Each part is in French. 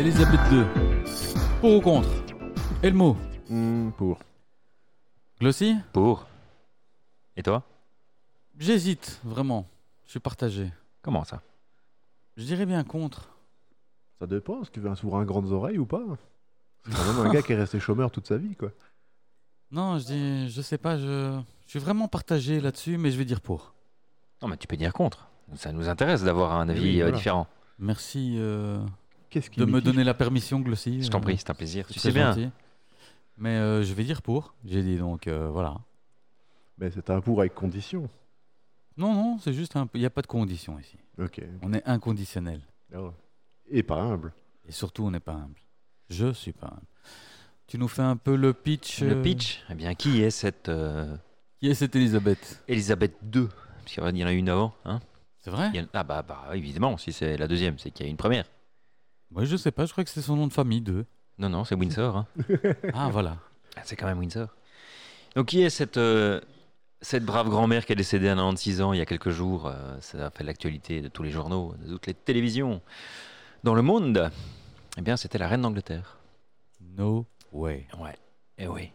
Elisabeth II. Pour ou contre? Elmo. Pour. Glossy? Pour. Et toi? J'hésite, vraiment. Je suis partagé. Comment ça? Je dirais bien contre. Ça dépend, est-ce que tu veux un souverain grandes oreilles ou pas? C'est quand même un gars qui est resté chômeur toute sa vie, quoi. Non, je sais pas, je suis vraiment partagé là-dessus, mais je vais dire pour. Non, mais tu peux dire contre. Ça nous intéresse d'avoir un avis oui, voilà. différent. Merci Qu'est-ce qui de me mitige donner la permission, Glossy. Je t'en prie, c'est un plaisir. c'est Tu très sais bien. gentil. Mais je vais dire pour. J'ai dit donc, voilà. Mais c'est un pour avec condition. Non, c'est juste il n'y a pas de condition ici. Ok. On est inconditionnel. Ah. Et pas humble. Et surtout, on n'est pas humble. Je suis pas humble. Tu nous fais un peu le pitch. Le pitch, eh bien, qui est cette Qui est cette Elisabeth? Elisabeth II? Parce qu'il y en a une avant, hein? C'est vrai? Ah bah, évidemment, si c'est la deuxième, c'est qu'il y a une première. Moi, je sais pas, je crois que c'est son nom de famille, deux. Non, c'est Windsor. Hein. Ah, voilà. C'est quand même Windsor. Donc, qui est cette brave grand-mère qui est décédée à 96 ans il y a quelques jours? Ça a fait l'actualité de tous les journaux, de toutes les télévisions dans le monde. Eh bien, c'était la reine d'Angleterre. No way. Ouais, et oui.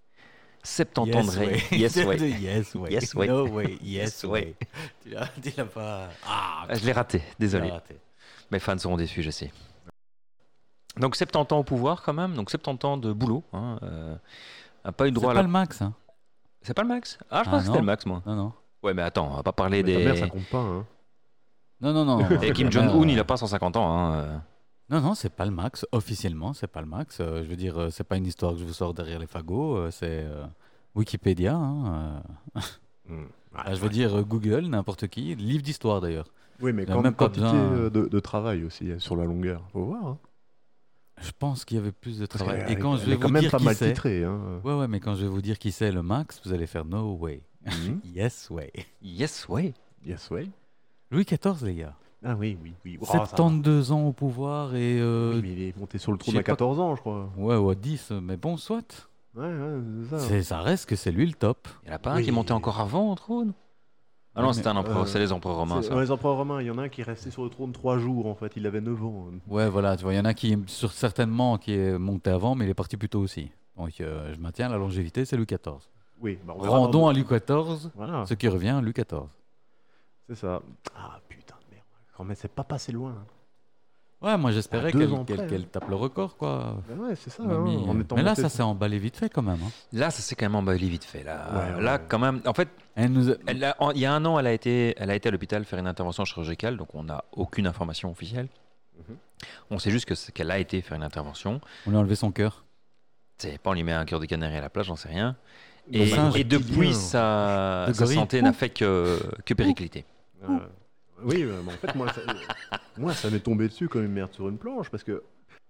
70 ans de règne. Yes, way. Yes, way. No way. Yes, Yes, way. way. Tu l'as pas. Ah, Je l'ai raté, tu l'as désolé. raté. Mes fans seront déçus, je sais. Donc 70 ans au pouvoir quand même, donc 70 ans de boulot. Hein, pas eu droit C'est à pas la... le max, hein? C'est pas le max? Ah, je Ah, pense que c'était non. le max, moi. Non. Ouais, mais attends, on va pas parler Mais ta des... mère, ça compte pas, hein. Non. Et Kim Jong-un, il a pas 150 ans. Hein. Non, c'est pas le max. Officiellement, c'est pas le max. Je veux dire, c'est pas une histoire que je vous sors derrière les fagots. C'est Wikipédia. Hein, je veux dire, Google, n'importe qui. Livre d'histoire, d'ailleurs. Oui, mais Il a quand même même pas quantité besoin- de travail aussi, sur la longueur. Faut voir, hein. Je pense qu'il y avait plus de Parce travail. qu'elle Et quand elle je vais est quand vous même dire pas qui mal c'est... titrée, hein. Ouais, mais quand je vais vous dire qui c'est le max, vous allez faire no way. Mhm. Yes way. Yes, ouais. Yes, way. Louis XIV, les gars. Ah oui. Oh, ça va. 72 ans au pouvoir et... Oui, mais il est monté sur le trône je sais à pas. 14 ans, je crois. Ouais, 10. Mais bon, soit. Ouais, c'est ça. Ça reste que c'est lui le top. Il n'y en a pas un Oui. qui est monté encore avant au trône? Ah non, Mais- c'était un empereur, c'est les empereurs romains, ça. Les empereurs romains, il y en a un qui est resté sur le trône 3 jours, en fait. Il avait 9 ans. Ouais, voilà, tu vois, il y en a qui, certainement, qui est monté avant, mais il est parti plus tôt aussi. Donc, je maintiens, la longévité, c'est Louis XIV. Oui, bah, on verra Rendons dans- à Louis XIV Voilà, ce qui revient à Louis XIV. c'est ça. Ah putain de merde. Quand même, c'est pas passé loin. Hein. Ouais, moi j'espérais À 2 qu'elle ans près, qu'elle tape le record, quoi. Ben ouais, c'est ça. Mamie, hein, en étant mais là, monté ça sur- s'est emballé vite fait quand même. Hein. Là, ça s'est quand même emballé vite fait. Là, Ouais, là ouais. quand même... En fait, Elle nous a- il y a un an, elle a été à l'hôpital faire une intervention chirurgicale, donc on n'a aucune information officielle. Mhm. On sait juste qu'elle a été faire une intervention. On lui a enlevé son cœur. C'est pas on lui met un cœur de canari à la place, j'en sais rien. Dans Et, un singe et depuis, quotidien. De sa gorille. santé n'a fait que péricliter. Euh, oui, mais en fait, moi, ça m'est tombé dessus comme une merde sur une planche parce que.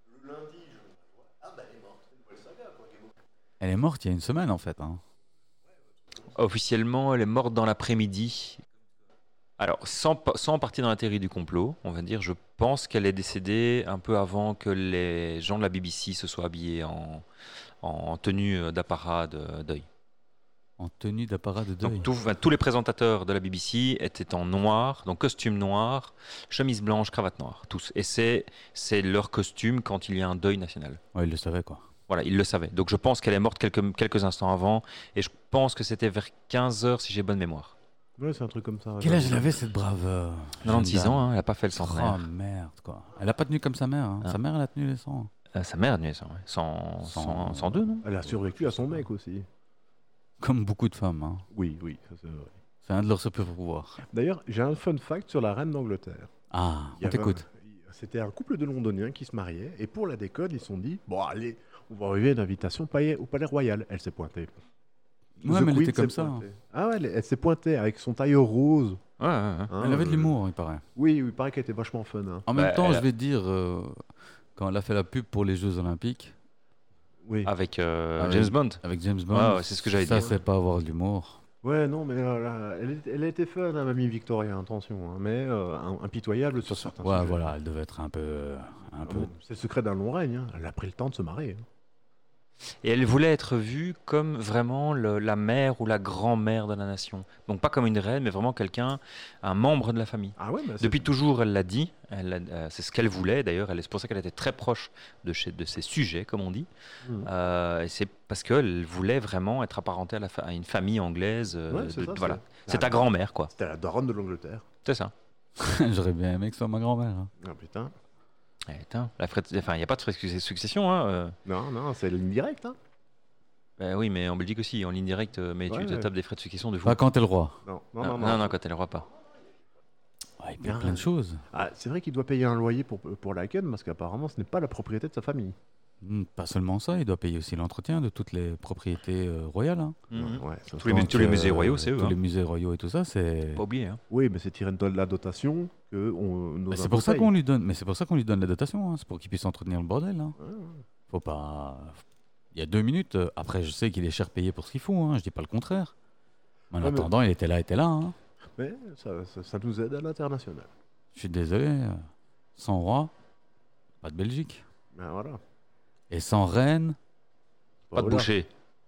Elle est morte il y a une semaine, en fait. Hein. Officiellement, elle est morte dans l'après-midi. Alors, sans partir dans la théorie du complot, on va dire, je pense qu'elle est décédée un peu avant que les gens de la BBC se soient habillés en tenue d'apparat de deuil. En tenue d'apparat de deuil. Donc tous les présentateurs de la BBC étaient en noir, donc costume noir, chemise blanche, cravate noire, tous. Et c'est leur costume quand il y a un deuil national. Ouais, il le savait, quoi. Voilà, ils le savaient. Donc je pense qu'elle est morte quelques instants avant, et je pense que c'était vers 15h si j'ai bonne mémoire. Ouais, c'est un truc comme ça. Quel âge elle avait, cette brave 96 jeune dame? ans, hein, elle n'a pas fait le centenaire. Oh merde, quoi. Elle a pas tenu comme sa mère. Hein. Ah. Sa mère, elle a tenu les 100. Sa mère a tenu ça, ouais. 102, non? Elle a survécu à son mec aussi. Comme beaucoup de femmes. Hein. Oui, ça c'est vrai. C'est un de leurs super pouvoirs. D'ailleurs, j'ai un fun fact sur la reine d'Angleterre. Ah, Il y on avait t'écoute. C'était un couple de Londoniens qui se mariaient et pour la déconne, ils se sont dit bon, allez, on va envoyer une invitation au Palais Royal. Elle s'est pointée. Ouais, The mais elle Queen était comme s'est ça. pointée. Ah ouais, elle s'est pointée avec son tailleur rose. Ouais. hein, Elle avait de l'humour, il paraît. Oui, il paraît qu'elle était vachement fun. Hein. En même Bah, temps, elle je a- vais te dire, quand elle a fait la pub pour les Jeux Olympiques, Oui. Avec Avec- James Bond. avec James Bond, Ouais, c'est ce que j'allais ça, dire. c'est pas avoir de l'humour. Ouais, non, mais là, elle était fun, hein, mamie Victoria, attention, hein, mais impitoyable sur certains Ouais, sujets. voilà, elle devait être un peu... Ah bon, c'est le secret d'un long règne. Hein. Elle a pris le temps de se marier. Hein. Et elle voulait être vue comme vraiment la mère ou la grand-mère de la nation. Donc pas comme une reine, mais vraiment quelqu'un, un membre de la famille. Ah ouais, Depuis toujours, elle l'a dit. C'est ce qu'elle voulait d'ailleurs. C'est pour ça qu'elle était très proche de ses sujets, comme on dit. Et c'est parce qu'elle voulait vraiment être apparentée à une famille anglaise. Voilà. C'est ta grand-mère, quoi. C'était la daronne de l'Angleterre. C'est ça. J'aurais bien aimé que ce soit ma grand-mère. Hein. Ah putain. Il n'y a pas de succession. Hein, Non, c'est ligne directe. Hein. Oui, mais en Belgique aussi, en ligne directe, mais tu te tapes des frais de succession de fou. Pas quand t'es le roi. Non, quand t'es le roi, pas. Il paye plein de choses. Ah, c'est vrai qu'il doit payer un loyer pour Laken parce qu'apparemment ce n'est pas la propriété de sa famille. Pas seulement ça, il doit payer aussi l'entretien de toutes les propriétés royales. Hein. Tous les musées royaux, c'est eux. Tous les musées royaux et tout ça, c'est... Pas oublier. Hein. Oui, mais c'est tiré de la dotation que c'est pour ça qu'on lui donne. Mais c'est pour ça qu'on lui donne la dotation. Hein. C'est pour qu'il puisse entretenir le bordel. Hein. Faut pas... Il y a 2 minutes. Après, je sais qu'il est cher payé pour ce qu'il faut. Hein. Je dis pas le contraire. Mais en attendant, il était là. Hein. Mais ça nous aide à l'international. Je suis désolé. Sans roi, pas de Belgique. Ben voilà. Et sans reine... Pas de boucher.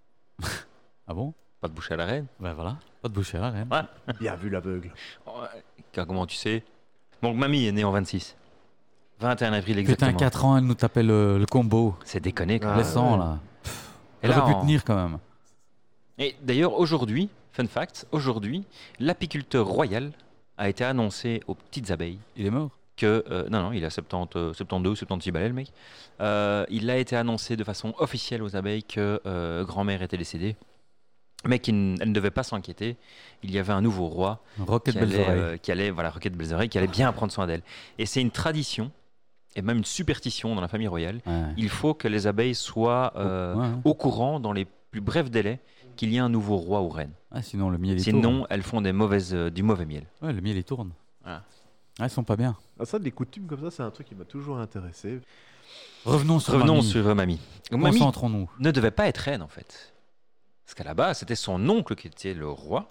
Ah bon? Pas de boucher à la reine. Ben voilà, pas de boucher à la reine. Ouais. Bien vu l'aveugle. Comment tu sais? Donc mamie est née en 26. 21 avril exactement. Putain, 4 ans, elle nous tapait le combo. C'est déconné quand même. Les sangs là. Elle aurait pu tenir quand même. Et d'ailleurs aujourd'hui, fun fact, l'apiculteur royal a été annoncé aux petites abeilles. Il est mort? Non, il a 72, 76 balais le mec. Il a été annoncé de façon officielle aux abeilles que grand-mère était décédée, mais qu'elle ne devait pas s'inquiéter. Il y avait un nouveau roi Roquette Belzoreille Roquette Belzoreille, qui allait bien prendre soin d'elle. Et c'est une tradition, et même une superstition dans la famille royale. Ouais. Il faut que les abeilles soient au courant dans les plus brefs délais qu'il y ait un nouveau roi ou reine. Sinon le miel tourne. Elles font du mauvais miel. Ouais, le miel il tourne. Elles sont pas bien. Ça, des coutumes comme ça, c'est un truc qui m'a toujours intéressé. Revenons sur mamie. Concentrons-nous. Ne devait pas être reine en fait. Parce qu'à la base, c'était son oncle qui était le roi.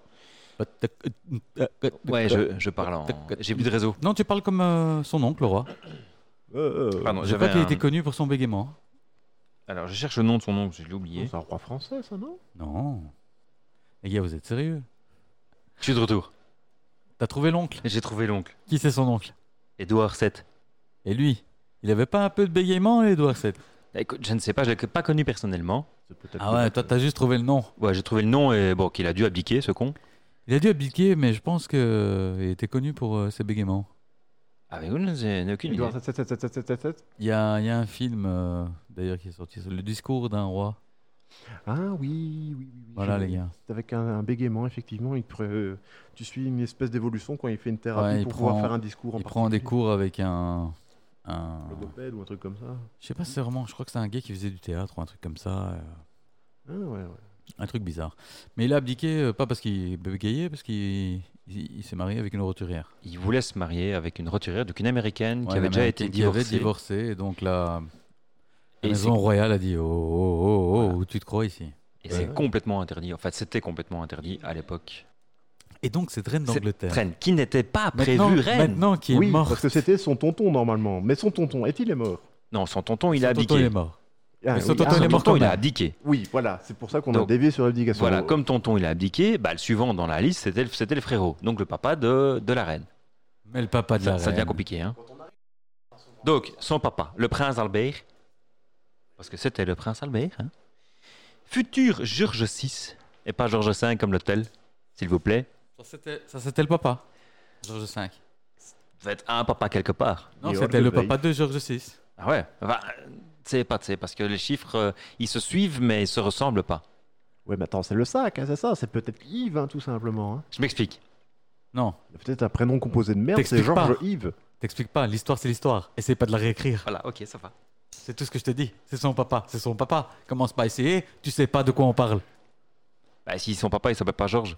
Ouais, je parle en... J'ai plus de réseau. Non, tu parles comme son oncle, le roi. Pardon, je crois qu'il était connu pour son bégaiement. Alors, je cherche le nom de son oncle, je l'ai oublié. C'est un roi français, ça, non? Non. Les gars, vous êtes sérieux? Je suis de retour. T'as trouvé l'oncle? J'ai trouvé l'oncle. Qui c'est son oncle? Édouard VII. Et lui? Il avait pas un peu de bégaiement, Édouard VII? Écoute, je ne sais pas, je l'ai pas connu personnellement. Ah ouais, toi t'as juste trouvé le nom. Ouais, j'ai trouvé le nom et bon, qu'il a dû abdiquer, ce con. Il a dû abdiquer, mais je pense qu'il était connu pour ses bégaiements. Ah mais oui, je n'ai aucune idée. Il y a un film d'ailleurs qui est sorti, Le discours d'un roi. Ah oui. Voilà les gars. C'est avec un bégaiement, effectivement. Tu suis une espèce d'évolution quand il fait une thérapie pour pouvoir faire un discours. Il prend des cours avec un logopède ou un truc comme ça. Je sais pas si c'est vraiment. Je crois que c'est un gars qui faisait du théâtre ou un truc comme ça. Ouais. Un truc bizarre. Mais il a abdiqué pas parce qu'il bégayait, parce qu'il s'est marié avec une roturière. Il voulait se marier avec une roturière, donc une américaine qui avait déjà été divorcée. Et donc la maison royale a dit oh, où tu te crois ici? Et c'est complètement interdit. En fait, c'était complètement interdit à l'époque. Et donc cette reine d'Angleterre. Cette reine qui n'était pas prévue reine. Maintenant qui est morte. Parce que c'était son tonton normalement. Mais son tonton, est-il mort? Non, son tonton, il a abdiqué. Il est mort. Son tonton, il a abdiqué. Oui, voilà, c'est pour ça qu'on a dévié sur l'abdication. Voilà, comme tonton, il a abdiqué, le suivant dans la liste, c'était le frérot, donc le papa de la reine. Mais le papa de la reine. Ça devient compliqué, hein. Donc, son papa, le prince Albert, parce que c'était le prince Albert, hein, futur George VI, et pas George V comme l'hôtel, s'il vous plaît. Ça, c'était le papa, George V. Vous êtes un papa quelque part. Non, c'était le papa de George VI. Ah ouais, c'est pas, parce que les chiffres, ils se suivent, mais ils se ressemblent pas. Ouais, mais attends, c'est le sac, hein, c'est ça, c'est peut-être Yves, hein, tout simplement. Hein. Je m'explique. Non. Il y a peut-être un prénom composé de merde, c'est Georges Yves. T'expliques pas, l'histoire c'est l'histoire. Essaye pas de la réécrire. Voilà, ok, ça va. C'est tout ce que je te dis. C'est son papa. Commence pas à essayer, tu sais pas de quoi on parle. Si son papa il s'appelle pas Georges.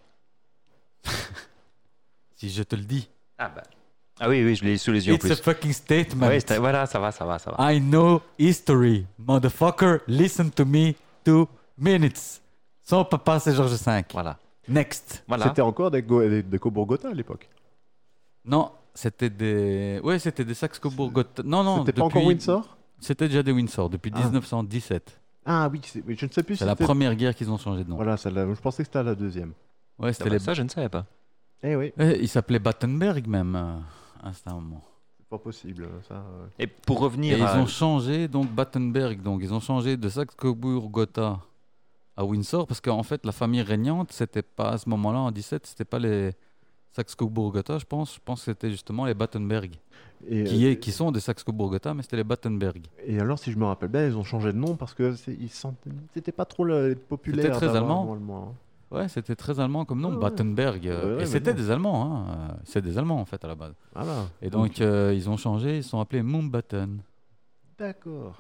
Si je te le dis. Ah oui, je l'ai sous les yeux en plus. It's a fucking statement. Ouais, voilà, ça va. I know history. Motherfucker, listen to me 2 minutes. Son papa, c'est Georges V. Voilà. Next. Voilà. C'était encore des Coburgota à l'époque. Non, c'était des... Ouais, c'était des Saxe-Coburgota. Non. C'était pas encore Windsor? C'était déjà des Windsor, depuis 1917. Ah oui, oui, je ne sais plus C'est la première guerre qu'ils ont changé de nom. Voilà, je pensais que c'était la deuxième. Ouais, c'était Ça, je ne savais pas. Eh oui. Il s'appelait Battenberg même à un moment. C'est pas possible, ça. Et pour revenir Et ils ont changé, donc Battenberg, donc ils ont changé de Saxe-Cobourg-Gotha à Windsor, parce qu'en fait, la famille régnante, c'était pas à ce moment-là, en 17, c'était pas les Saxe-Cobourg-Gotha, je pense. Je pense que c'était justement les Battenberg, qui sont des Saxe-Cobourg-Gotha, mais c'était les Battenberg. Et alors, si je me rappelle bien, ils ont changé de nom parce que c'était pas trop populaire. C'était très allemand. Hein. Ouais, c'était très allemand comme nom, Battenberg. Ouais, et c'était des Allemands, hein. C'est des Allemands en fait à la base. Voilà. Et donc ils ont changé, ils sont appelés Mountbatten. D'accord.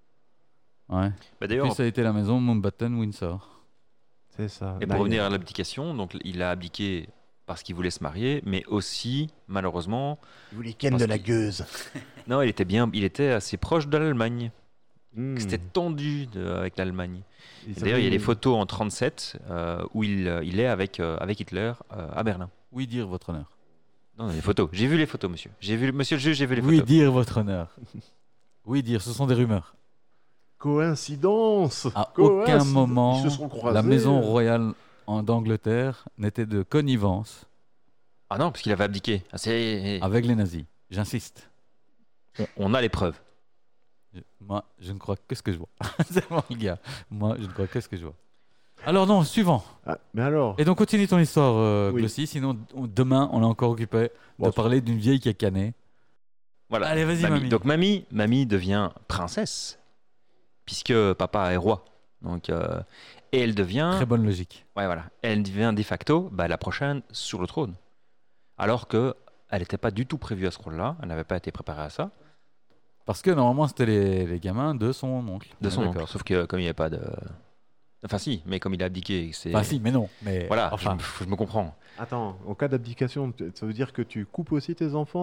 Ouais. Bah, d'ailleurs, puis ça a été la maison Mountbatten-Windsor. C'est ça. Et pour revenir à l'abdication, donc il a abdiqué parce qu'il voulait se marier, mais aussi, malheureusement... Il voulait ken de la gueuse. Non, il était assez proche de l'Allemagne. C'était tendu avec l'Allemagne. D'ailleurs, il y a des photos en 1937 où il est avec Hitler à Berlin. Oui, dire votre honneur. Non, des photos. J'ai vu les photos, monsieur. Monsieur le juge, j'ai vu les photos. Oui, dire votre honneur. Oui, dire, ce sont des rumeurs. Coïncidence. À aucun Ils moment, se sont croisés. la maison royale d'Angleterre n'était de connivence. Ah non, parce qu'il avait abdiqué. Avec les nazis, j'insiste. On a les preuves. Moi, je ne crois que ce que je vois. C'est bon, le gars. Moi, je ne crois que ce que je vois. Alors non, suivant. Mais alors. Et donc continue ton histoire, Oui. Glossy, sinon demain on est encore occupé de parler d'une vieille qui a cané. Voilà. Allez, vas-y, mamie. Donc mamie devient princesse, puisque papa est roi. Donc, et elle devient... Très bonne logique. Ouais, voilà. Elle devient de facto la prochaine sur le trône. Alors qu'elle n'était pas du tout prévue à ce rôle-là, elle n'avait pas été préparée à ça. Parce que normalement c'était les gamins de son oncle. De son oncle. Sauf que comme il n'y a pas de... Enfin si, mais comme il a abdiqué, c'est... Enfin si, mais non. Mais voilà, enfin... je me comprends. Attends, en cas d'abdication, ça veut dire que tu coupes aussi tes enfants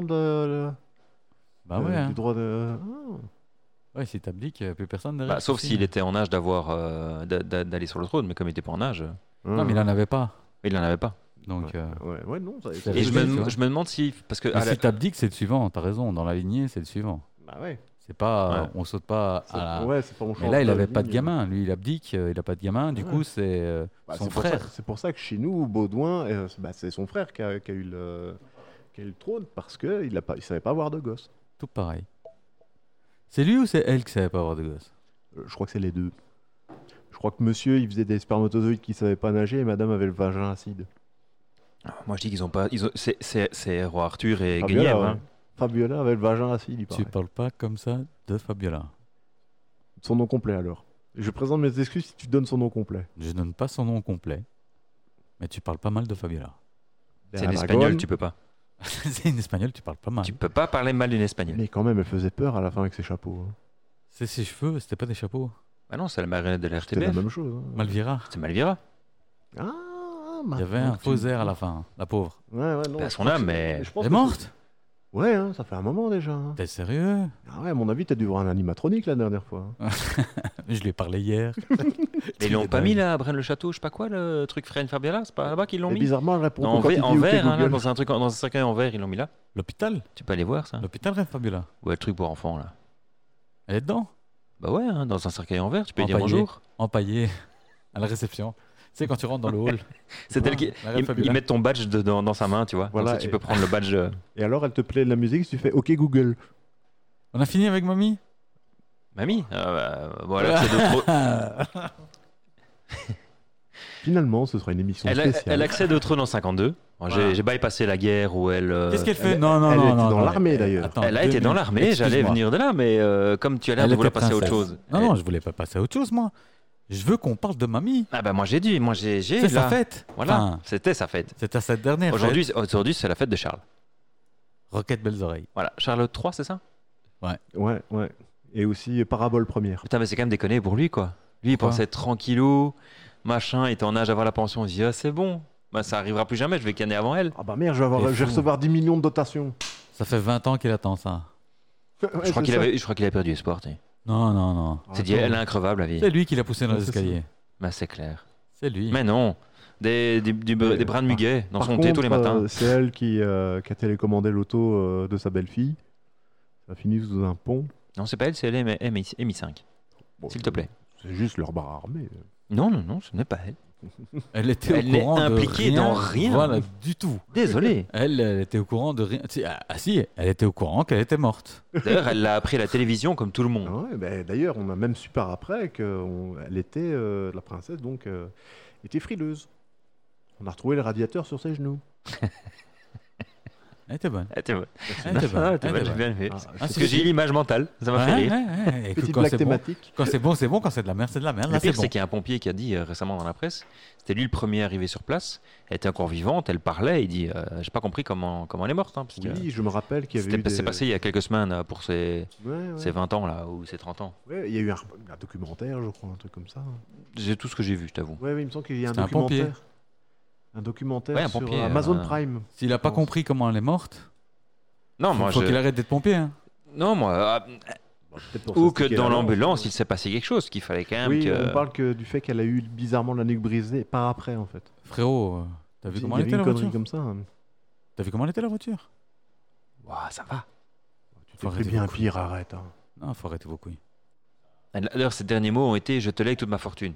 Bah ouais. du droit de... Ouais, si t'abdiques, plus personne derrière. Sauf s'il était en âge d'aller sur le trône, mais comme il n'était pas en âge... Non, mais il n'en avait pas. Il n'en avait pas. Donc, ouais, non. Et je me demande si... Parce que si t'abdiques, c'est le suivant, t'as raison. Dans la lignée, c'est le suivant. Bah ouais. C'est pas... On saute pas à la... Ouais, c'est pas Mais là, il avait pas de gamin. Lui, il abdique, il a pas de gamin. Du coup, c'est son frère. C'est pour ça que chez nous, Baudouin, c'est son frère qui a eu le trône parce qu'il savait pas avoir de gosse. Tout pareil. C'est lui ou c'est elle qui savait pas avoir de gosse? Je crois que c'est les deux. Je crois que monsieur, il faisait des spermatozoïdes qui savaient pas nager et madame avait le vagin acide. Moi, je dis qu'ils ont pas... C'est roi Arthur et Fabiola, Guenièvre. ouais. Hein. Fabiola avait le vagin acide, il paraît. Tu parles pas comme ça de Fabiola. Son nom complet, alors. Je présente mes excuses si tu donnes son nom complet. Je donne pas son nom complet, mais tu parles pas mal de Fabiola. C'est une espagnole, tu peux pas. C'est une espagnole, tu parles pas mal. Tu peux pas parler mal d'une espagnole. Mais quand même, elle faisait peur à la fin avec ses chapeaux. Hein. C'est ses cheveux, c'était pas des chapeaux. Ah non, c'est la marionnette de la C'était la RTBF. même chose. Hein. Malvira. C'est Malvira. Ah, Il y avait un faux air à la fin, la pauvre. Ouais, non. À son âme, mais... Elle est morte? Ouais, hein, ça fait un moment déjà. Hein. T'es sérieux? Ah ouais, à mon avis, t'as dû voir un animatronique la dernière fois. Hein. Je lui ai parlé hier. Mais ils l'ont pas mis là à Braine-le-Château, je sais pas quoi, le truc Fred Fabiola, c'est pas là-bas qu'ils l'ont Et mis? bizarrement, elle répond Non, en verre, hein, là, dans un cercueil en verre, ils l'ont mis là. L'hôpital? Tu peux aller voir ça? L'hôpital Reine Fabiola. Ouais, le truc pour enfants là. Elle est dedans? Bah ouais, hein, dans un cercueil en verre, tu peux lui dire Empaillé. bonjour. Empaillé à la réception. Tu sais, quand tu rentres dans le hall. C'est tel qu'ils ils mettent ton badge dans sa main, tu vois. Voilà, Donc ça, tu peux prendre le badge. Et alors, elle te plaît de la musique, tu fais OK Google. On a fini avec mamie? Mamie voilà, c'est de trop. Finalement, ce sera une émission spéciale. Elle accède au trône en 52. Bon, j'ai bypassé la guerre où elle... Qu'est-ce qu'elle fait? Non, elle était non. dans l'armée, d'ailleurs. Attends, Elle a été dans l'armée, j'allais venir de là, mais comme tu as l'air de vouloir passer à autre chose. Non, je voulais pas passer à autre chose, moi. Je veux qu'on parle de mamie. Ah bah moi j'ai dit, c'est sa fête. Voilà, Enfin, c'était sa fête. c'était cette dernière Aujourd'hui, fête. c'est la fête de Charles. Roquette belles oreilles. Voilà, Charles III, c'est ça? Ouais. Et aussi Parabole première. Putain, mais c'est quand même déconné pour lui, quoi. Lui, il pensait être tranquillou, machin, il était en âge d'avoir la pension, il se dit, ah c'est bon, bah, ça arrivera plus jamais, je vais canner avant elle. Ah bah merde, je vais recevoir 10 millions de dotation. Ça fait 20 ans qu'il attend ça. Ouais, je crois qu'il avait perdu espoir, tu sais. Non. C'est dit, elle est increvable, la vie. C'est lui qui l'a poussé dans les escaliers. Bah c'est clair. C'est lui. Mais non, des bras de muguet dans Par son thé tous les matins. C'est elle qui a télécommandé l'auto de sa belle-fille. Ça a fini sous un pont. Non, c'est pas elle, c'est elle, MI5. Bon, S'il te plaît. C'est juste leur bras armé. Non, ce n'est pas elle. Elle était Elle au n'est courant impliquée de dans rien. Voilà, du tout. Désolé. Elle était au courant de rien. Si, elle était au courant qu'elle était morte. D'ailleurs, elle l'a appris à la télévision comme tout le monde. Ah ouais, ben, d'ailleurs, on a même su par après qu'elle était, la princesse, donc, était frileuse. On a retrouvé le radiateur sur ses genoux. Elle était bonne. Elle était bonne. Elle était bonne. Ah, t'es Elle bonne, était j'ai bien aimé. Ah, Parce c'est- que j'ai eu l'image mentale. Ça m'a fait rire. Ouais. Petite Quand blague c'est bon, thématique. quand c'est bon, c'est bon. Quand c'est de la merde, c'est de la merde. Le Là, c'est pire, bon. c'est qu'il y a un pompier qui a dit récemment dans la presse, c'était lui le premier arrivé sur place, elle était encore vivante, elle parlait, il dit j'ai pas compris comment elle est morte. Parce que Oui, je me rappelle qu'il y avait eu c'est passé il y a quelques semaines pour ses Ouais. 20 ans là, ou ses 30 ans. Ouais, il y a eu un documentaire, je crois, un truc comme ça. C'est tout ce que j'ai vu, je t'avoue. Ouais, il me semble qu'il y a un C'était un pompier. documentaire. Un documentaire Ouais, un sur pompier, Amazon Prime. S'il a pas je pense. compris comment elle est morte, Non, moi, faut qu'il arrête d'être pompier. Hein. Non, moi. Bon, peut-être pour Ou que s'expliquer dans la l'ambulance, lance. il s'est passé quelque chose, qu'il fallait quand même Oui, que. on parle que du fait qu'elle a eu bizarrement la nuque brisée par après, en fait. Frérot, t'as vu Il comment y elle avait était une la connerie voiture comme ça. Hein. T'as vu comment elle était la voiture Ouah, ça va. Tu Faut t'es fait arrêter bien vos couilles. pire, arrête. Hein. Non, faut arrêter vos couilles. D'ailleurs, ces derniers mots ont été je te lègue toute ma fortune.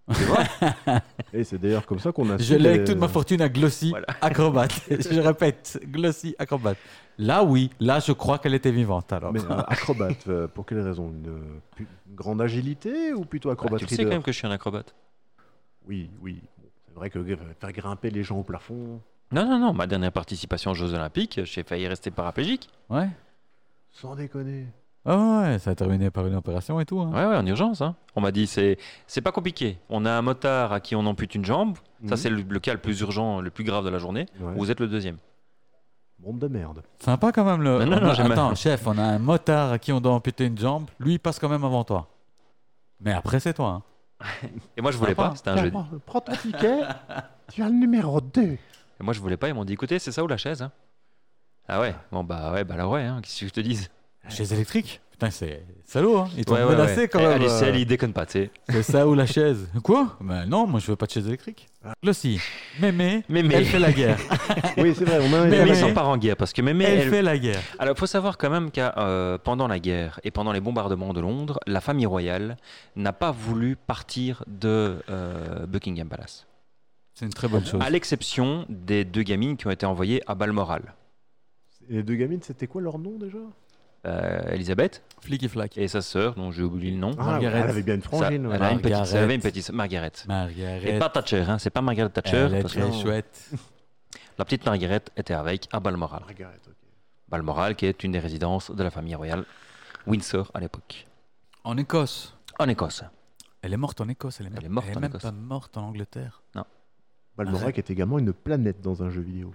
Et c'est d'ailleurs comme ça qu'on a Je su lègue les- toute ma fortune à Glossy Voilà. Acrobate. Je répète, Glossy Acrobate. Là, oui, là, je crois qu'elle était vivante alors. Mais acrobate, pour quelle raison une grande agilité ou plutôt Bah, acrobate tu le sais quand même que je suis un acrobate. Oui. Bon, c'est vrai que faire grimper les gens au plafond Non, ma dernière participation aux Jeux Olympiques, j'ai failli rester paraplégique. Ouais. sans déconner. Ah ouais, ça a terminé par une opération et tout. Hein. Ouais, en urgence. Hein. On m'a dit, c'est pas compliqué. On a un motard à qui on ampute une jambe. Ça, Mhm. c'est le cas le plus urgent, le plus grave de la journée. Ouais. Vous êtes le deuxième. Monde de merde. Sympa quand même le. Non, j'aime Attends, bien. chef, on a un motard à qui on doit amputer une jambe. Lui, il passe quand même avant toi. Mais après, c'est toi. Hein. Et moi, je voulais Sympa. pas. C'était un jeudi. Prends ton ticket. Tu as le numéro 2. Et moi, je voulais pas. Ils m'ont dit, écoutez, c'est ça ou la chaise hein. Ah ouais. Bon, bah alors ouais. Hein. Qu'est-ce que je te dise Chaise électrique. Putain, c'est salaud. Hein. Ils t'ont Ouais, menacé ouais. quand Eh, même. Allez, c'est elle, il déconne pas, tu sais. C'est ça ou la chaise. Quoi Ben non, moi je veux pas de chaise électrique. Glossy. Mémé, Mémé. elle fait la guerre. Oui, c'est vrai. On a Mais Mémé. ils sont pas en guerre parce que Mémé, Elle elle- fait la guerre. Alors, il faut savoir quand même qu'à pendant la guerre et pendant les bombardements de Londres, la famille royale n'a pas voulu partir de Buckingham Palace. C'est une très bonne chose. À l'exception des deux gamines qui ont été envoyées à Balmoral. Les deux gamines, c'était quoi leur nom déjà Elisabeth Flic et flac. et sa sœur, dont j'ai oublié le nom. Ah, Margaret. elle avait bien une Ça, frangine. elle, ouais. a une petite, Margaret. elle avait une petite Margaret. Et Margaret. pas Thatcher, hein, c'est pas Margaret Thatcher. Elle est parce que très non. chouette. la petite Margaret était avec à Balmoral. Margaret, ok. Balmoral, qui est une des résidences de la famille royale Windsor à l'époque. En Écosse. En Écosse. Elle est morte en Écosse. Elle est morte en même Écosse. pas morte en Angleterre. Balmoral Arrête. qui est également une planète dans un jeu vidéo.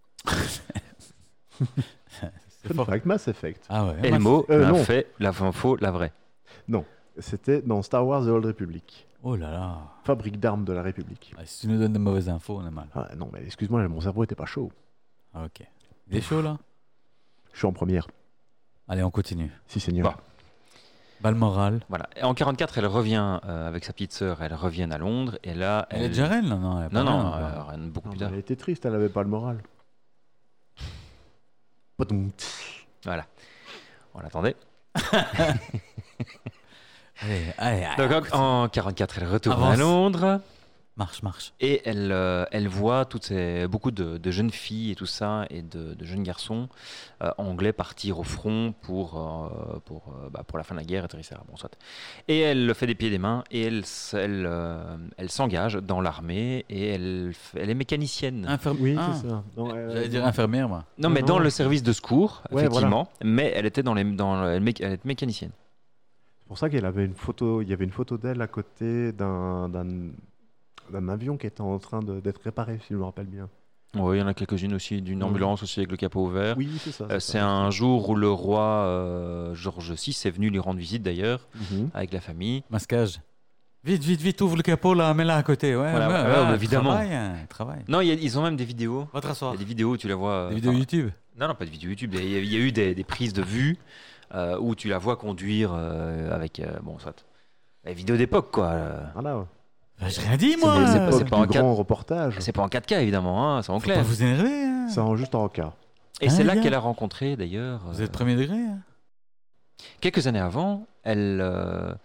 C'est Fun fort. fact, Mass Effect. Ah ouais. Elmo non. a fait la info, la vraie. C'était dans Star Wars The Old Republic. Oh là là. Fabrique d'armes de la République. Ah, si tu nous donnes de mauvaises infos, on est mal. Ah non, mais excuse-moi, mon cerveau était pas chaud. Ah, ok. Il est chaud là. Je suis en première. Allez, on continue. Si, Seigneur. Bon. Balmoral. Voilà. Et en 44, elle revient avec sa petite sœur, elles reviennent à Londres et là, Elle est déjà reine là, non? Elle est pas Non, reine, non, encore. rien de beaucoup Non, plus mais tard. elle était triste, elle avait pas le moral. Patoum. Voilà. On l'attendait. Allez, Donc en 44, elle retourne Avance. à Londres marche. et elle voit beaucoup de jeunes filles et tout ça et de jeunes garçons anglais partir au front pour la fin de la guerre, etc. Bon, soit. Et elle fait des pieds et des mains et elle s'engage dans l'armée et elle est mécanicienne. Oui, Ah, c'est ça. Non, J'allais dire infirmière, moi. Non, mais non, dans non. le service de secours, Ouais, effectivement. Mais elle était elle était mécanicienne. C'est pour ça qu'elle avait une photo. Il y avait une photo d'elle à côté d'un avion qui était en train d'être réparé, si je me rappelle bien. Oui, il y en a quelques-unes aussi, d'une ambulance aussi avec le capot ouvert. Oui, c'est ça. C'est un jour où le roi George VI est venu lui rendre visite d'ailleurs, Mhm. avec la famille. Masquage. Vite, ouvre le capot là, mets-la à côté. Ouais, Voilà, ouais, évidemment. Travail. Non, ils ont même des vidéos. Va te Il y rasseoir. a des vidéos où tu la vois. Des vidéos YouTube. Non, pas de vidéos YouTube. Il y a eu des prises de vue où tu la vois conduire avec. Bon, soit. Les vidéos d'époque, quoi. Voilà. ouais. J'ai rien dit, C'est moi. des- c'est L'époque pas en du grand reportage. C'est pas en 4K, évidemment, hein, c'est en Faut pas clair. vous énerver. Hein. C'est juste en cas. Et Hein, c'est les là gars qu'elle a rencontré, d'ailleurs. Vous êtes premier degré. Hein. Quelques années avant, elle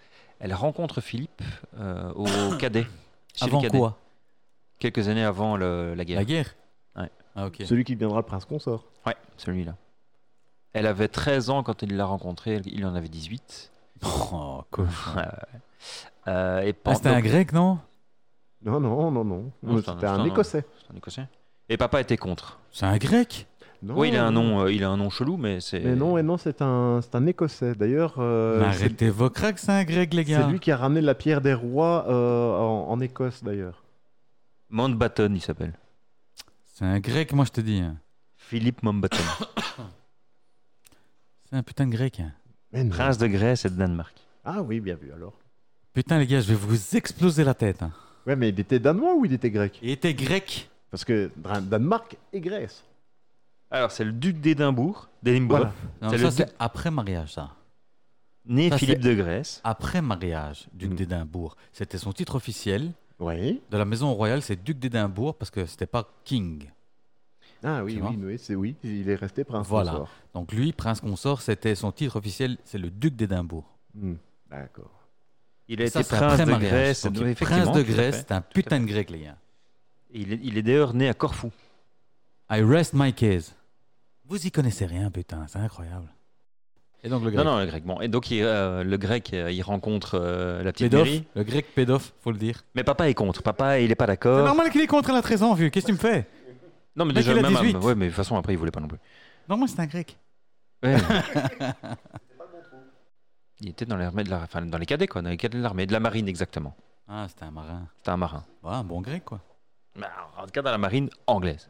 Elle rencontre Philippe au cadet. Chez Avant le cadet, quoi? quelques années avant la guerre. La guerre? Ouais. Ah, ok. Celui qui deviendra le prince consort. Ouais, celui-là. Elle avait 13 ans quand il l'a rencontré, il en avait 18. Oh, cochon. C'était un grec, non? Non. Non, C'était un Écossais. C'est un Écossais. Et papa était contre. C'est un grec? Non, Oui, il a un nom chelou, mais c'est. Mais non, c'est un Écossais. D'ailleurs, Mais arrêtez vos cracks, c'est un grec, les gars. c'est lui qui a ramené la pierre des rois en Écosse, d'ailleurs. Mountbatten, il s'appelle. C'est un grec, moi je te dis. Hein. Philippe Mountbatten. C'est un putain de grec. Hein. Mais non. Prince de Grèce et de Danemark. Ah oui, bien vu alors. Putain, les gars, je vais vous exploser la tête. Hein. Ouais, mais il était danois ou il était grec? Il était grec. Parce que Danemark et Grèce. Alors, c'est le duc d'Édimbourg. Voilà. Non, C'est ça, le c'est après mariage, ça. Né Ça, Philippe c'est- de Grèce. Après mariage, duc Mm. d'Édimbourg. C'était son titre officiel. Oui. De la maison royale, c'est duc d'Édimbourg parce que c'était pas king. Ah oui, Tu vois? oui, il est resté prince Voilà. consort. Donc lui, prince consort, c'était son titre officiel, c'est le duc d'Édimbourg. D'accord. Il a Ça, été c'est prince après de mariage. Grèce. Donc, Oui, prince effectivement, de tout à Grèce, fait. c'est un putain de grec, les gars. Il est d'ailleurs né à Corfou. I rest my case. Vous y connaissez rien, putain, c'est incroyable. Et donc le grec. Non, le grec. Bon, et donc le grec, il rencontre la petite Pédophe, Mary. le grec pédophe, faut le dire. Mais papa est contre. Papa, il est pas C'est d'accord. normal qu'il est contre la 13 ans, vieux. Qu'est-ce que tu me fais? Non, mais Mec, déjà, il a même. 18. Ouais, mais de toute façon, après, il voulait pas non plus. Normal, c'est un grec. Ouais. Il était dans l'armée dans les cadets, quoi. Dans les cadets de l'armée, de la marine, exactement. Ah, c'était un marin. C'était un marin. Ouais, un bon grec, quoi. Mais alors, en tout cas, dans la marine anglaise.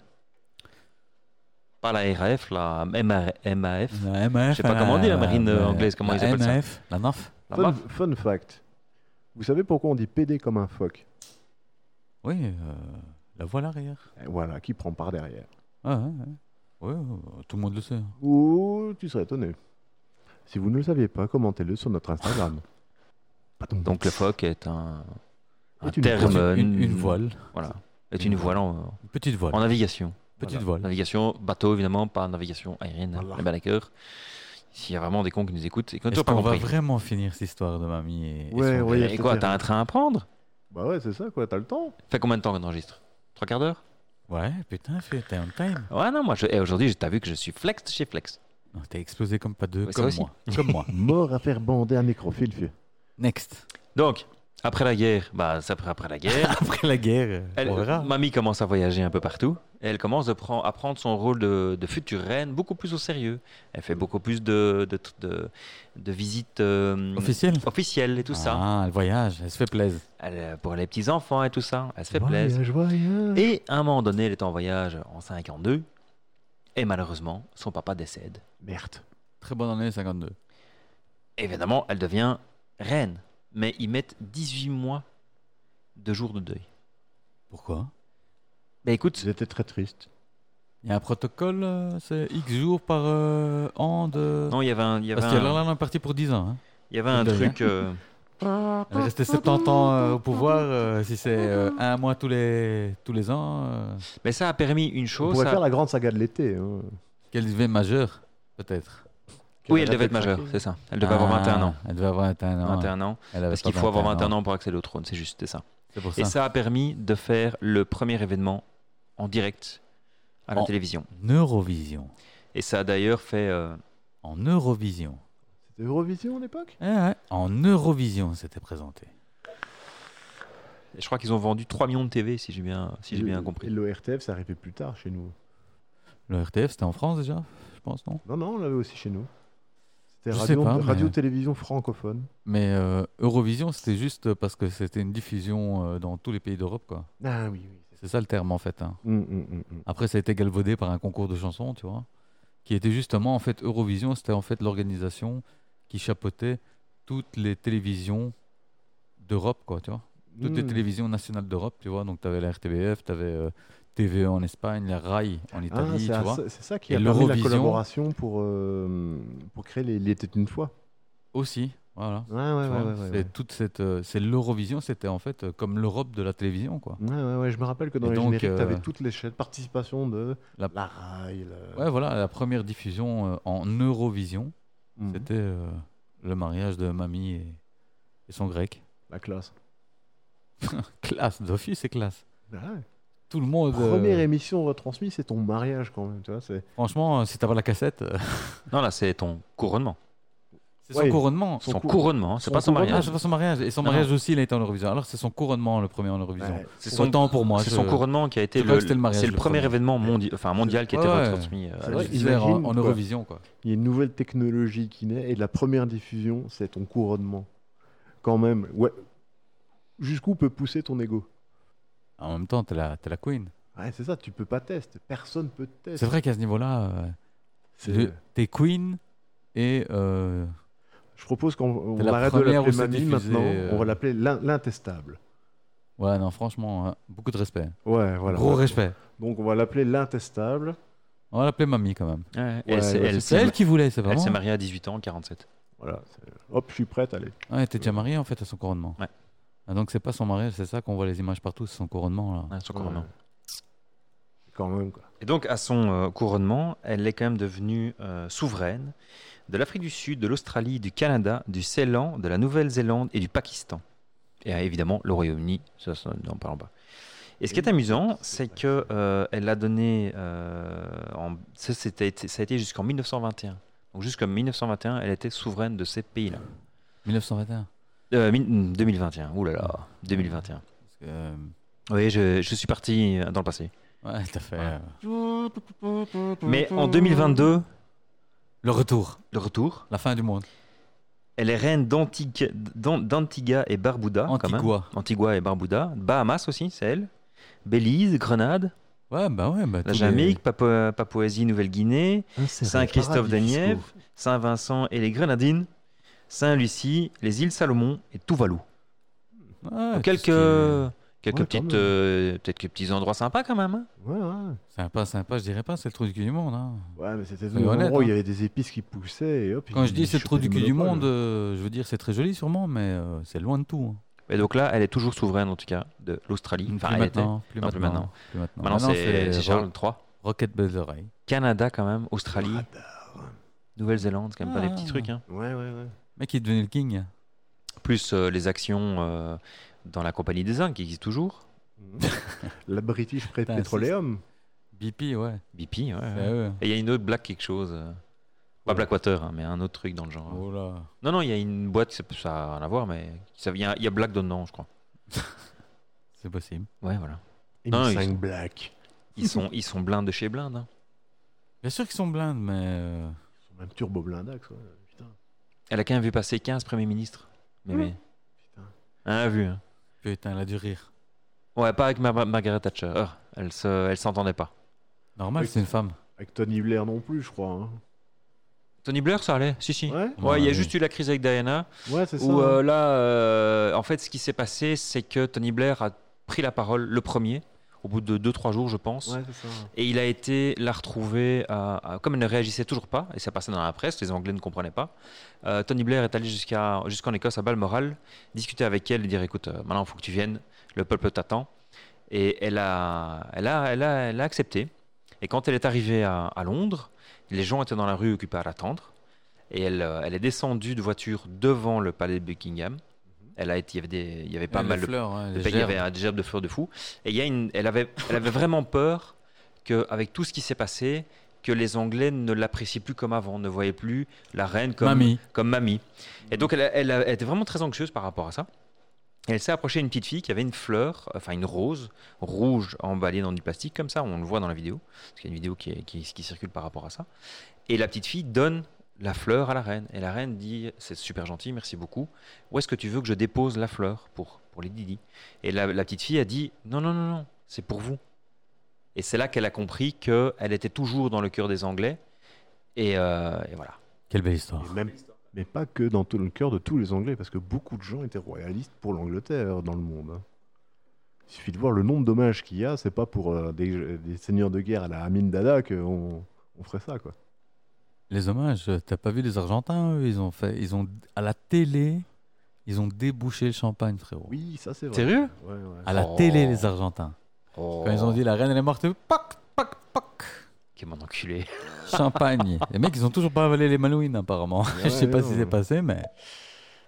Pas la RAF, la MAF. La MAF. Je sais pas comment on dit, la marine anglaise, comment ils appellent ça. La MAF, la NAF. La MAF. Fun fact. Vous savez pourquoi on dit PD comme un phoque? Oui, la voile arrière. Et voilà, qui prend par derrière. Ah, ouais, tout le monde le sait. Ou tu serais étonné. Si vous ne le saviez pas, commentez-le sur notre Instagram. Donc le phoque est un Est une terme. Une voile. Voilà. Est une voile en Une petite voile. navigation. Petite Voilà. voile. Navigation, bateau évidemment, pas navigation aérienne. Voilà. Eh ben d'accord. S'il y a vraiment des cons qui nous écoutent et qui n'ont Est-ce toujours pas qu'on va compris. vraiment finir cette histoire de mamie et Ouais, son ouais, grec Et quoi, t'as un train à prendre? Bah ouais, c'est ça quoi, t'as le temps. Fait combien de temps qu'on enregistre? 3 quarts d'heure? Ouais, putain, t'es on time. Ouais, non, moi, aujourd'hui, t'as vu que je suis flex de chez Flex. Non, t'es explosé comme pas deux, Ouais, ça comme aussi. moi. Comme moi. Mort à faire bander un microfilm, vieux. Next. Donc, après la guerre, bah, c'est après la guerre. Après la guerre, on verra. Mamie commence à voyager un peu partout et elle commence à prendre son rôle de future reine beaucoup plus au sérieux. Elle fait beaucoup plus de visites officielles et tout ça. Ah, elle voyage, elle se fait plaisir. Pour les petits-enfants et tout ça, elle se fait plaisir. Voyage. Et à un moment donné, elle est en voyage en 52 et malheureusement, son papa décède. Merde. Très bonne année 52. Évidemment, elle devient reine, mais ils mettent 18 mois de jours de deuil. Pourquoi? Ben écoute, J'étais très triste. Il y a un protocole, c'est X jours par an de... non, il y avait Parce que là, on est parti pour 10 ans. Hein. il y avait un de deuil, truc. Elle est restée 70 ans au pouvoir, si c'est un mois tous les ans, Mais ça a permis une On chose. pourrait ça- faire la grande saga de l'été. Hein. qu'elle devait majeure, peut-être. Oui, Qu'elle elle devait a être fait majeure, craquer. c'est ça. Elle devait avoir 21 ans. Elle devait avoir 21 ans. 21 ans. Elle avait Parce pas qu'il faut avoir 21 ans. ans pour accéder au trône, c'est juste, c'est ça. C'est pour Et ça. ça a permis de faire le premier événement en direct à la En- télévision. Eurovision. Et ça a d'ailleurs fait. En Eurovision. C'était Eurovision à l'époque? Ouais. En Eurovision, c'était présenté. Je crois qu'ils ont vendu 3 millions de TV, si j'ai bien Et compris. le RTF, ça arrivait plus tard chez nous. Le RTF, c'était en France déjà, je pense, non? Non, on l'avait aussi chez nous. C'était Je sais pas, mais- radio-télévision francophone. Mais Eurovision, c'était juste parce que c'était une diffusion dans tous les pays d'Europe, quoi. Ah oui, oui. C'est ça le terme, en fait. Hein. Hum. Après, ça a été galvaudé par un concours de chansons, tu vois, qui était justement, en fait, Eurovision, c'était en fait l'organisation qui chapeautait toutes les télévisions d'Europe, quoi, tu vois. Toutes les télévisions nationales d'Europe, tu vois. Donc, tu avais la RTBF, tu avais TVE en Espagne, la RAI en Ah, Italie, tu vois. c'est ça qui Et a permis la l'Eurovision- collaboration pour créer les était une fois. Aussi, voilà. Ouais, Tu vois, c'est toute cette, c'est l'Eurovision, c'était en fait comme l'Europe de la télévision, quoi. Ouais, je me rappelle que dans Et les donc, génériques, tu avais toutes les chaînes de participation de La- la RAI. Ouais, voilà, la première diffusion en Eurovision, Mhm. c'était le mariage de mamie Ils sont grecs. La classe. Classe, Dofus, c'est classe. Ouais. Tout le monde. Première émission retransmise, c'est ton mariage quand même. Tu vois, Franchement, si t'avais la cassette. Non, là, c'est ton couronnement. C'est son couronnement. Son couronnement, c'est pas son Ah, mariage. c'est pas son mariage. Et son Non, mariage aussi, il a été en Eurovision. Alors, c'est son couronnement, le premier en Eurovision. Ouais. C'est Autant pour moi. C'est son couronnement qui a été je crois que c'était le mariage, c'est le le premier premier. événement mondial qui a été Ouais. retransmis. C'est vrai, Il est en imagine, quoi. Eurovision, quoi. Il y a une nouvelle technologie qui naît et la première diffusion, c'est ton couronnement. Quand même, ouais. Jusqu'où peut pousser ton ego? En même temps, t'es la queen. Ouais, c'est ça, tu peux pas tester. Personne peut te tester. C'est vrai qu'à ce niveau-là, t'es queen et. Je propose qu'on C'est la arrête de première l'appeler où c'est mamie diffusé, maintenant. On va l'appeler l'intestable. Ouais, non, franchement, hein, beaucoup de respect. Ouais, voilà. Gros respect. Donc on va l'appeler l'intestable. On va l'appeler mamie quand même. Ouais, Ouais, elle C'est elle qui voulait, c'est elle vraiment. s'est mariée à 18 ans, 47. Voilà. Hop, je suis prête, allez. Ouais, t'es déjà mariée en fait à son couronnement. Ouais. Ah, donc c'est pas son mariage, c'est ça qu'on voit les images partout, c'est son couronnement là. Ouais, son couronnement. Ouais. Quand même, quoi. Et donc, à son couronnement, elle est quand même devenue souveraine de l'Afrique du Sud, de l'Australie, du Canada, du Ceylan, de la Nouvelle-Zélande et du Pakistan. Et évidemment, le Royaume-Uni, ça n'en parlons pas. Et ce qui est amusant, c'est que elle a donné... ça a été jusqu'en 1921. Donc jusqu'en 1921, elle était souveraine de ces pays-là. 1921. 2021, oulala, 2021. Parce que, Oui, je suis parti dans le passé. ouais, t'as fait. Mais en 2022, Le retour, le retour, la fin du monde. elle est reine d'Antigua et Barbuda. quand même. Antigua et Barbuda. Bahamas aussi, c'est elle. Belize, Grenade, Ouais, bah ouais. Bah, la tous Jamaïque, Papouasie, Nouvelle-Guinée, Saint-Christophe d'Anièvre, Saint-Vincent et les Grenadines, Saint-Lucie, les îles Salomon et Tuvalu. les- Ouais, Donc tout ce qui est quelques Ouais, petites, quand même. peut-être que petits endroits sympas quand même. Hein. Ouais. Sympa, je dirais pas, c'est le trou du cul du monde. Hein. Ouais, mais c'était Soyons un endroit honnêtes, où il y hein. avait des épices qui poussaient et hop. Quand je dis c'est le trou du cul du monde, Monopole. je veux dire c'est très joli sûrement, mais c'est loin de tout. Hein. Et donc là, elle est toujours souveraine en tout cas de l'Australie. Enfin, Plus elle était. maintenant, plus Non, plus maintenant. Maintenant, c'est Charles III. Rocket Belles Oreilles. Canada quand même, Australie, Radar. Nouvelle-Zélande, c'est quand même pas des petits Ah. trucs. Hein. Ouais. Mec, il est devenu le king. Plus les actions dans la Compagnie des Indes qui existe toujours. La British Putain, Petroleum. BP, ouais. BP, ouais. C'est eux. Et il y a une autre Black quelque chose. Pas Ouais. Blackwater, hein, mais un autre truc dans le genre. Oh là. Non, il y a une boîte, ça n'a rien à voir, mais il y a Black dedans, je crois. C'est possible. Ouais, voilà. M5 ils sont- Black. Ils sont blindes de chez blinde. Hein. Bien sûr qu'ils sont blindes, mais. Ils sont même turbo blindax. Ouais. Putain. Elle a quand même vu passer 15 premiers ministres. Mais. Putain. Elle a vu. Hein. Putain, elle a dû rire. Ouais, pas avec Margaret Thatcher. Elle s'entendait pas. Normal, Oui. c'est une femme. Avec Tony Blair non plus, je crois. Hein. Tony Blair, ça allait. Si. Ouais, Ouais, il y a Ouais. juste eu la crise avec Diana. ouais, c'est ça. Où hein. là, en fait, ce qui s'est passé, c'est que Tony Blair a pris la parole le premier, au bout de 2-3 jours, je pense. Ouais, c'est ça. Et il a été la retrouver, comme elle ne réagissait toujours pas, et ça passait dans la presse, les Anglais ne comprenaient pas. Tony Blair est allé jusqu'en Écosse, à Balmoral, discuter avec elle et dire écoute, maintenant il faut que tu viennes, le peuple t'attend. Et elle a accepté. Et quand elle est arrivée à Londres, les gens étaient dans la rue occupés à l'attendre. Et elle est descendue de voiture devant le palais de Buckingham. Il y avait pas Les mal de fleurs, ouais, les il y avait gerbes. des gerbes de fleurs de fou. Et elle avait vraiment peur qu'avec tout ce qui s'est passé, que les Anglais ne l'apprécient plus comme avant, ne voyaient plus la reine comme mamie. Et donc elle était vraiment très anxieuse par rapport à ça. Et elle s'est approchée d'une petite fille qui avait une fleur, enfin une rose rouge emballée dans du plastique comme ça, on le voit dans la vidéo, parce qu'il y a une vidéo qui circule par rapport à ça. Et la petite fille donne la fleur à la reine. Et la reine dit c'est super gentil, merci beaucoup. Où est-ce que tu veux que je dépose la fleur pour les Didi? Et la petite fille a dit non, c'est pour vous. Et c'est là qu'elle a compris qu'elle était toujours dans le cœur des Anglais. Et voilà. Quelle belle histoire. Mais pas que dans tout le cœur de tous les Anglais, parce que beaucoup de gens étaient royalistes pour l'Angleterre dans le monde. hein. Il suffit de voir le nombre d'hommages qu'il y a, c'est pas pour des seigneurs de guerre à la Amin Dada qu'on ferait ça, quoi. Les hommages, t'as pas vu les Argentins, eux, ils ont à la télé, ils ont débouché le champagne, frérot. Oui, ça c'est vrai. Sérieux? Ouais. À la télé, les Argentins. Quand ils ont dit la reine elle est morte, pac, Qui m'en enculé. champagne. Les mecs, ils ont toujours pas avalé les malouines, apparemment. Je sais pas ouais, si ouais. c'est passé, mais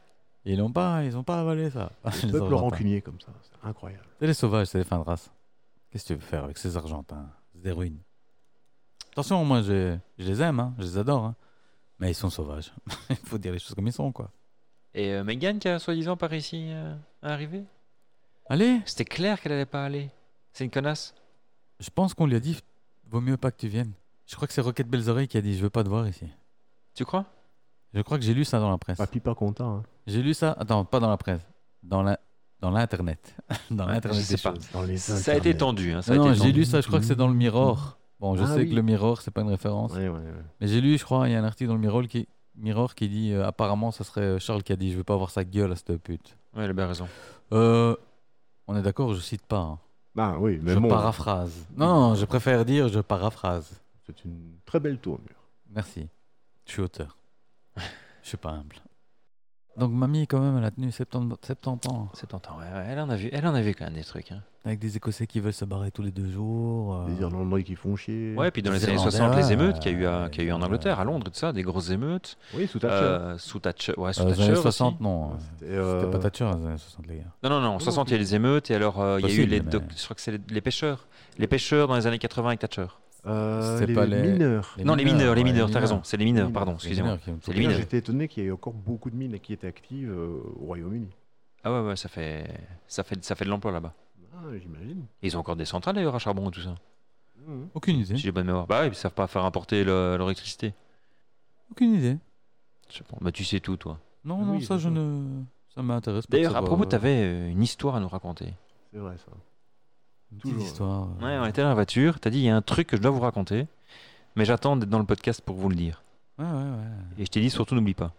Et ils ont pas avalé ça. Le peuple rancunier comme ça, c'est incroyable. C'est les sauvages, c'est les fins de race. Qu'est-ce que tu veux faire avec ces Argentins? C'est des ruines. Attention, moi je les aime, hein, je les adore. Hein. Mais ils sont sauvages. Il faut dire les choses comme ils sont, quoi. Et Meghan qui a soi-disant pas réussi à arriver. Allez. C'était clair qu'elle allait pas aller. C'est une connasse. Je pense qu'on lui a dit vaut mieux pas que tu viennes. Je crois que c'est Roquette Belles Oreilles qui a dit je veux pas te voir ici. Tu crois? Je crois que j'ai lu ça dans la presse. Papy pas content. Hein. J'ai lu ça. Attends, pas dans la presse. Dans l'internet. Dans l'internet je sais des pas. choses. Dans les Ça a été tendu. Hein, ça a Non, été j'ai tendu. lu ça. Je crois que c'est dans le Mirror. Bon, je sais oui. que le Mirror c'est pas une référence. Ouais. Mais j'ai lu, je crois, il y a un article dans le Mirror qui dit apparemment ça serait Charles qui a dit je veux pas voir sa gueule à cette pute. Ouais, elle a bien raison. On est d'accord, je cite pas. Hein. Ah oui, mais Je bon. paraphrase. Non, je préfère dire je paraphrase. C'est une très belle tournure. Merci. Je suis auteur. Je suis pas humble. Donc mamie quand même elle a tenu 70 ans. 70 ans, ouais, elle en a vu quand même des trucs. Hein. Avec des Écossais qui veulent se barrer tous les 2 jours. Des Irlandais qui font chier. Ouais, puis dans les Les années Irlandais, 60, les émeutes ouais, qu'il y a eu en Angleterre, à Londres, et tout ça, des grosses émeutes. Oui, sous Thatcher. Sous Thatcher, ouais, sous les Thatcher années aussi. 60 non. C'était C'était pas Thatcher les années 60 les gars. Non, en 60, il y a les émeutes, et alors il y a eu Possible, les. mais- Je crois que c'est les pêcheurs. Les pêcheurs dans les années 80 avec Thatcher. C'était les pas les- mineurs. Non, les mineurs, ouais, t'as raison. C'est les mineurs, pardon, Les excusez-moi. mineurs qui ont C'est tout les mineurs. J'étais étonné qu'il y ait encore beaucoup de mines qui étaient actives au Royaume-Uni. Ah ouais, ça fait de l'emploi là-bas. Ah, j'imagine. Et ils ont encore des centrales d'ailleurs à charbon et tout ça. Aucune idée. Si j'ai bonne mémoire. Bah oui, ils savent pas faire importer leur électricité. Aucune idée. Je sais pas. Bah tu sais tout, toi. Non, Oui, non, ça c'est je ça. ne. Ça m'intéresse pas. D'ailleurs, de à propos, savoir, t'avais une histoire à nous raconter. C'est vrai ça. une petite toujours. histoire. Ouais, on était dans la voiture. T'as dit il y a un truc que je dois vous raconter, mais j'attends d'être dans le podcast pour vous le dire. Ouais. Et je t'ai dit surtout n'oublie pas.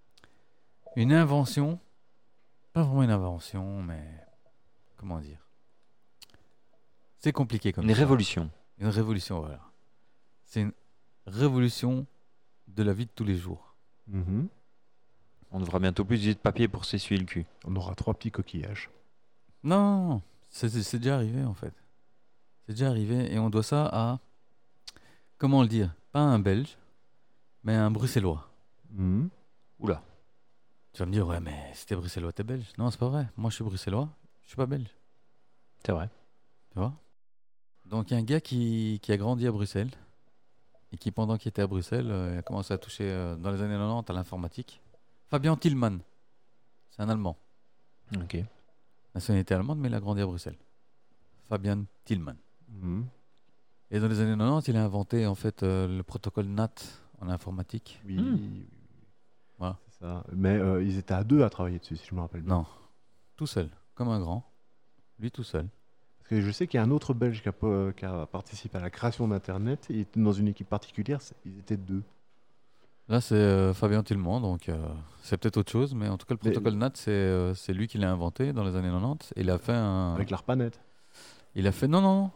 Une invention. Pas vraiment une invention, mais. Comment dire? C'est compliqué comme Une ça. révolution. Une révolution, voilà. C'est une révolution de la vie de tous les jours. Mhm. On devra bientôt plus utiliser de papier pour s'essuyer le cul. On aura 3 petits coquillages. Non, c'est déjà arrivé en fait. C'est déjà arrivé et on doit ça à. Comment le dire? Pas un Belge, mais un Bruxellois. Mhm. Oula. Tu vas me dire, ouais, mais si t'es Bruxellois, t'es Belge. Non, c'est pas vrai. Moi, je suis Bruxellois, je suis pas Belge. C'est vrai. Tu vois? Donc, il y a un gars qui a grandi à Bruxelles et qui, pendant qu'il était à Bruxelles, a commencé à toucher dans les années 90 à l'informatique. Fabian Tillmann. C'est un Allemand. Ok. Nationalité allemande, mais il a grandi à Bruxelles. Fabian Tillmann. Mhm. Et dans les années 90, il a inventé en fait le protocole NAT en informatique. Oui, Hmm. oui. Voilà. C'est ça. Mais ils étaient à 2 à travailler dessus, si je me rappelle bien. Non, tout seul, comme un grand. Lui tout seul. Parce que je sais qu'il y a un autre Belge qui a participé à la création d'Internet. Il était dans une équipe particulière, ils étaient 2. Là, c'est Fabien Tillman, donc c'est peut-être autre chose, mais en tout cas, le Mais- protocole NAT, c'est lui qui l'a inventé dans les années 90. Il a fait un. Avec l'ARPANET. Il a fait. Non.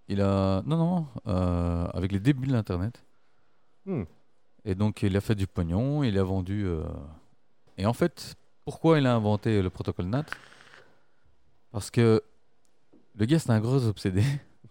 Avec les débuts de l'Internet. Hmm. Et donc, il a fait du pognon, il a vendu. Et en fait, pourquoi il a inventé le protocole NAT? Parce que le gars, c'est un gros obsédé.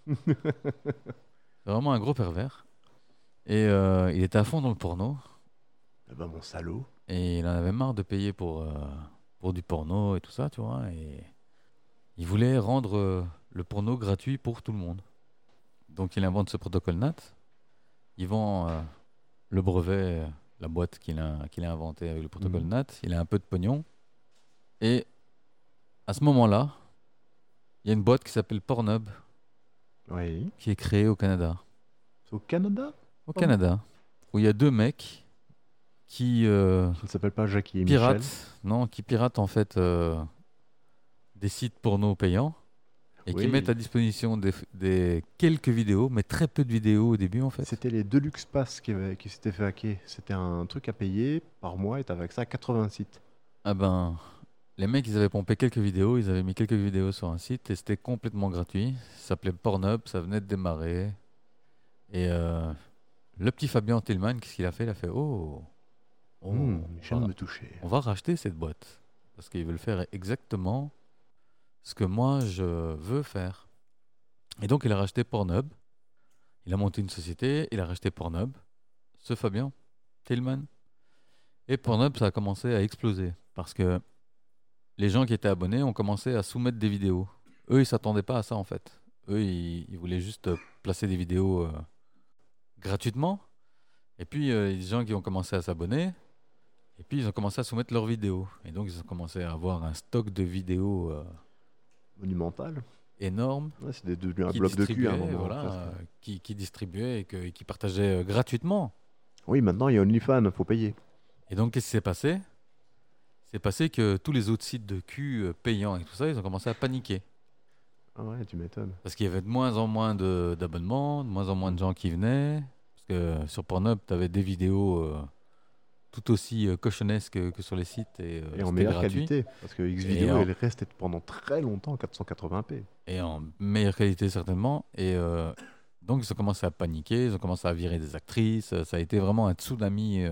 C'est vraiment un gros pervers. Et il était à fond dans le porno. Eh ben, mon salaud. Et il en avait marre de payer pour du porno et tout ça, tu vois. Et il voulait rendre le porno gratuit pour tout le monde. Donc il invente ce protocole NAT. Il vend le brevet, la boîte qu'il a inventé avec le protocole Mhm. NAT. Il a un peu de pognon. Et à ce moment-là, il y a une boîte qui s'appelle Pornhub Oui. qui est créée au Canada. C'est au Canada? Au Canada, où il y a 2 mecs qui Ça ne s'appelle pas Jackie et piratent, Michel. qui piratent en fait des sites porno payants et qui Oui. mettent à disposition des quelques vidéos, mais très peu de vidéos au début en fait. C'était les Deluxe Pass qui s'étaient fait hacker. C'était un truc à payer par mois et t'avais accès à 80 sites. Ah ben, les mecs ils avaient pompé quelques vidéos, ils avaient mis quelques vidéos sur un site et c'était complètement gratuit. Ça s'appelait Pornhub, ça venait de démarrer. Et le petit Fabien Tillman, qu'est-ce qu'il a fait? Il a fait oh, Michel me touchait. on va racheter cette boîte parce qu'ils veulent faire exactement ce que moi je veux faire. Et donc il a racheté Pornhub. Il a monté une société, il a racheté Pornhub, ce Fabien Tillman. Et Pornhub, ça a commencé à exploser parce que les gens qui étaient abonnés ont commencé à soumettre des vidéos. Eux, ils s'attendaient pas à ça en fait. Eux, ils voulaient juste placer des vidéos gratuitement. Et puis, il y a des gens qui ont commencé à s'abonner. Et puis, ils ont commencé à soumettre leurs vidéos. Et donc, ils ont commencé à avoir un stock de vidéos Monumental. énorme. Ouais, c'est devenu un qui bloc de cul à un distribuait, moment. voilà, qui distribuait et qui partageait gratuitement. Oui, maintenant il y a OnlyFans, faut payer. Et donc, qu'est-ce qui s'est passé? C'est passé que tous les autres sites de cul payants et tout ça, ils ont commencé à paniquer. Ah ouais, tu m'étonnes. Parce qu'il y avait de moins en moins d'abonnements, de moins en moins de gens qui venaient. Parce que sur Pornhub, tu avais des vidéos tout aussi cochonnesques que sur les sites. Et Et en c'était meilleure gratuit. qualité. Parce que Et Xvideo, en- elle restait pendant très longtemps en 480p. Et en meilleure qualité, certainement. Et donc, ils ont commencé à paniquer, ils ont commencé à virer des actrices. Ça a été vraiment un tsunami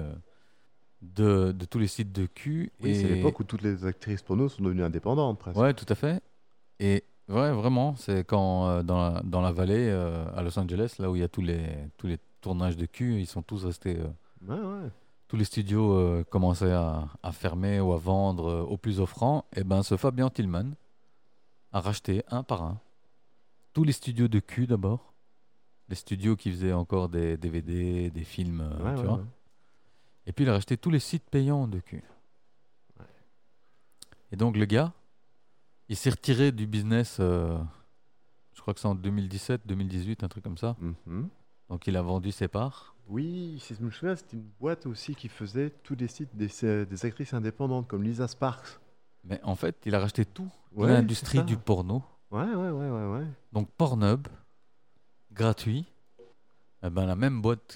de tous les sites de cul. Oui, et... c'est l'époque où toutes les actrices porno sont devenues indépendantes presque. Ouais, tout à fait. Et ouais, vraiment, c'est quand dans la vallée à Los Angeles, là où il y a tous les tournages de cul, ils sont tous restés. Ouais, ouais. Tous les studios commençaient à fermer ou à vendre au plus offrant. Et ben, ce Fabian Tillman a racheté un par un tous les studios de cul d'abord, les studios qui faisaient encore des DVD, des films, Ouais, tu ouais, vois. ouais. Et puis il a racheté tous les sites payants de cul. Ouais. Et donc le gars, il s'est retiré du business. Je crois que c'est en 2017, 2018, un truc comme ça. Mhm. Donc il a vendu ses parts. Oui, si je me souviens, c'était une boîte aussi qui faisait tous les sites des actrices indépendantes comme Lisa Sparks. Mais en fait, il a racheté tout Ouais, l'industrie c'est ça. du porno. Ouais, ouais, ouais, ouais, ouais. Donc Pornhub, gratuit. Eh ben, la même boîte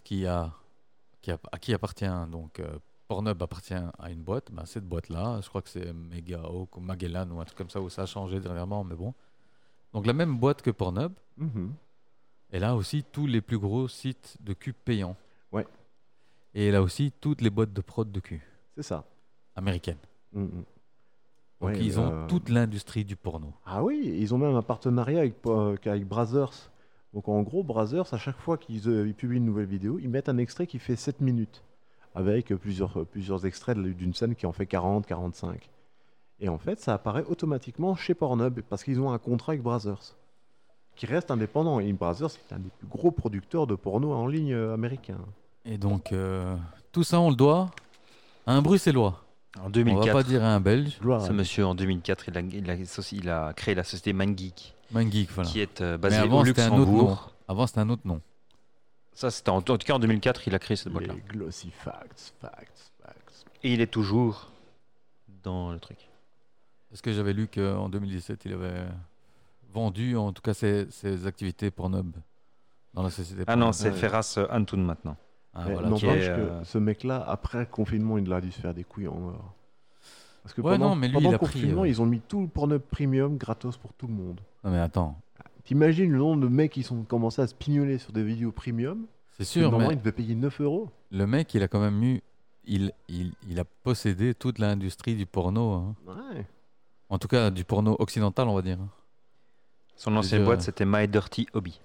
à qui appartient. Donc Pornhub appartient à une boîte. Ben, cette boîte-là, je crois que c'est Mega Hawk ou Magellan ou un truc comme ça où ça a changé dernièrement, mais bon. Donc la même boîte que Pornhub. Mhm. Elle a aussi tous les plus gros sites de cul payants. Ouais. Et elle a aussi toutes les boîtes de prod de cul C'est ça. américaines. Mhm. Donc Ouais, ils ont toute l'industrie du porno. Ah oui, ils ont même un partenariat avec Brazzers. Donc en gros, Brazzers, à chaque fois qu'ils publient une nouvelle vidéo, ils mettent un extrait qui fait 7 minutes. Avec plusieurs extraits d'une scène qui en fait 40, 45. Et en fait, ça apparaît automatiquement chez Pornhub parce qu'ils ont un contrat avec Brazzers. Qui reste indépendant. Et Brazzers, c'est un des plus gros producteurs de porno en ligne américain. Et donc tout ça, on le doit à un Bruxellois. En On 2004, va pas dire à un Belge. Gloire à ce monsieur, en 2004, il a créé la société MindGeek, Mangeek, voilà. qui est Mais basée avant, au c'était un autre nom. Luxembourg. Avant, c'était un autre nom. Ça, c'était en tout cas en 2004, il a créé cette boîte-là. Les glossy facts. Et il est toujours dans le truc. Parce que j'avais lu qu'en 2017, il avait vendu, en tout cas, ses activités Pornhub dans la société Ah non, Pornhub. c'est ouais. Ferras Antoun maintenant. Ah, Mais voilà. qui n'empêche est, que ce mec-là, après le confinement, il a dû se faire des couilles en or. Parce que Ouais, pendant, non, mais lui, pendant il le a pris, confinement, ils ont mis tout le Pornhub Premium gratos pour tout le monde. Non, mais attends. T'imagines le nombre de mecs qui sont commencés à se pignoler sur des vidéos premium? C'est sûr, Normalement, mais ils devaient payer 9 €. le mec, il a quand même eu. Il a possédé toute l'industrie du porno. Hein. Ouais. En tout cas, du porno occidental, on va dire. Son ancienne dire, boîte, c'était My Dirty Hobby.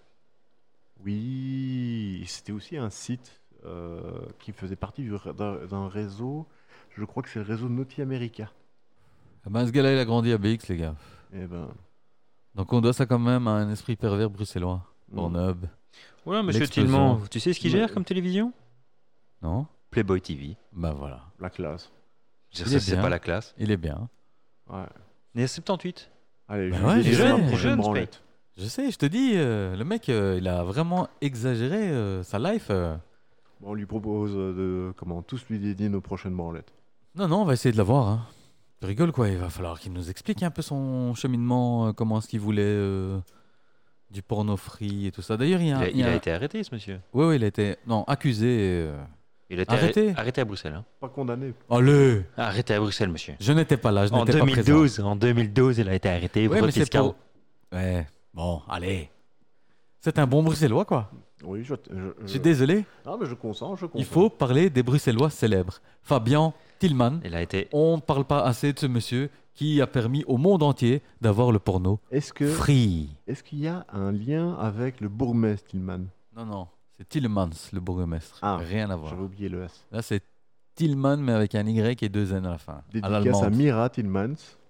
Oui, c'était aussi un site qui faisait partie d'un réseau. Je crois que c'est le réseau Naughty America. Ah ben, ce gars-là, il a grandi à BX, les gars. Eh ben, Donc, on doit ça quand même à un esprit pervers bruxellois. Pornhub. Voilà, monsieur L'explosion. Tillman, tu sais ce qu'il gère comme télévision? Non? Playboy TV. Bah voilà. la classe. Ça, Il est c'est bien. pas la classe. Il est bien. Ouais. Il est 78. Allez, Ben je ouais, vais il est dire jeune, ma il est prochaine jeune, branlette. Je sais, je te dis, le mec, il a vraiment exagéré sa life. Bon, on lui propose de tous lui dédier nos prochaines branlettes. Non, on va essayer de l'avoir. Hein. Tu rigoles quoi, il va falloir qu'il nous explique un peu son cheminement, comment est-ce qu'il voulait du porno free et tout ça. D'ailleurs, Il a été arrêté, ce monsieur. Oui, il a été accusé. Il a été Arrêté. arrêté à Bruxelles. Hein. Pas condamné. Allez, Arrêté à Bruxelles, monsieur. je n'étais pas là, je En n'étais pas présent. 2012, il a été arrêté pour Ouais, mais fraude c'est fiscale. pour... Ouais, bon, allez. C'est un bon Bruxellois, quoi. Oui, Je suis désolé. Ah, mais je consens, je consens. Il faut parler des Bruxellois célèbres. Fabian Tillman. Il a été. On ne parle pas assez de ce monsieur qui a permis au monde entier d'avoir le porno Est-ce free. qu'il y a un lien avec le bourgmestre Tillman? Non, c'est Tillmans, le bourgmestre. Ah, Rien à voir. J'avais oublié le S. Là, c'est Tillman, mais avec un Y et deux N à la fin. À Dédicace l'allemande. à Mira Tillmans.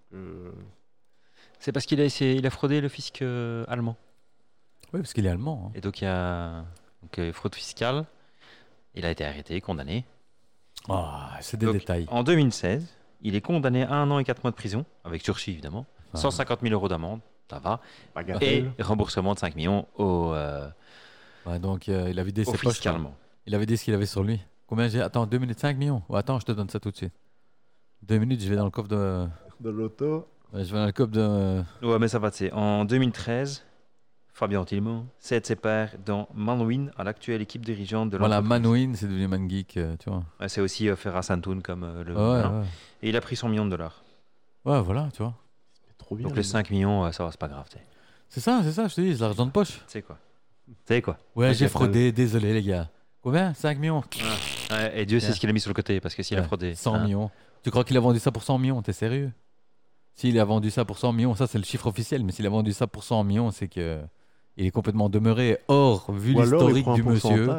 C'est parce qu'il a fraudé le fisc allemand. Oui, parce qu'il est allemand. Hein. Et donc il y a fraude fiscale. Il a été arrêté, condamné. C'est des détails. En 2016, il est condamné à 1 an et 4 mois de prison, avec sursis évidemment, 150 000 € d'amende, ça va, et remboursement de 5 millions au donc il avait dit ses poches. Allemand. Il avait dit ce qu'il avait sur lui. Combien j'ai Attends, 2 minutes, 5 millions. Attends, je te donne ça tout de suite. 2 minutes, je vais dans le coffre de l'auto. Ouais, je vais dans le coffre de... Ouais, mais ça va, c'est en 2013... Fabien Tillemont cède ses parts dans Manwin à l'actuelle équipe dirigeante de l'entreprise. Voilà, Manwin, c'est devenu ManGeek, tu vois. Ouais, c'est aussi Ferra Santoun comme le... Ouais. Et il a pris 100 millions de dollars. Ouais, voilà, tu vois. Trop bien. Donc les 5 millions, ça va, c'est pas grave. C'est ça, je te dis, c'est l'argent de poche. Tu sais quoi Ouais, j'ai fraudé, désolé les gars. Combien 5 millions. Et Dieu sait ce qu'il a mis sur le côté, parce que s'il a fraudé... 100 millions. Tu crois qu'il a vendu ça pour 100 millions? T'es sérieux? S'il a vendu ça pour 100 millions, ça c'est le chiffre officiel, mais s'il a vendu ça pour 100 millions, c'est que... Il est complètement demeuré. Or, vu l'historique du monsieur,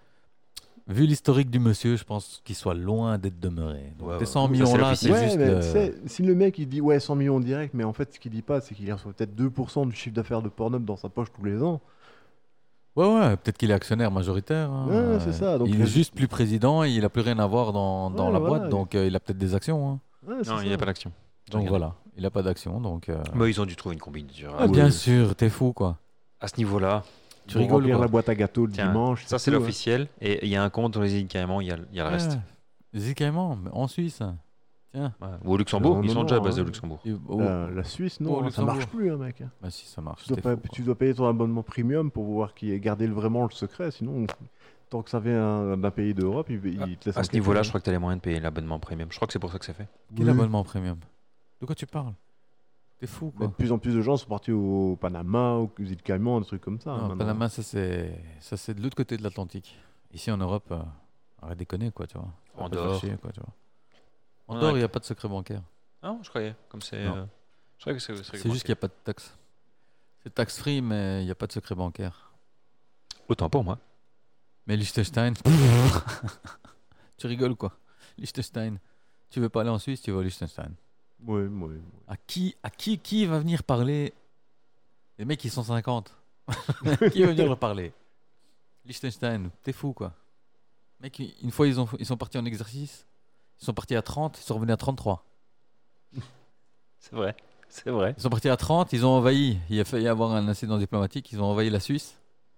je pense qu'il soit loin d'être demeuré. Donc, tes 100 millions là, c'est juste. Si le mec il dit 100 millions direct, mais en fait, ce qu'il dit pas, c'est qu'il reçoit peut-être 2% du chiffre d'affaires de Pornhub dans sa poche tous les ans. Ouais, peut-être qu'il est actionnaire majoritaire. Hein. Ouais, c'est ça. Donc il est juste plus président et il a plus rien à voir dans la boîte, donc il a peut-être des actions. Hein. Non, il n'y a pas d'action. Donc voilà, il n'a pas d'action. Donc. Ils ont dû trouver une combinaison. Bien sûr, t'es fou quoi. À ce niveau-là, tu rigoles la boîte à gâteaux le dimanche. Ça, c'est l'officiel. Et il y a un compte dans les îles Caïmans, il y a le reste. Les îles Caïmans, en Suisse. Tiens. Ouais. Ou au Luxembourg, ils sont déjà basés au Luxembourg. La Suisse, non, ça marche plus, hein, mec. Bah si, ça marche. Tu dois payer ton abonnement premium pour voir qui est gardé vraiment le secret. Sinon, tant que ça vient d'un pays d'Europe, il te laisse. À ce niveau-là, je crois que tu as les moyens de payer l'abonnement premium. Je crois que c'est pour ça que c'est fait. Quel abonnement premium? De quoi tu parles? C'est fou quoi. De plus en plus de gens sont partis au Panama, aux îles Caïmans, des trucs comme ça. Non, Panama, ça c'est de l'autre côté de l'Atlantique. Ici en Europe, arrête de déconner quoi, tu vois. Andorre, quoi, tu vois. Andorre, il n'y a pas de secret bancaire. Non, je croyais. Comme c'est. Je croyais que c'est juste qu'il n'y a pas de taxe. C'est tax free, mais il n'y a pas de secret bancaire. Autant pour moi. Mais Liechtenstein, tu rigoles quoi. Liechtenstein, tu veux pas aller en Suisse, tu vas au Liechtenstein. Oui. À qui va venir parler? Les mecs, ils sont 50. Qui va venir leur parler? Liechtenstein, t'es fou, quoi. Mec, une fois, ils sont partis en exercice. Ils sont partis à 30, ils sont revenus à 33. C'est vrai. Ils sont partis à 30, ils ont envahi. Il a failli avoir un incident diplomatique. Ils ont envahi la Suisse.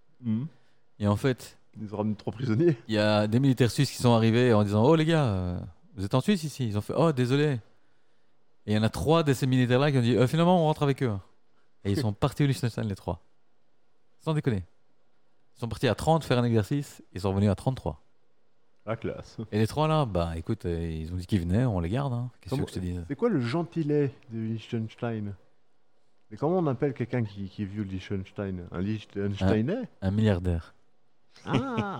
Et en fait... Ils ont ramené 3 prisonniers. Il y a des militaires suisses qui sont arrivés en disant « Oh, les gars, vous êtes en Suisse ici ?» Ils ont fait « Oh, désolé. » Et il y en a 3 de ces militaires-là qui ont dit finalement, on rentre avec eux. Et ils sont partis au Liechtenstein, les 3. Sans déconner. Ils sont partis à 30 faire un exercice, ils sont revenus à 33. La classe. Et les 3 là, bah écoute, ils ont dit qu'ils venaient, on les garde. Hein. Qu'est-ce que je te dis? C'est quoi le gentilé de Liechtenstein? Mais comment on appelle quelqu'un qui est vieux Liechtenstein? Un Liechtensteinais? Un milliardaire. Ah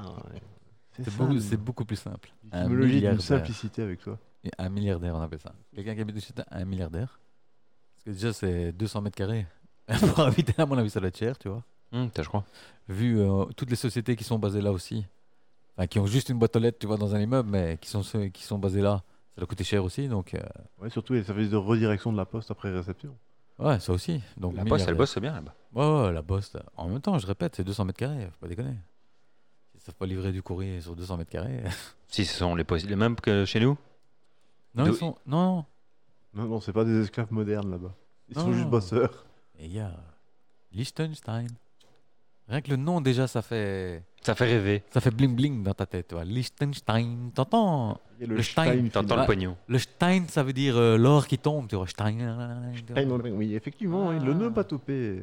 c'est beaucoup plus simple. L'étymologie d'une simplicité avec toi. Un milliardaire, on appelle ça. Quelqu'un qui habite chez un milliardaire. Parce que déjà, c'est 200 mètres carrés. Pour habiter, à mon avis, ça doit être cher, tu vois. Je crois. Vu toutes les sociétés qui sont basées là aussi. Enfin, qui ont juste une boîte aux lettres, tu vois, dans un immeuble, mais qui sont basées là. Ça doit coûter cher aussi, donc... Ouais, surtout les services de redirection de la poste après réception. Ouais, ça aussi. Donc, la poste, elle bosse bien là-bas. Ouais, la poste. En même temps, je répète, c'est 200 mètres carrés, faut pas déconner. Ils savent pas livrer du courrier sur 200 mètres carrés. Si, ce sont les mêmes que chez nous. Non, ils sont... Non, c'est pas des esclaves modernes là-bas. Ils sont juste bosseurs. Et il y a Liechtenstein. Rien que le nom déjà, ça fait... Ça fait rêver. Ça fait bling bling dans ta tête, toi. Liechtenstein, t'entends? Le Stein, t'entends le pognon. Le Stein, ça veut dire l'or qui tombe, tu vois. Stein. Oui, effectivement, le nom pas topé.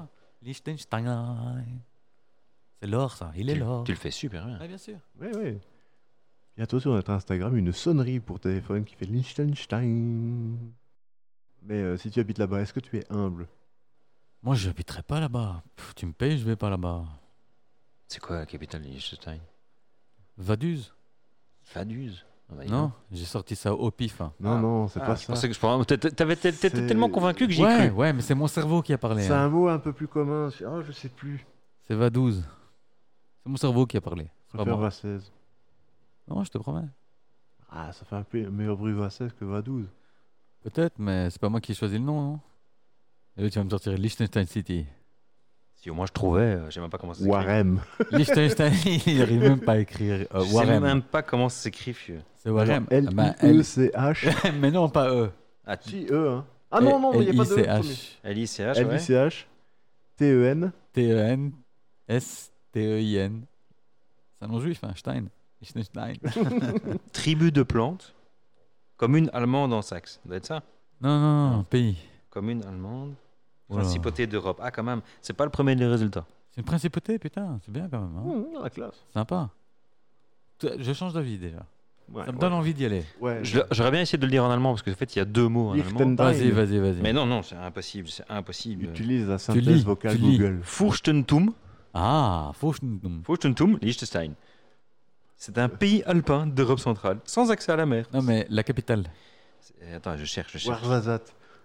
Liechtenstein. C'est l'or, ça. Il est l'or. Tu le fais super bien. Ouais, bien sûr. Oui. Bientôt sur notre Instagram, une sonnerie pour téléphone qui fait Liechtenstein. Mais si tu habites là-bas, est-ce que tu es humble? Moi, je n'habiterai pas là-bas. Tu me payes, je vais pas là-bas. C'est quoi la capitale de Liechtenstein? Vaduz. Vaduz? Non, j'ai sorti ça au pif. Hein. Non, c'est pas ça. T'étais tellement convaincu que j'y ai cru. Ouais, mais c'est mon cerveau qui a parlé. C'est un mot un peu plus commun. Je sais plus. C'est Vaduz. C'est mon cerveau qui a parlé. Je préfère Vassez. Non, je te promets. Ah, ça fait un peu meilleur bruit Vassez que Vaduz. Peut-être, mais c'est pas moi qui ai choisi le nom, non? Et là, tu vas me sortir Liechtenstein City. Si au moins je trouvais, je sais même pas comment ça s'écrit. Warem. Liechtenstein, il n'arrive même pas à écrire. Je sais Warem. même pas comment ça s'écrit, vieux. C'est Warem. L-I-E-C-H. Mais non, pas eux. Ah, Si, E, hein. Ah non, non, il n'y a pas de E. L-I-C-H. L-I-C-H, ouais. L-I-C-H. T-E-N. T-E-N-S-T-E-I-N. C'est un nom juif, hein, Stein. Liechtenstein. Tribu de plantes. Commune allemande en Saxe. Ça doit être ça. Non, non, non, pays. Commune allemande. Voilà. Principauté d'Europe. Ah, quand même. C'est pas le premier des résultats. C'est une principauté, putain. C'est bien quand même. Hein. La classe. Sympa. Je change d'avis déjà. Ouais, Ça me donne envie d'y aller. Ouais. J'aurais bien essayé de le dire en allemand parce qu'en fait, il y a deux mots en allemand. Liechtenstein. Vas-y. Mais non, non, c'est impossible. C'est impossible. Utilise la lis, synthèse vocale tu lis. Google. Furstentum. Ah, Furstentum. Furstentum, Liechtenstein. C'est un pays alpin d'Europe centrale, sans accès à la mer. Non, mais la capitale. Attends, je cherche. Warzazat.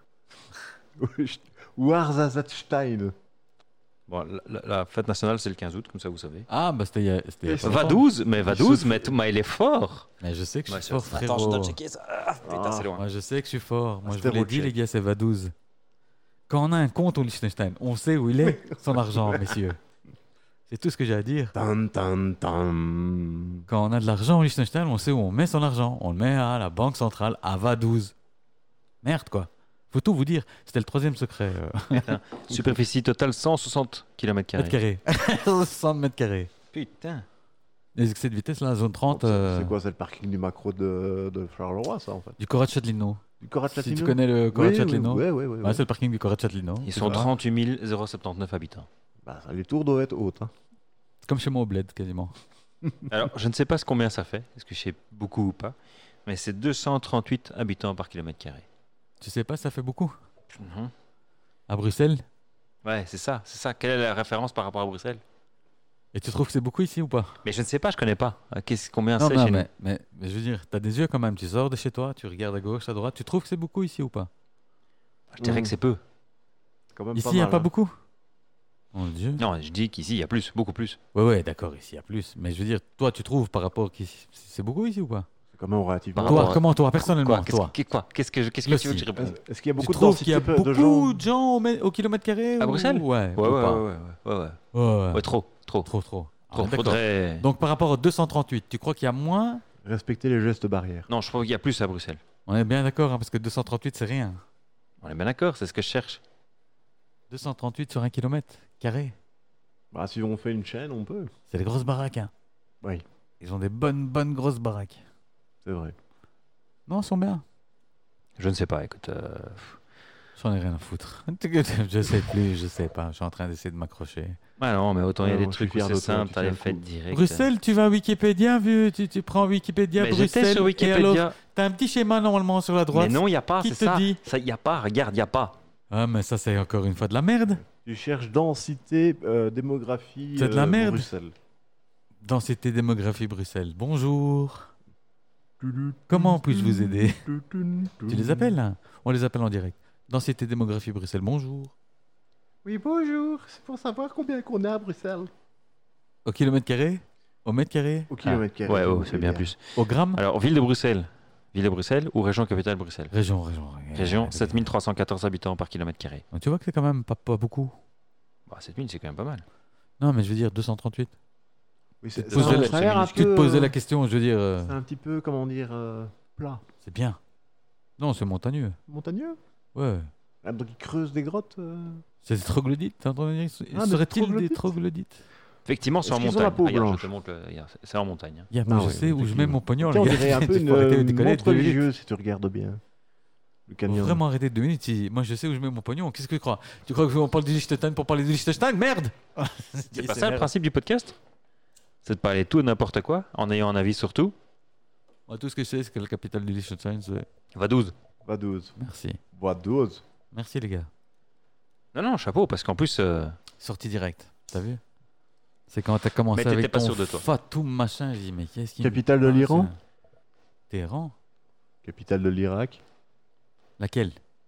Warzazatstein. Bon, la fête nationale, c'est le 15 août, comme ça, vous savez. Ah, bah c'était il y a pas longtemps. Vadouze, mais il est fort. Mais je sais que je Ouais, suis fort, Attends, frérot. je dois checker ça. Ah, putain, c'est loin. Moi, je sais que je suis fort. Moi, je C'était vous l'ai dit, recheck. les gars, c'est Vadouze. Quand on a un compte au Liechtenstein, on sait où il est, son argent, messieurs. C'est tout ce que j'ai à dire. Tan, tan, tan. Quand on a de l'argent au Liechtenstein, on sait où on met son argent. On le met à la banque centrale à Vadouze. Merde, quoi. Faut tout vous dire. C'était le troisième secret. Superficie totale 160 km². Mètres carrés. 60 mètres carrés. Putain. Les excès de vitesse, là, la zone 30. C'est quoi? C'est le parking du macro de Charleroi, ça, en fait? Du Corat Châtellino. Du Corat Si Châtellino. tu connais le Corat Oui, Châtellino. oui. Ouais, c'est le parking du Corat Châtellino. Ils Tu sont vois. 38 079 habitants. Bah, les tours doivent être hautes. Hein. C'est comme chez moi au bled, quasiment. Alors, je ne sais pas combien ça fait, est-ce que je sais beaucoup ou pas, mais c'est 238 habitants par kilomètre carré. Tu sais pas, ça fait beaucoup. Mhm. À Bruxelles. Ouais, c'est ça. Quelle est la référence par rapport à Bruxelles? Et tu trouves que c'est beaucoup ici ou pas? Mais je ne sais pas, je connais pas. Combien Non, c'est non, chez nous? mais je veux dire, t'as des yeux quand même. Tu sors de chez toi, tu regardes à gauche, à droite. Tu trouves que c'est beaucoup ici ou pas? Je dirais que c'est peu. C'est quand même Ici, pas il n'y a mal, pas hein. beaucoup. Mon Dieu. Non, je dis qu'ici, il y a plus, beaucoup plus. Ouais, d'accord, ici, il y a plus. Mais je veux dire, toi, tu trouves par rapport qu'ici, c'est beaucoup ici ou pas? C'est quand même relativement. Par Toi, rapport à- comment toi, personnellement, Quoi? toi? Qu'est-ce que Le tu veux que si. je réponde? Est-ce qu'il y a Tu beaucoup de trouves qu'il y a densité de beaucoup gens de gens au kilomètre carré À Bruxelles? Ouais, ou pas? Ouais. Ouais. Trop. Trop. Ah, d'accord. Faudrait... Donc, par rapport au 238, tu crois qu'il y a moins? Respecter les gestes barrières. Non, je crois qu'il y a plus à Bruxelles. On est bien d'accord, hein, parce que 238, c'est rien. On est bien d'accord, c'est ce que je cherche. 238 sur 1 kilomètre carré. Bah, si on fait une chaîne, on peut. C'est des grosses baraques, hein. Oui, Ils ont des bonnes grosses baraques. c'est vrai. Non, ils sont bien. Je ne sais pas, écoute. J'en ai rien à foutre. Je sais pas. Je suis en train d'essayer de m'accrocher. Ah non, mais autant il y a Ouais, des moi, je trucs suis où fier c'est de toi, simple, tu t'as tiens les le fêtes coup. directes. Bruxelles, tu vas à Wikipédia, tu prends Wikipédia Mais Bruxelles. j'étais sur Et alors, Wikipédia. t'as un petit schéma normalement sur la droite. Mais non, il n'y a pas, Qui c'est te ça. dit Il n'y a pas, regarde, il n'y a pas. Ah, mais ça, c'est encore une fois de la merde. Tu cherches densité, démographie. C'est de la merde. Bruxelles. Densité démographie Bruxelles. Bonjour. Comment puis-je vous aider? Tu les appelles là? On les appelle en direct. Densité démographie Bruxelles. Bonjour. Oui, bonjour. C'est pour savoir combien qu'on a à Bruxelles. Au kilomètre carré? Au mètre carré? Au kilomètre carré. Ouais, s'il vous c'est plaît, bien bien. plus. Au gramme? Alors, ville de Bruxelles. Ville de Bruxelles ou région capitale Bruxelles? Région. Région, 7314 habitants par kilomètre carré. Donc, tu vois que c'est quand même pas beaucoup. Bah, 7000, c'est quand même pas mal. Non, mais je veux dire 238. Oui, Tu te Posez ça la- a l'air un Tu te peu, posais la question, je veux dire, C'est un petit peu, comment dire, plat. c'est bien. Non, c'est montagneux. Montagneux. Ouais. Ah, donc ils creusent des grottes. C'est des troglodytes, t'as entendu dire? Ah, des Serait-il des troglodytes troglodytes? Effectivement, c'est Est-ce en qu'ils ont montagne. la peau Regarde, blanche je te montre, c'est en montagne. Hein. Moi, Ah je ouais, sais où je mets effectivement. mon pognon. Tiens, on les gars. dirait un peu Tu faut arrêter de déconner montre 2 minutes. religieuse si tu regardes bien. Le Faut canyon. vraiment arrêter 2 minutes. Moi, je sais où je mets mon pognon. Qu'est-ce que tu crois? Tu crois que on parle du Liechtenstein pour parler du Liechtenstein? Merde! C'est pas ça le principe du podcast? C'est de parler tout et n'importe quoi en ayant un avis sur tout. Moi, tout ce que je sais, c'est que la capitale du Liechtenstein, c'est... Vadouze. Vadouze. Merci. Vadouze. Merci, les gars. Non, chapeau, parce qu'en plus, Sortie directe. T'as vu? C'est quand t'as commencé Mais t'étais avec pas ton sûr de toi. Fatou machin. J'ai dit, mais qu'est-ce qu'il me Capitale de passe, l'Iran. Téhéran? Capitale de l'Irak. Laquelle?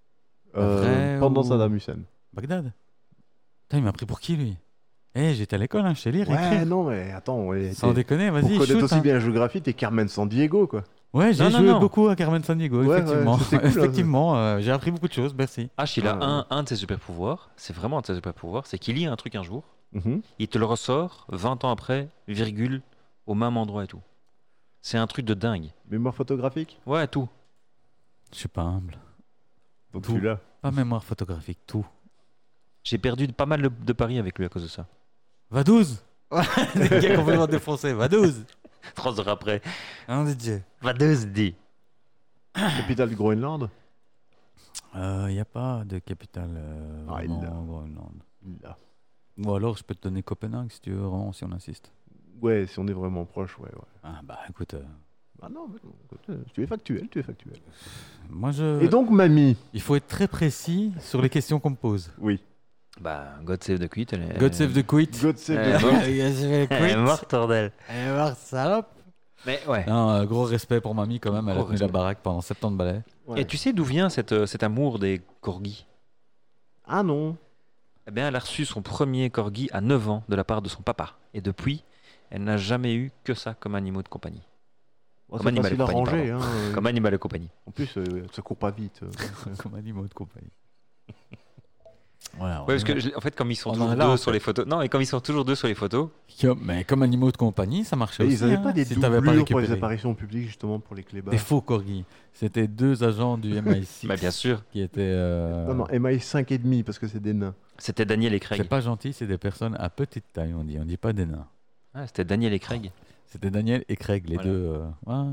Vrai Pendant ou- Saddam Hussein. Bagdad? Putain, il m'a pris pour qui, lui? J'étais à l'école, je sais lire, Ouais, écrire. non, mais attends. Ouais, Sans déconner, pour vas-y, connaître shoot. aussi hein. bien la géographie, t'es Carmen San Diego, quoi. Ouais, j'ai Non, joué non. beaucoup à Carmen Sandiego, Ouais, effectivement. ouais, c'était cool, Effectivement, j'ai appris beaucoup de choses, merci. H, il a Ah, un de ses super pouvoirs. C'est vraiment un de ses super pouvoirs. C'est qu'il lit un truc un jour. Mhm. Il te le ressort 20 ans après, virgule, au même endroit et tout. C'est un truc de dingue. Mémoire photographique. Ouais, tout. Je suis pas humble. Donc Tout. tu l'as. Pas mémoire photographique, tout. J'ai perdu pas mal de paris avec lui à cause de ça. Va 12 Les gars complètement défoncés, va 12 3 heures après. Hein, DJ Va 12, dit. Capitale du Groenland. Il n'y a pas de capitale Ah, il vraiment l'a. au Groenland. Il l'a. Ou alors je peux te donner Copenhague si tu veux, vraiment, si on insiste. Ouais, si on est vraiment proche, ouais. Ah bah écoute, Ah non, mais non, écoute, tu es factuel, tu es factuel. moi je... Et donc, mamie. Il faut être très précis sur les questions qu'on me pose. Oui. Bah, God Save the Quit, elle est... God save the quit. God save Euh, the bon. queen. Elle est morte, bordel. Elle est morte, salope. Mais ouais. Non, gros respect pour mamie quand même, elle a Gros tenu la respect. baraque pendant 70 balais. Ouais. Et tu sais d'où vient cet amour des corgis? Ah non. Eh bien, elle a reçu son premier corgi à 9 ans de la part de son papa. Et depuis, elle n'a jamais eu que ça comme animaux de compagnie. Oh, Comme c'est animal facile de à compagnie, ranger. Hein. Comme animal de compagnie. En plus, ça court pas vite. Comme animaux de compagnie. Voilà, Ouais, parce que, en fait, comme ils sont On en toujours est là, deux en sur les photos... Non, et comme ils sont toujours deux sur les photos... Mais comme animaux de compagnie, ça marchait Mais aussi. ils n'avaient hein, pas des si t'avais pas doublures pour les récupéré. apparitions publiques, justement, pour les clébards. Des faux corgis. C'était 2 agents du MI6 Bah, bien sûr. qui étaient... Non, non, MI 5,5 parce que c'est des nains. C'était Daniel et Craig. C'est pas gentil, c'est des personnes à petite taille, on dit pas des nains. Ah, c'était Daniel et Craig. C'était Daniel et Craig, les Voilà. deux. Ouais.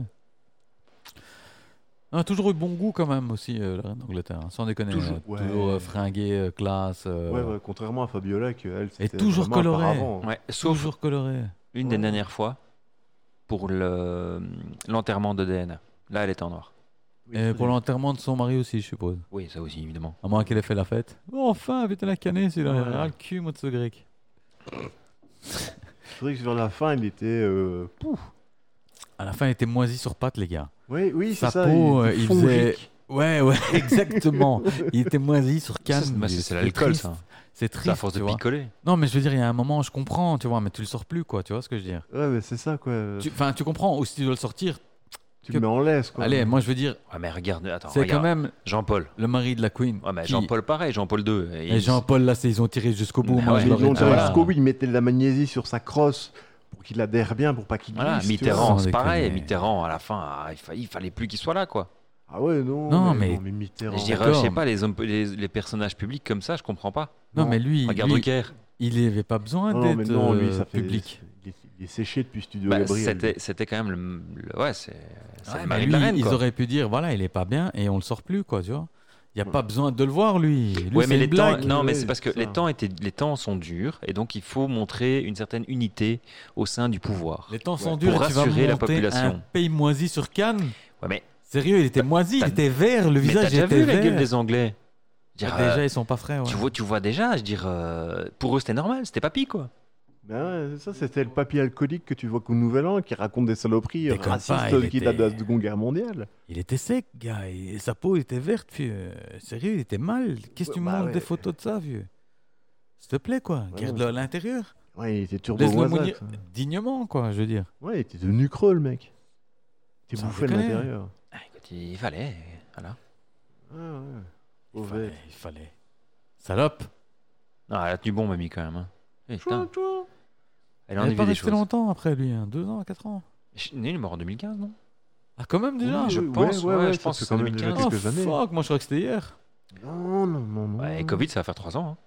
On a toujours eu bon goût quand même aussi, la reine d'Angleterre, hein, sans déconner. Toujours, Toujours ouais. fringué, classe. Ouais, contrairement à Fabiola, qui elle, c'était toujours vraiment colorée. auparavant. Ouais, sauf Toujours coloré. une des Ouais. dernières fois pour l'enterrement de Diana. Là, elle était en noir. Oui, Et c'est pour vrai. l'enterrement de son mari aussi, je suppose. Oui, ça aussi, évidemment. À moins qu'elle ait fait la fête. Oh, enfin, putain, la canée, c'est Ouais. le cul, moi, de ce grec. C'est vrai que sur la fin, il était. Pouf. À la fin, il était moisi sur pattes, les gars. Oui, c'est Sa ça. peau, était il fongique. faisait. Ouais, exactement. Il était moisi sur canne. Ça, c'est C'est l'alcool, triste. ça. C'est C'est triste. à force tu de vois. picoler. Non, mais je veux dire, il y a un moment, je comprends, tu vois, mais tu le sors plus, quoi. Tu vois ce que je veux dire Ouais, mais c'est ça, quoi. Enfin, tu comprends, ou si tu dois le sortir. Tu le mets en laisse, quoi. Allez, moi, je veux dire, Ouais, mais regarde, attends, c'est quand regarde. même Jean-Paul. le mari de la Queen. Ouais, mais qui- Jean-Paul, pareil, Jean-Paul II. Et Jean-Paul, là, ils ont tiré jusqu'au bout. Bah Moi, ouais, je Mais l'aurais ils ont dit, tiré voilà. jusqu'au bout, ils mettaient de la magnésie sur sa crosse pour qu'il adhère bien, pour pas qu'il glisse. Voilà, tu Mitterrand, vois. Sans c'est pareil. déconner. Mitterrand, à la fin, il fallait plus qu'il soit là, quoi. Ah ouais, non. Non, mais- Mitterrand. Je dirais, je sais pas, les personnages publics comme ça, je comprends pas. Non, mais lui, Regarde lui, Drucker. il n'avait pas besoin Non, mais d'être non, lui, ça fait. public. Il est séché depuis Studio Bah, Gabriel. c'était quand même ouais, c'est Ouais, le mais mari lui, de la reine, ils quoi. auraient pu dire, voilà, il est pas bien et on le sort plus, quoi, tu vois. Il n'y a pas besoin de le voir, lui. Lui, Ouais, c'est mais une les temps, blague. non, mais Ouais, c'est parce que c'est les ça. temps sont durs et donc il faut montrer une certaine unité au sein du pouvoir. Les temps sont Ouais. durs Pour et tu vas rassurer la monter population. un pays moisi sur Cannes. Ouais, mais Sérieux, il était moisi, il t'as- était vert, le mais t'as visage déjà était vu la vert. gueule des Anglais? Je veux dire, Déjà, ils sont pas frais, ouais. tu vois déjà, je veux dire, pour eux c'était normal, c'était papy, quoi. Ben ouais, ça, c'était le papy alcoolique que tu vois qu'au Nouvel An, qui raconte des saloperies Déconne racistes pas, il qui datent de la était- Seconde Guerre mondiale. Il était sec, gars, et sa peau était verte, vieux. Sérieux, il était mal. Qu'est-ce que tu Bah montres ouais. des photos de ça, vieux? S'il te plaît, quoi. Ouais, Garde-le à l'intérieur. Ouais, il était turbo Laisse-le moisac, mourir ça. dignement, quoi, je veux dire. Ouais, il était devenu creux, le mec. Il était Sans bouffé de déconner. l'intérieur. Ah, écoute, il fallait, voilà. Ah ouais. Il Au fallait, vert. il fallait. Salope. Non, elle a tenu bon, mamie, quand même. Hein. Eh, putain, elle en Il a n'est pas vu des resté choses. longtemps après lui, hein. 2 ans, 4 ans. Il est mort en 2015, non? Ah, quand même déjà. Oui, je ouais, pense, ouais, je ça pense fait que quand c'est même déjà 2015. Oh quelques années. fuck, moi je crois que c'était hier. Non, non, non, non. Ouais, et Covid, ça va faire 3 ans. Hein.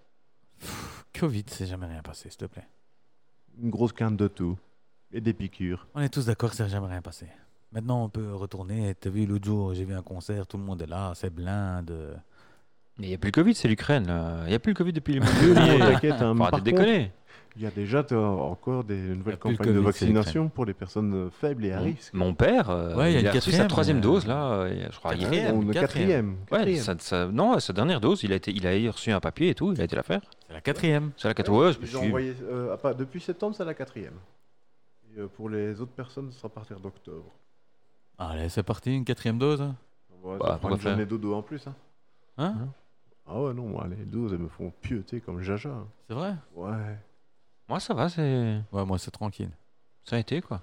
Covid, c'est jamais rien passé, s'il te plaît. Une grosse quinte de tout. Et des piqûres. On est tous d'accord que ça n'a jamais rien passé. Maintenant, on peut retourner. T'as vu, l'autre jour, j'ai vu un concert, tout le monde est là, c'est blinde. Mais il n'y a plus le Covid, c'est l'Ukraine. là. Il n'y a plus le Covid depuis les mois Oui, derniers. t'inquiète, hein, Faut mais arrêter par de déconner. Il y a déjà encore des Il y nouvelles a plus le campagnes de Covid, c'est vaccination pour les personnes faibles et à risque. Mon père, Ouais, il y a il une a reçu sa quatrième, 3e dose, là, je crois. Quatrième. Le quatrième. Ouais, non, sa dernière dose, il a reçu un papier et tout, il a été la faire. C'est la 4e. C'est la 4 ouais, je me Ils suis ont envoyé, depuis septembre, c'est la 4e. Et pour les autres personnes, ce sera à partir d'octobre. Allez, c'est parti, une 4e dose. Ouais, Bah, ça fera pourquoi une faire journée dodo en plus. Hein. Hein Ah ouais, non, moi, les doses, elles me font pieuter comme jaja. C'est vrai? Ouais. Moi, ça va, Ouais, moi c'est tranquille. ça a été, quoi.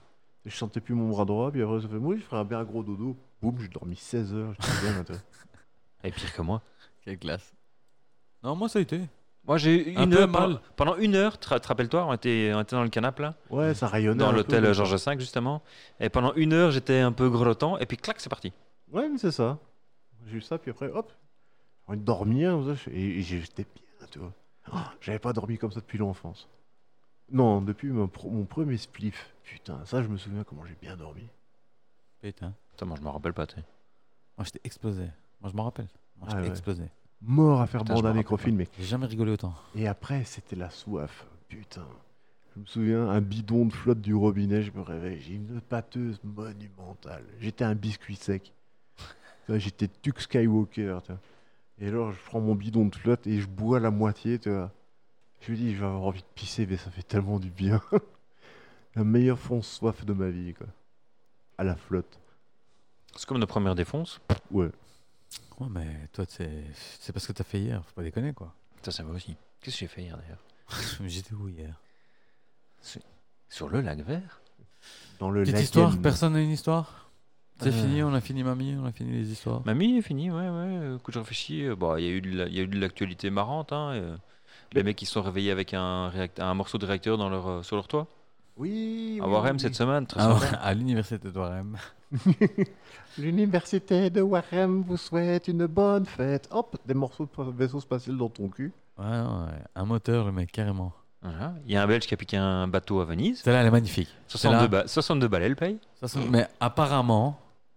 Je sentais plus mon bras droit, puis après, ça fait, moi, je ferai un bien gros dodo. Boum, j'ai dormi 16 heures. J'étais bien maintenant. Et pire que moi. Quelle classe. Non, moi, ça a été. Moi, j'ai eu Un une peu heure. mal. Pendant une heure, te rappelles-toi, on était dans le canapé, là, Ouais, ça rayonnait. dans un peu, l'hôtel comme Georges V, justement. Et pendant une heure, j'étais un peu grelottant. Et puis, clac, c'est parti. ça. Ouais, mais c'est ça. J'ai eu ça, puis après, hop, j'ai envie de dormir. Comme ça, et j'étais bien, tu vois. Oh, j'avais pas dormi comme ça depuis l'enfance. Non, depuis mon premier spliff. Putain, ça, je me souviens comment j'ai bien dormi. Putain. Putain, moi, je me rappelle pas, tu sais. Moi, j'étais explosé. Moi, je m'en rappelle. Moi, Ah j'étais ouais. explosé. Mort à faire Putain, bande je me à rappelle nécrophile, mec. J'ai jamais rigolé autant. Et après, c'était la soif. Putain. Je me souviens, un bidon de flotte du robinet, je me réveille. J'ai une pâteuse monumentale. J'étais un biscuit sec. Tu vois, j'étais Luke Skywalker. Tu vois. Et alors, je prends mon bidon de flotte et je bois la moitié. Tu vois. Je me dis, je vais avoir envie de pisser, mais ça fait tellement du bien. La meilleure fonce soif de ma vie, quoi. À la flotte. C'est comme nos premières défonces. Ouais. Ouais, mais toi, c'est pas ce que t'as fait hier. Faut pas déconner, quoi. Ça va aussi. Qu'est-ce que j'ai fait hier, d'ailleurs? J'étais où hier? Sur le lac vert. Dans le Petite lac histoire? N. Personne n'a une histoire? C'est Euh. fini, on a fini Mamie, on a fini les histoires. Mamie est fini, ouais. Écoute, je réfléchis. Bon, il y a eu de l'actualité marrante. Hein, les mecs qui se sont réveillés avec un morceau de réacteur sur leur toit. Oui, À oui, Warem oui. cette semaine, très Ah, sympa. à l'université de Warem. L'université de Warem vous souhaite une bonne fête. Hop, des morceaux de vaisseau spatial dans ton cul. Ouais, un moteur, le mec, carrément. Voilà. Il y a un Belge qui a piqué un bateau à Venise. Celle-là, elle est magnifique. 62 balles, elle paye. Mais apparemment,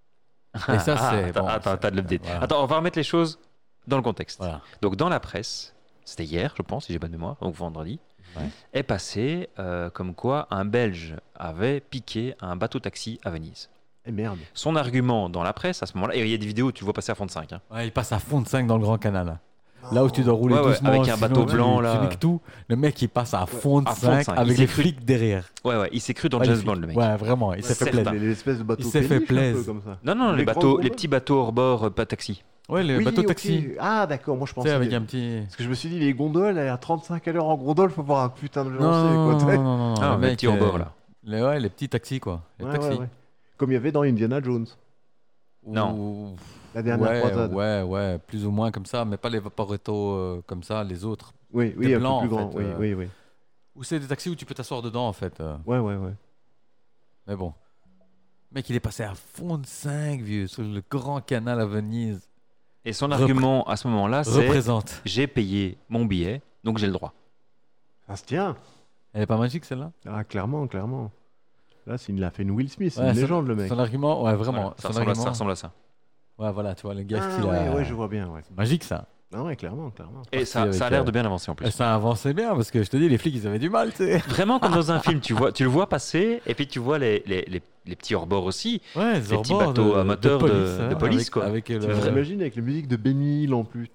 et ça, c'est. Attends, bon, attends, t'as de l'update. voilà. Attends, on va remettre les choses dans le contexte. Voilà. Donc, dans la presse, c'était hier, je pense, si j'ai pas de mémoire, donc vendredi, Ouais. est passé comme quoi un Belge avait piqué un bateau-taxi à Venise. Eh merde. Son argument dans la presse à ce moment-là, et il y a des vidéos où tu le vois passer à fond de 5. Hein. Ouais, il passe à fond de 5 dans le Grand Canal. Là où tu dois rouler Ouais, ouais, doucement. avec un sinon bateau tu- blanc, tu là. niques tout. Le mec, il passe à fond de à fond de 5 cinq. avec Il s'est les cru- flics derrière. Ouais, il s'est cru dans James Magnifique. Bond, le mec. Ouais, vraiment, il s'est fait Certain. plaisir. L'espèce de bateau Il s'est fait péniche, un peu plaisir. comme ça. Non, Les les grands petits bateaux hors bord, pas taxi. Ouais, le Oui, bateau ok. taxi. Ah, d'accord, moi je Tu pensais. sais, avec un petit. Parce que je me suis dit, les gondoles, à 35 à l'heure en gondole, faut voir un putain de Non, lancer, non, quoi. non, non, non, Ah, le le mec, petit hors bord, là. Les petits taxis, quoi. Les Ouais, taxis. ouais, ouais. Comme il y avait dans Indiana Jones, Non. Ou- la dernière ouais, croisade. ouais, plus ou moins comme ça, mais pas les Vaporetto comme ça, les autres. Oui, Des oui, un blancs, peu plus en grand. fait, Oui, oui, oui. Ou c'est des taxis où tu peux t'asseoir dedans, en fait. Ouais, ouais, ouais. Mais bon. Mec, il est passé à fond de 5, vieux, sur le Grand Canal à Venise. Et son argument à ce moment-là, c'est Représente. j'ai payé mon billet, donc j'ai le droit. Ça se tient. Elle est pas magique, celle-là? Ah, clairement, clairement. Là, il a fait une Will Smith, c'est Ouais, une légende, le mec. Son argument, ouais, vraiment. Voilà, ça son ressemble à ça, argument. ça ressemble à ça. Ouais, voilà, tu vois, le gars Ah, qu'il ouais, a. ouais, je vois bien, ouais. C'est magique, ça. Ah ouais, clairement, clairement. Et Parti ça a avec, l'air de bien avancer en Et plus. ça avançait bien, parce que je te dis, les flics, ils avaient du mal, tu sais. Vraiment comme dans un film, tu le vois passer, et puis tu vois les petits hors-bords aussi. Ouais, Les petits bateaux à moteur de police, avec, quoi. Avec Tu t'imagines avec les musiques de Benny Hill en plus.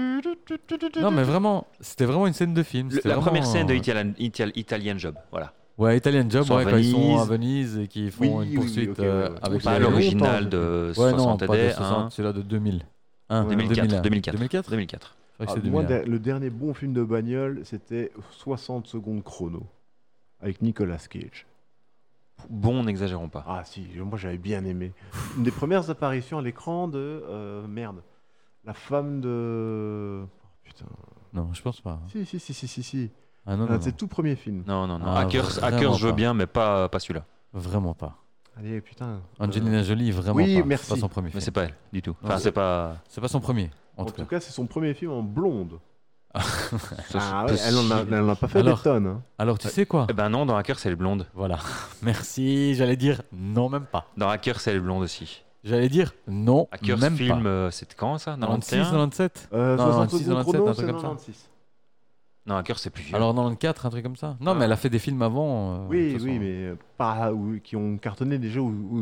Non, mais vraiment, c'était vraiment une scène de film. C'était La vraiment, première scène de Italian Job, voilà. Ouais, Italian Job, Ils sont à ouais, quand ils sont Venise. à Venise et qu'ils font Oui, une oui, poursuite ok, ouais, ouais. avec Pas les- l'original longtemps, de Ouais, non, 60 pas de AD, 60, celui-là de 2000. Hein, Ouais, 2004, 2004. 2004. 2004 Je crois que Ah, c'est moi, 2001. le dernier bon film de bagnole, c'était 60 secondes chrono. Avec Nicolas Cage. Bon, n'exagérons pas. Ah si, moi j'avais bien aimé. Une des premières apparitions à l'écran de... merde. La femme de... Oh, putain. Non, je pense pas. Si. Ah non, non, C'est non. tout premier film. Non. Ah, Hackers, vraiment je veux pas. bien, mais pas celui-là. Vraiment pas. Allez, putain. Angelina Jolie, vraiment oui, pas. merci. C'est pas son premier Mais film. c'est pas elle, du tout. Non, Enfin, c'est pas... C'est pas son premier, en En tout cas. tout cas, c'est son premier film en blonde. ça, Ah c'est ouais, elle en a pas fait Alors- des tonnes. Hein. Alors, tu sais quoi? Eh ben non, dans Hackers, c'est le blonde. Voilà. Merci, j'allais dire non, même pas. Dans Hackers, c'est le blonde aussi. J'allais dire non, Hackers même film, pas. c'était quand ça? 96, 91? 97 60 96, secondes 97, chrono, un truc c'est comme ça. 96. Non, Hackers, c'est plus vieux. Alors 94, un truc comme ça. Non, mais elle a fait des films avant. de Oui, toute oui, façon. mais pas qui ont cartonné déjà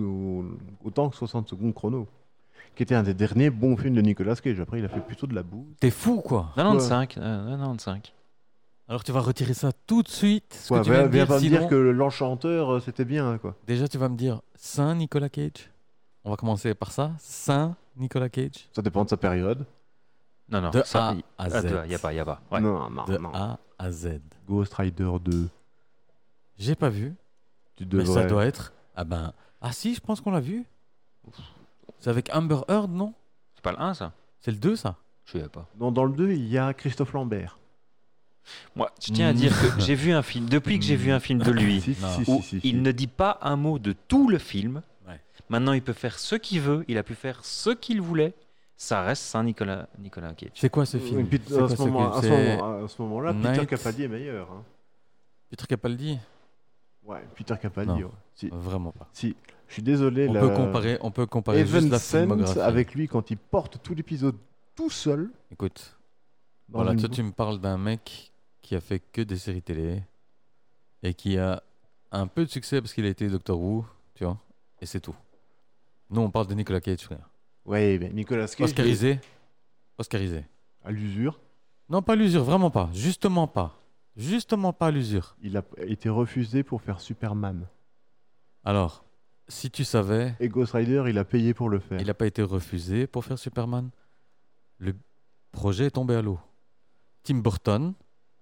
autant que 60 secondes chrono. Qui était un des derniers bons films de Nicolas Cage. Après, il a fait plutôt de la boue. T'es fou, quoi. 95. 95. Alors tu vas retirer ça tout de suite. Ce Ouais, que tu viens de viens dire, pas me sinon... dire que l'enchanteur, c'était bien, quoi. Déjà, tu vas me dire Saint Nicolas Cage. On va commencer par ça. Saint Nicolas Cage. Ça dépend de sa période. Non, De ça, A à Z. il y a pas. Ouais. Non. De A à Z. Ghost Rider 2. J'ai pas vu, Tu mais ça devrais. doit être Ah ben... Ah si, je pense qu'on l'a vu. C'est avec Amber Heard, non? C'est pas le 1, ça? C'est le 2, ça? Je sais pas. Non, dans le 2, il y a Christophe Lambert. Moi, je tiens à dire que j'ai vu un film, depuis que j'ai vu un film de lui, où il ne dit pas un mot de tout le film. Ouais. Maintenant, il peut faire ce qu'il veut, il a pu faire ce qu'il voulait. Ça reste Saint-Nicolas Cage. C'est quoi ce film? À ce moment-là, Peter Capaldi est meilleur. Hein. Peter Capaldi? Ouais, Peter Capaldi. Ouais. Si. Vraiment pas. Si, je suis désolé. On peut comparer juste la filmographie. Avec lui quand il porte tout l'épisode tout seul. Écoute, voilà, toi tu me parles d'un mec qui a fait que des séries télé et qui a un peu de succès parce qu'il a été Doctor Who, tu vois, et c'est tout. Nous on parle de Nicolas Cage, frère. Ouais, mais Nicolas Cage. Oscarisé. À l'usure. Non, pas l'usure, vraiment pas. Justement pas l'usure. Il a été refusé pour faire Superman. Alors, si tu savais... Et Ghost Rider, il a payé pour le faire. Il n'a pas été refusé pour faire Superman. Le projet est tombé à l'eau. Tim Burton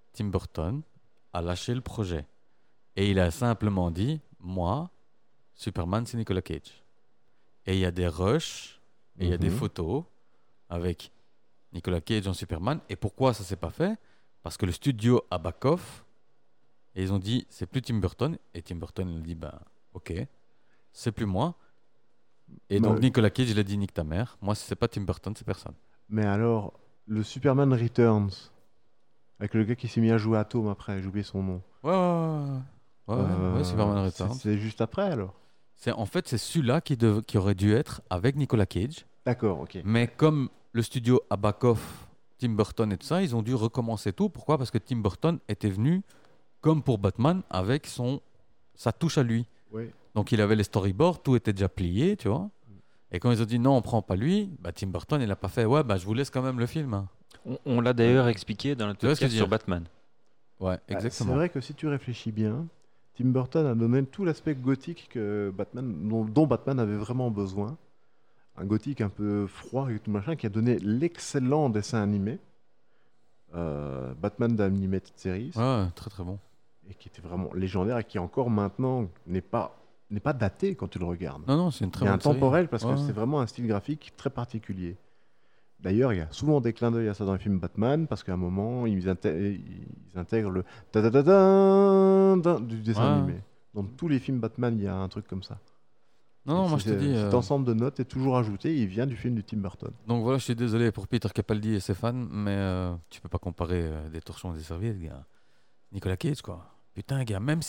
a lâché le projet. Et il a simplement dit, moi, Superman, c'est Nicolas Cage. Et il y a des rushs, et il y a des photos avec Nicolas Cage en Superman. Et pourquoi ça ne s'est pas fait? Parce que le studio a back off. Et ils ont dit, c'est plus Tim Burton. Et Tim Burton, il a dit, ben, ok, c'est plus moi. Et donc Nicolas Cage, il a dit, nique ta mère. Moi, si c'est pas Tim Burton, c'est personne. Mais alors, le Superman Returns, avec le gars qui s'est mis à jouer Atom après, j'ai oublié son nom. Ouais, Superman Returns. C'est juste après alors. En fait, c'est celui-là qui aurait dû être avec Nicolas Cage. D'accord, ok. Mais comme le studio a back off Tim Burton et tout ça, ils ont dû recommencer tout. Pourquoi? Parce que Tim Burton était venu, comme pour Batman, avec sa touche à lui. Oui. Donc il avait les storyboards, tout était déjà plié, tu vois. Et quand ils ont dit non, on prend pas lui, Tim Burton, il a pas fait ouais, je vous laisse quand même le film. Hein. On l'a d'ailleurs expliqué dans le podcast sur Batman. Ouais, exactement. C'est vrai que si tu réfléchis bien, Tim Burton a donné tout l'aspect gothique que dont Batman avait vraiment besoin. Un gothique un peu froid et tout machin, qui a donné l'excellent dessin animé. Batman d'Animated Series. Ouais, très très bon. Et qui était vraiment légendaire et qui encore maintenant n'est pas daté quand tu le regardes. Non, c'est une très bonne série. Il y a un temporel parce que c'est vraiment un style graphique très particulier. D'ailleurs, il y a souvent des clins d'œil à ça dans les films Batman parce qu'à un moment, ils intègrent le ta-da-da-da du dessin animé. Dans tous les films Batman, il y a un truc comme ça. Non, moi je te dis... Cet ensemble de notes est toujours ajouté, il vient du film de Tim Burton. Donc voilà, je suis désolé pour Peter Capaldi et ses fans, mais tu peux pas comparer des torchons et des serviettes, gars. Nicolas Cage, quoi. Putain, gars, même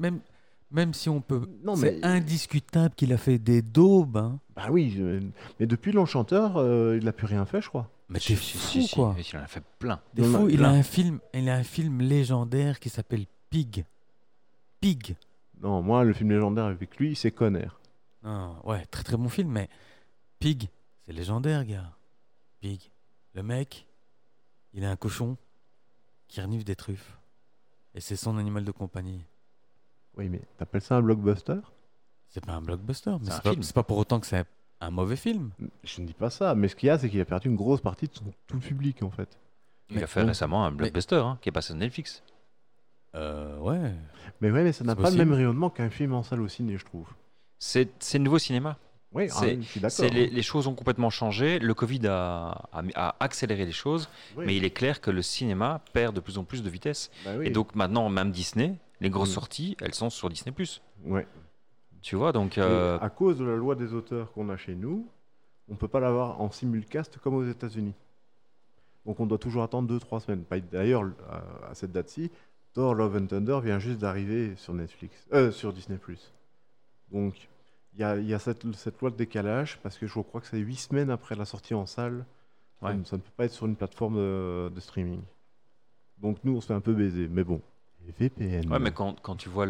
si on peut... Non, c'est indiscutable qu'il a fait des daubes. Hein. Bah oui, mais depuis L'Enchanteur, il n'a plus rien fait, je crois. Mais t'es fou, quoi. Il en a fait plein. T'es fou, il a un film légendaire qui s'appelle Pig. Pig. Non, moi, le film légendaire avec lui, c'est Conner. Non, ouais, très très bon film, mais Pig, c'est légendaire, gars. Pig. Le mec, il a un cochon qui renifle des truffes. Et c'est son animal de compagnie. Oui, mais t'appelles ça un blockbuster? C'est pas un blockbuster, mais c'est pas pour autant que c'est un mauvais film. Je ne dis pas ça, mais ce qu'il y a, c'est qu'il a perdu une grosse partie de tout le public, en fait. Il a fait récemment un blockbuster qui est passé sur Netflix. Ouais. Mais ça n'a pas le même rayonnement qu'un film en salle au ciné, je trouve. C'est le nouveau cinéma. Oui, je suis d'accord. Les choses ont complètement changé. Le Covid a accéléré les choses, mais il est clair que le cinéma perd de plus en plus de vitesse. Bah oui. Et donc maintenant, même Disney, les grosses sorties, elles sont sur Disney+. Ouais. Tu vois, donc... À cause de la loi des auteurs qu'on a chez nous, on ne peut pas l'avoir en simulcast comme aux États-Unis. Donc on doit toujours attendre 2-3 semaines. D'ailleurs, à cette date-ci, Thor Love and Thunder vient juste d'arriver sur sur Disney+. Donc... Il y a cette loi de décalage parce que je crois que c'est 8 semaines après la sortie en salle. Ouais. Ça ne peut pas être sur une plateforme de streaming. Donc nous, on se fait un peu baiser. Mais bon, les VPN. Ouais, mais quand tu vois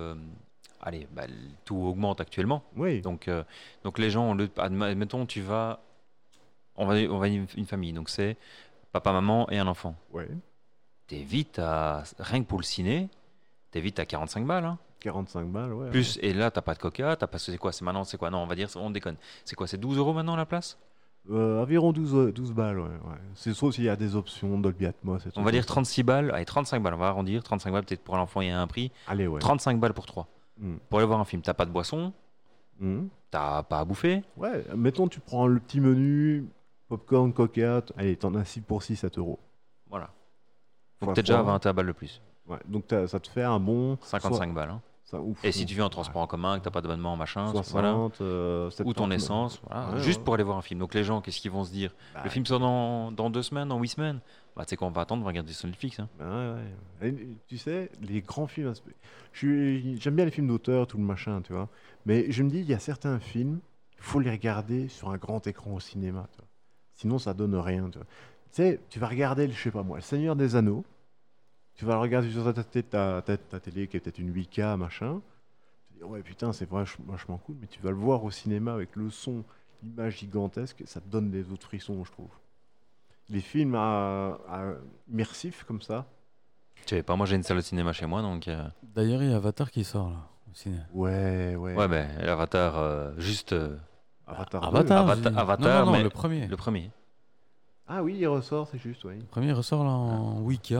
tout augmente actuellement. Oui. Donc les gens, admettons, on va une famille. Donc c'est papa, maman et un enfant. Ouais. T'es vite rien que pour le ciné, t'es vite à 45 balles. Hein. 45 balles, ouais. Plus, et là, t'as pas de coca, c'est quoi? C'est quoi? Non, on va dire, on déconne. C'est quoi? C'est 12 € maintenant la place? Environ 12 balles, ouais. C'est sauf s'il y a des options Dolby Atmos et tout. On va dire 36 balles, allez, 35 balles, on va arrondir. 35 balles, peut-être pour l'enfant, il y a un prix. Allez, ouais. 35 balles pour 3. Pour aller voir un film, t'as pas de boisson, T'as pas à bouffer. Ouais, mettons, tu prends le petit menu, popcorn, coca, allez, t'en as 6 pour 6 7 €. Voilà. Donc t'es déjà à 21 balles de plus. Ouais, donc ça te fait un bon 55 balles. Hein. Ça, ouf, et si tu viens en transport en commun, que t'as pas d'abonnement, machin, 60, voilà. Ou ton essence, voilà. Juste pour aller voir un film. Donc les gens, qu'est-ce qu'ils vont se dire? Le film sort dans 2 semaines, dans 8 semaines. Bah, tu sais qu'on va attendre, on va regarder sur Netflix. Hein. Ouais. Et, tu sais, les grands films. J'aime bien les films d'auteur, tout le machin, tu vois. Mais je me dis, il y a certains films, il faut les regarder sur un grand écran au cinéma. Tu vois. Sinon, ça donne rien. Tu vois. Tu sais, tu vas regarder, je sais pas moi, Le Seigneur des Anneaux. Tu vas le regarder sur ta télé qui est peut-être une 8K, machin. Tu te dis, ouais, putain, c'est vachement cool. Mais tu vas le voir au cinéma avec le son, l'image gigantesque, ça te donne des autres frissons, je trouve. Les films immersifs comme ça. Tu sais pas, moi j'ai une salle de cinéma chez moi, donc... D'ailleurs, il y a Avatar qui sort, là, au ciné. Ouais. Ouais, ben, l'Avatar, juste... Avatar, non, mais le premier. Le premier. Ah oui, il ressort, c'est juste, oui. Le premier ressort là en 8K,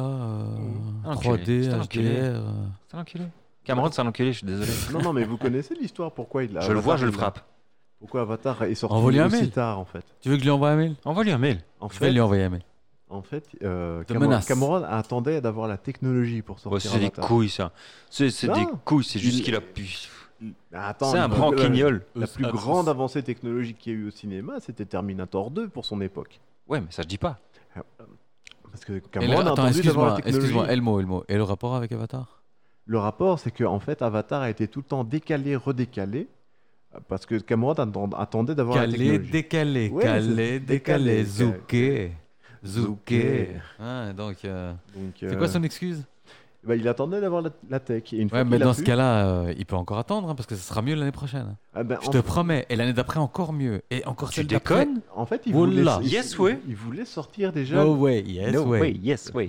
3D, C'est un enculé. HDR. C'est un enculé. Cameron, c'est un enculé, je suis désolé. Non, mais vous connaissez l'histoire, pourquoi il a... Je le vois, je le frappe. Pourquoi Avatar est sorti Envoie-lui un aussi mail. tard, en fait. Tu veux que je lui envoie un mail? Envoie-lui un mail. Je vais lui envoyer un mail. En fait, menace. Cameron attendait d'avoir la technologie pour sortir C'est des Avatar. couilles, ça. C'est Non. des couilles, c'est juste Il- qu'il a pu... Attends, C'est un branquignol. La plus grande avancée technologique qu'il y a eu au cinéma, c'était Terminator 2 pour son époque. Ouais, mais ça je dis pas. Parce que Et Cameron a attends, attendu d'avoir la technologie. excuse-moi, Elmo. Et le rapport avec Avatar? Le rapport, c'est qu'en fait, Avatar a été tout le temps décalé, redécalé, parce que Cameron attendait d'avoir la technologie. Décalé, Ouais, calé, c'est décalé, décalé. zouké. Donc, c'est quoi son excuse? Il attendait d'avoir la tech. Et une fois Ouais, mais qu'il a dans pu- ce cas-là, il peut encore attendre, hein, parce que ce sera mieux l'année prochaine. Ah ben, Je te promets. Et l'année d'après, encore mieux. Et encore Tu celle d'après. déconnes? En fait, Voilà. Yes, way. il voulait sortir déjà No way, yes No way. way, yes way.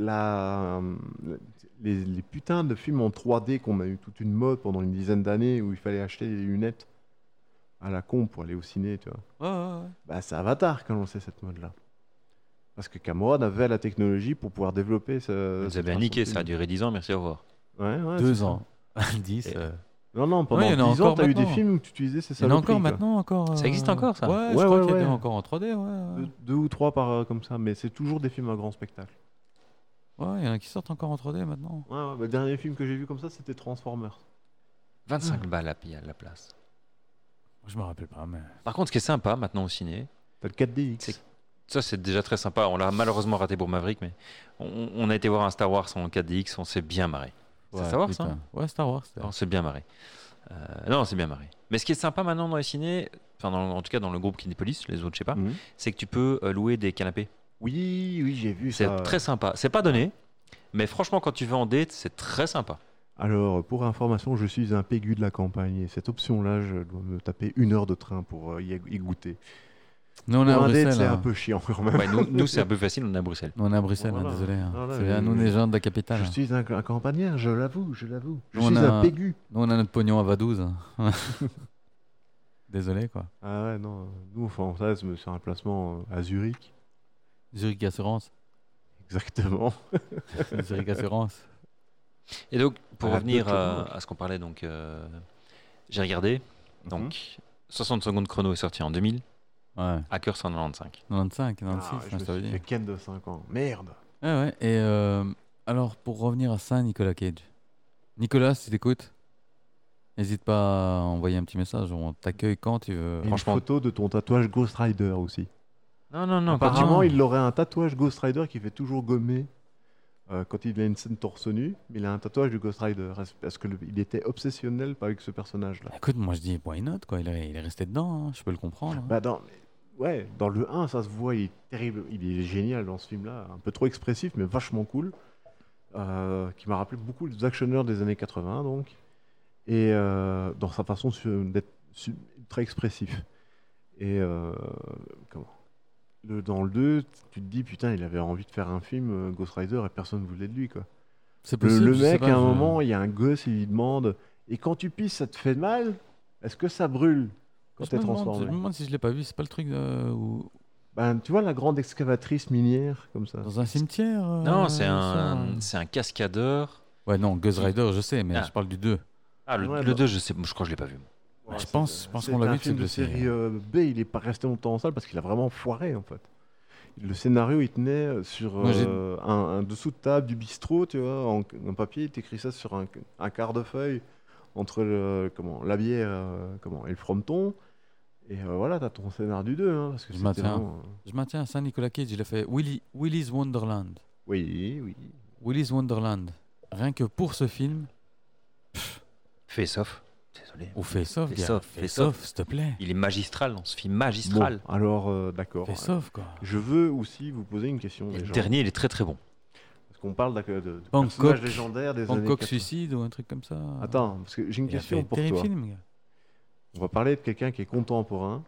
les putains de films en 3D qu'on a eu toute une mode pendant une dizaine d'années où il fallait acheter des lunettes à la con pour aller au ciné, tu vois. Ouais. Bah, c'est Avatar qui a lancé cette mode-là. Parce que Cameron avait la technologie pour pouvoir développer ce. Vous avez niqué, ça a duré 10 ans, merci, au revoir. Ouais, 2 c'est ça. ans. 10. Non, pendant Ouais, il y en a 10 ans, encore t'as eu des maintenant. films où tu utilisais ces Il y en a saloperies. encore quoi. maintenant, encore. Ça existe encore, ça? Ouais, Ouais, je crois ouais, qu'il y en a ouais. encore en 3D, ouais. Deux ou trois comme ça, mais c'est toujours des films à grand spectacle. Ouais, il y en a qui sortent encore en 3D maintenant. Ouais, le dernier film que j'ai vu comme ça, c'était Transformers. 25 balles à payer à la place. Je me rappelle pas, mais. Par contre, ce qui est sympa maintenant au ciné, T'as le 4DX. C'est- ça c'est déjà très sympa. On l'a malheureusement raté pour Maverick, mais on a été voir un Star Wars en 4DX, on s'est bien marré. C'est Star Wars, putain. ça? Ouais, Star Wars. On s'est bien marré. Non, c'est bien marré. Mais ce qui est sympa maintenant dans les ciné, enfin en tout cas dans le groupe Kinépolis, les autres je sais pas, Mhm. c'est que tu peux louer des canapés. Oui, j'ai vu C'est ça. très sympa. C'est pas donné, mais franchement quand tu vas en date, c'est très sympa. Alors, pour information, je suis un pégu de la campagne et cette option-là, je dois me taper 1 heure de train pour y goûter. Nous, on est à Pour un date, Bruxelles. c'est hein. un peu chiant quand même. Ouais, nous c'est un peu facile, on est à Bruxelles. Nous, on est à Bruxelles, Voilà. hein, désolé. hein. Voilà, C'est à nous, les gens de la capitale. Je suis un campagnard, je l'avoue. Je On suis a- un pégu. Nous, on a notre pognon à Vadouze. Désolé, quoi. Ah ouais, non. Nous, en française, c'est un placement à Zurich. Zurich Assurance. Exactement. Zurich Assurance. Et donc pour Ah, revenir d'autres choses. à ce qu'on parlait, donc j'ai regardé. Donc 60 secondes chrono est sorti en 2000, Ouais. Hacker 195. 95, 96, Ah, je je me me savais suis dit. fait ken de 5 ans. Merde. Ouais. Et alors, pour revenir à ça, Nicolas Cage. Nicolas, si t'écoutes, n'hésite pas à envoyer un petit message. On t'accueille quand tu veux. Et Franchement- une photo de ton tatouage Ghost Rider aussi. Non, Apparemment, non. il aurait un tatouage Ghost Rider qui fait toujours gommer quand il a une scène torse nu. Mais il a un tatouage de Ghost Rider parce qu'il était obsessionnel avec ce personnage-là. Écoute, moi je dis why not, quoi. Il est resté dedans, hein. Je peux le comprendre. hein. Bah dans le 1, ça se voit, il est terrible. Il est génial dans ce film-là. Un peu trop expressif, mais vachement cool. Qui m'a rappelé beaucoup les actionneurs des années 80, donc. Et dans sa façon d'être très expressif. Et dans le 2, tu te dis, putain, il avait envie de faire un film Ghost Rider et personne ne voulait de lui, quoi. C'est Le, possible. le je sais mec, pas, à un je- moment, il y a un gosse, il lui demande, et quand tu pisses, ça te fait mal? Est-ce que ça brûle quand Je t'es me demande- transformé? Je me demande si je l'ai pas vu. C'est pas le truc où... Ben, tu vois la grande excavatrice minière, comme ça. dans un cimetière. Non, c'est ça, un cascadeur. Ouais, non, Ghost Rider, je sais, mais Ah. je parle du 2. Ah, le Ouais, 2, je crois que je l'ai pas vu. Je pense qu'on l'a vu, un film de série B, il est pas resté longtemps en salle parce qu'il a vraiment foiré en fait. Le scénario, il tenait sur un dessous de table du bistrot, tu vois, en papier, il t'écrit ça sur un quart de feuille entre la bière et le frometon. Et voilà, t'as ton scénar du 2. Hein, parce que je maintiens ça, Nicolas Cage, il a fait Willy's Wonderland. Oui. Willy's Wonderland. Rien que pour ce film. Face Off. Désolé. Ou Face Off, s'il te plaît. Il est magistral dans ce film magistral. Bon, alors, d'accord. Face Off, quoi. Je veux aussi vous poser une question. Le dernier, il est très très bon. Parce qu'on parle de personnages légendaires des années 80. Suicide ou un truc comme ça. Attends, parce que j'ai une question pour toi. Film, gars. On va parler de quelqu'un qui est contemporain.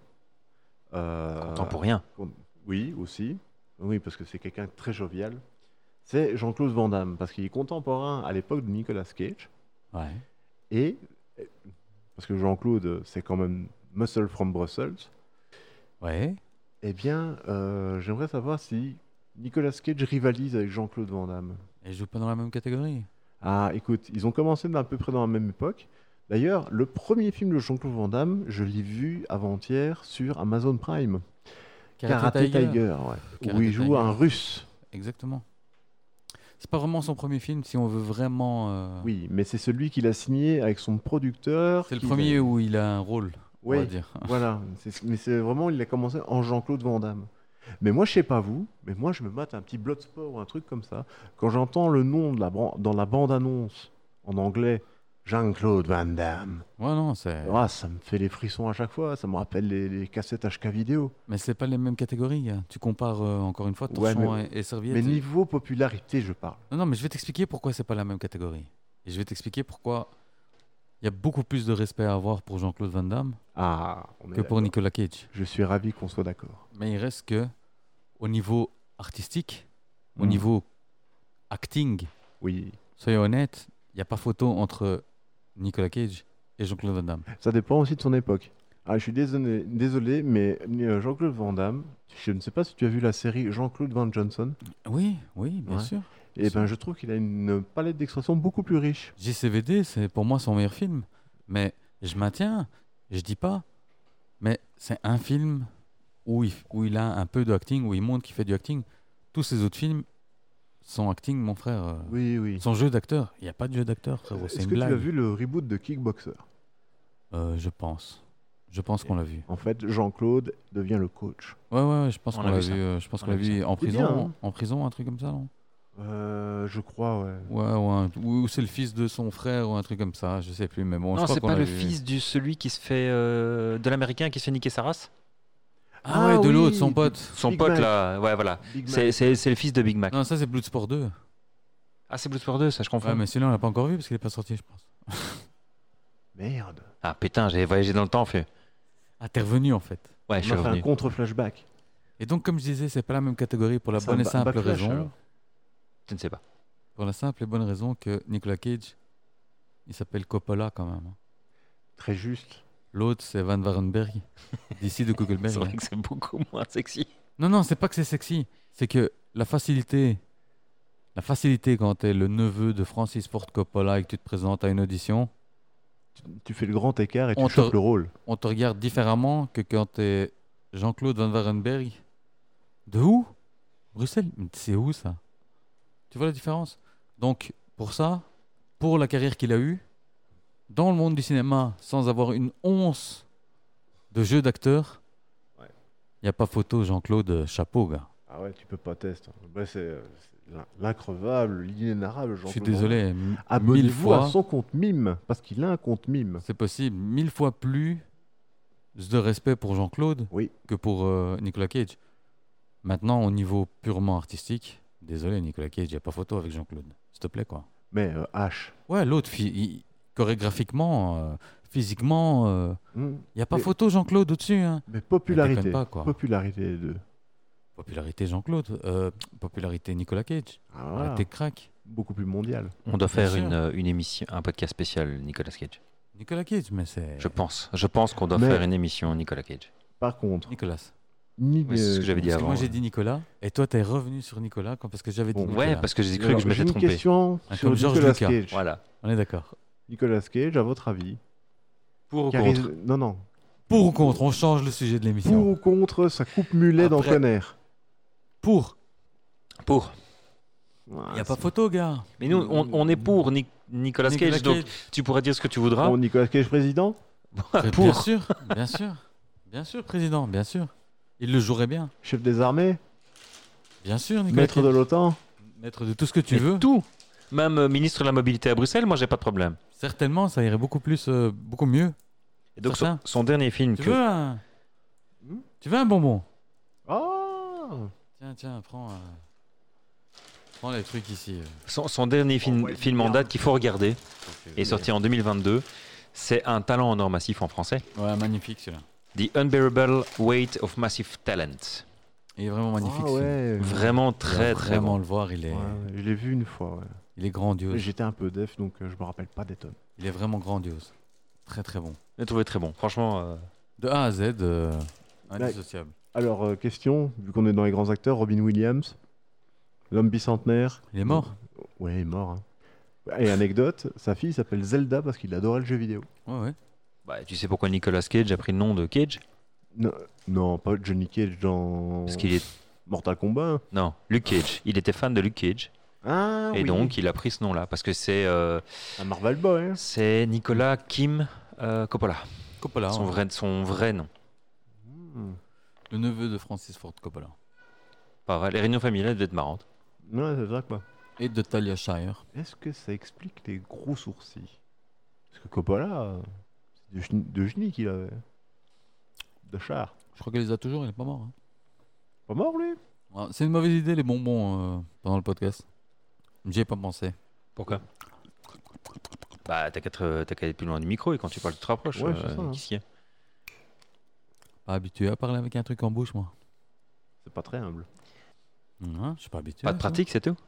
Contemporain. Oui, aussi. Oui, parce que c'est quelqu'un de très jovial. C'est Jean-Claude Van Damme, parce qu'il est contemporain à l'époque de Nicolas Cage. Ouais. Et parce que Jean-Claude, c'est quand même Muscle from Brussels. Ouais. Eh bien, j'aimerais savoir si Nicolas Cage rivalise avec Jean-Claude Van Damme. Et joue pas dans la même catégorie. Ah, écoute, ils ont commencé à peu près dans la même époque. D'ailleurs, le premier film de Jean-Claude Van Damme, je l'ai vu avant-hier sur Amazon Prime. Karate Tiger, ouais. Où il joue un Russe. Exactement. C'est pas vraiment son premier film, si on veut vraiment... Oui, mais c'est celui qu'il a signé avec son producteur. C'est le premier où il a un rôle, on va dire. Voilà. Mais c'est vraiment, il a commencé en Jean-Claude Van Damme. Mais moi, je sais pas vous, mais moi, je me mate un petit Bloodsport ou un truc comme ça. Quand j'entends le nom dans la bande-annonce en anglais, Jean-Claude Van Damme. Ouais, non, c'est... Ah, ça me fait les frissons à chaque fois. Ça me rappelle les cassettes HK vidéo. Mais c'est pas les mêmes catégories. Gars. Tu compares, encore une fois, torchon et serviette. Mais niveau popularité, je parle. Non, mais je vais t'expliquer pourquoi c'est pas la même catégorie. Et je vais t'expliquer pourquoi il y a beaucoup plus de respect à avoir pour Jean-Claude Van Damme que pour Nicolas Cage. Je suis ravi qu'on soit d'accord. Mais il reste que, au niveau artistique, au niveau acting, soyons honnêtes, il n'y a pas photo entre Nicolas Cage et Jean-Claude Van Damme. Ça dépend aussi de son époque. Ah, je suis désolé, mais Jean-Claude Van Damme, je ne sais pas si tu as vu la série Jean-Claude Van Johnson. Oui, bien sûr. Et ben, je trouve qu'il a une palette d'expression beaucoup plus riche. JCVD, c'est pour moi son meilleur film. Mais je maintiens, je dis pas, mais c'est un film où il a un peu de acting, où il montre qu'il fait du acting. Tous ces autres films, son acting, mon frère, son jeu d'acteur, il n'y a pas de jeu d'acteur, frérot. Est-ce que tu as vu le reboot de Kickboxer? Je pense. Je pense qu'on l'a vu. En fait, Jean-Claude devient le coach. Ouais, je pense qu'on l'a vu. Je pense qu'on l'a vu en prison, bien, hein. En prison, un truc comme ça, non? Je crois, ouais. Ou c'est le fils de son frère ou un truc comme ça, je sais plus. Mais bon, non, je crois c'est qu'on pas l'a le vu. fils de celui qui se fait de l'américain qui se fait niquer sa race. Ah ouais, de l'autre, son pote. Son pote Mac. là, ouais, voilà. C'est le fils de Big Mac. Non, ça c'est Bloodsport 2. Ah, c'est Bloodsport 2, ça je confonds. Ouais, mais celui-là on l'a pas encore vu parce qu'il est pas sorti, je pense. Merde. Ah putain, j'ai voyagé dans le temps, fait. Ah, t'es revenu en fait. Ouais, je On suis a fait un revenu. contre-flashback. Et donc, comme je disais, c'est pas la même catégorie pour la bonne et simple backlash, raison. alors. Je ne sais pas. Pour la simple et bonne raison que Nicolas Cage, il s'appelle Coppola quand même. Très juste. L'autre, c'est Van Varenberg, d'ici de Kugelberg. C'est vrai que c'est beaucoup moins sexy. Non, c'est pas que c'est sexy. C'est que la facilité quand t'es le neveu de Francis Ford Coppola et que tu te présentes à une audition, Tu fais le grand écart et tu chopes le rôle. on te regarde différemment que quand t'es Jean-Claude Van Varenberg. De où? Bruxelles? Mais c'est où ça? Tu vois la différence? Donc, pour ça, pour la carrière qu'il a eue, dans le monde du cinéma, sans avoir une once de jeu d'acteur, il n'y a pas photo Jean-Claude chapeau, gars. Ah ouais, tu peux pas tester. Ouais, c'est l'increvable, l'inénarrable Jean-Claude. Je suis désolé, Abonnez-vous 1000 fois, à son compte mime, parce qu'il a un compte mime. c'est possible, 1000 fois plus de respect pour Jean-Claude que pour Nicolas Cage. Maintenant, au niveau purement artistique, désolé Nicolas Cage, il n'y a pas photo avec Jean-Claude. S'il te plaît, quoi. Mais H. Ouais, l'autre, chorégraphiquement, physiquement, il n'y a pas photo Jean-Claude au-dessus. Hein. Mais popularité. déconne pas, quoi. Popularité des deux. Popularité Jean-Claude, popularité Nicolas Cage. Ah, voilà. Arrêtez crack. Beaucoup plus mondial. On doit faire Bien sûr. une émission, un podcast spécial Nicolas Cage. Nicolas Cage, mais c'est... Je pense qu'on doit Mais- faire une émission Nicolas Cage. Par contre, Nicolas. Oui, c'est ce que j'avais dit Parce que avant. moi j'ai dit Nicolas, et toi t'es revenu sur Nicolas parce que j'avais dit Bon, Nicolas. Ouais, parce que j'ai cru alors, que je m'étais j'ai une trompé. question Ah, sur comme Georges Nicolas Lucas. Cage. Voilà. On est d'accord. Nicolas Cage, à votre avis, Pour ou contre? Non. Pour ou contre? On change le sujet de Pour l'émission. ou contre sa coupe mulet dans Après- Conner. Pour. Pour. Il n'y a pas photo, gars. Mais nous, on est pour Nicolas Cage, donc tu pourrais dire ce que tu voudras. Bon, Nicolas Cage président. Bien Pour. sûr, bien sûr. Bien sûr, président, bien sûr. Il le jouerait bien. Chef des armées. Bien sûr, Nicolas Maître Cage. de l'OTAN. Maître de tout ce que tu Mais veux. tout. Même ministre de la mobilité à Bruxelles, moi j'ai pas de problème. Certainement, ça irait beaucoup mieux. Et donc Certain. son dernier film Tu veux un... Tu veux un bonbon? Ah. Tiens, prends les trucs ici. son dernier film en date qu'il faut regarder est sorti en 2022. C'est Un talent en or massif en français. Ouais, magnifique celui-là. The Unbearable Weight of Massive Talent. Il est vraiment magnifique. Ah ouais. Vraiment celui-là. très très Vraiment bon. le voir, il est Je l'ai vu une fois. Ouais. il est grandiose. J'étais un peu def, donc je me rappelle pas des tonnes. Il est vraiment grandiose. Très très bon. Je l'ai trouvé très bon. Franchement, De A à Z, indissociable. Alors, question, vu qu'on est dans les grands acteurs, Robin Williams, l'homme bicentenaire. Il est mort. Ouais, il est mort. Hein. Et anecdote, sa fille s'appelle Zelda parce qu'il adorait le jeu vidéo. Ouais. tu sais pourquoi Nicolas Cage a pris le nom de Cage? Non, pas Johnny Cage dans Parce qu'il est... Mortal Kombat. Hein. Non, Luke Cage. Il était fan de Luke Cage. Ah Et oui. donc, il a pris ce nom-là. Parce que c'est Un Marvel Boy. Hein. c'est Nicolas Kim Coppola. Coppola. Son vrai nom. Hmm. Le neveu de Francis Ford Coppola. Pas vrai. Les réunions familiales devaient être marrantes. Ouais, c'est ça quoi. Et de Talia Shire. Est-ce que ça explique les gros sourcils? Parce que Coppola, c'est de génie qu'il avait. De char. Je crois qu'il les a toujours, il est pas mort. Hein. Pas mort lui? Ah, c'est une mauvaise idée les bonbons pendant le podcast. J'y ai pas pensé. Pourquoi? T'as qu'à être plus loin du micro et quand tu parles, tu te rapproches. Ouais, c'est ça, hein. Qu'est-ce qu'il y a? Pas habitué à parler avec un truc en bouche, moi. C'est pas très humble. Je suis pas habitué. Pas à de ça. pratique, c'est tout.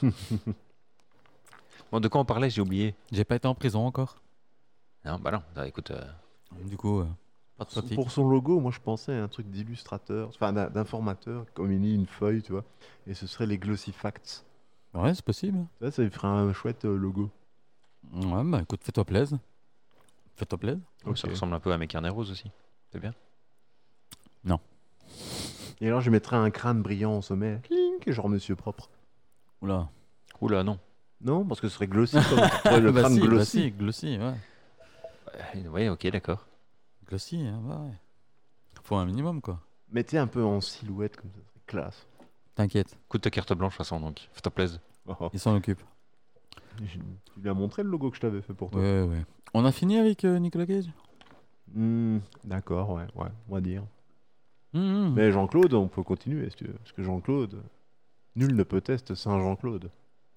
Bon, de quoi on parlait? J'ai oublié. J'ai pas été en prison encore. Non, bah non. Écoute, Du coup, pas de pratique. Pour son logo, moi je pensais à un truc d'illustrateur, enfin d'informateur, comme il lit une feuille, tu vois. Et ce serait les Glossy Facts. Ouais, c'est possible. Ça lui ferait un chouette logo. Ouais, bah écoute, fais-toi plaisir. Fais-toi plaisir. Ok. ça ressemble un peu à mes carnets roses aussi. C'est bien. Et alors je mettrais un crâne brillant au sommet. Clink, genre Monsieur Propre. Oula. Oula, non. Non, parce que ce serait glossy comme le Bah crâne si, bah glossy. si, glossy, ouais. Ouais, ok, d'accord. Glossy, hein, bah ouais. Faut un minimum, quoi. Mettez un peu en silhouette comme ça, c'est classe. T'inquiète, Coup de ta carte blanche, de toute façon, donc. Fais-toi plaisir. Oh. il s'en occupe. Tu lui as montré le logo que je t'avais fait pour toi. Ouais. On a fini avec Nicolas Cage D'accord, ouais, on va dire. Mais Mais Jean-Claude, on peut continuer si tu veux. Parce que Jean-Claude, nul ne peut tester Saint Jean-Claude.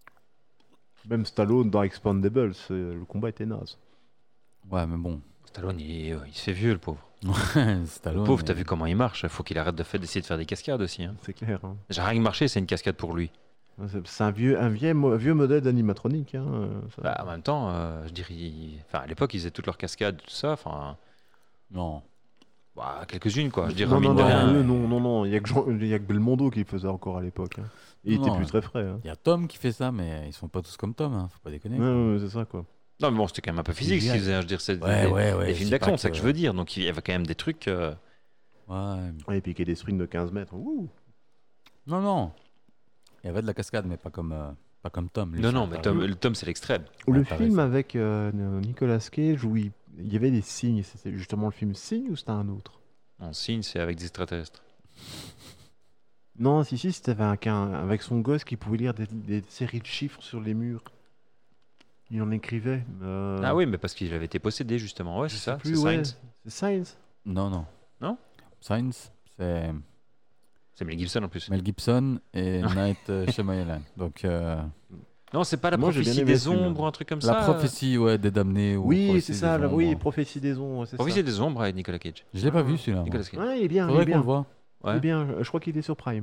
Même Stallone dans Expandables, le combat était naze. Ouais, mais bon. Stallone, il se fait vieux, le pauvre. Stallone. Le pauvre, t'as vu comment il marche? Faut qu'il arrête d'essayer de faire des cascades aussi. Hein. C'est clair. Hein. J'ai rien que marcher, c'est une cascade pour lui. C'est un vieux modèle d'animatronique. Hein, ça. Bah, en même temps, je dirais. Enfin, à l'époque, ils faisaient toutes leurs cascades, tout ça. Enfin, Non. quelques-unes, quoi. Je dirais, non, mine de rien. non. Il y a que Belmondo qui le faisait encore à l'époque. Hein. Et il était Non. plus très frais. Hein. Il y a Tom qui fait ça, mais ils sont pas tous comme Tom, hein. Faut pas déconner. Ouais, c'est ça quoi. Non, mais bon, c'était quand même un peu physique ce qu'ils faisaient. Je veux dire, c'est Ouais. des je films dis d'action, pas c'est ça que je veux dire. Donc, il y avait quand même des trucs. Ouais. Ouais, et puis qu'il y ait des sprints de 15 mètres. Ouh. Non. Il y avait de la cascade, mais pas comme Tom. Lui, Non, c'est non, un mais taré. le Tom, c'est l'extrême. Ou le Intéressant. film avec Nicolas Cage où il y avait des signes. C'était justement le film Signe ou c'était un autre? En signe, c'est avec des extraterrestres. Non, si, c'était avec son gosse qui pouvait lire des séries de chiffres sur les murs. Il en écrivait. Ah oui, mais parce qu'il avait été possédé, justement. Ouais, c'est ça. Plus, C'est ouais. Science. C'est Science. Non. Non Science, c'est C'est Mel Gibson en plus. Mel Gibson et Night Shyamalan. Donc, Non, c'est pas la Moi, j'ai bien prophétie aimé des ce film. ombres, un truc comme la ça. prophétie des damnés. Ou Oui, prophétie c'est ça. des ombres. Oui, Prophétie des ombres. C'est Prophétie ça. des ombres avec Nicolas Cage. Je l'ai pas vu celui-là. moi. Nicolas Cage. Ouais, il est bien. Faudrait Il est qu'on le bien. voit. Il Ouais. est bien. Je crois qu'il est sur Prime.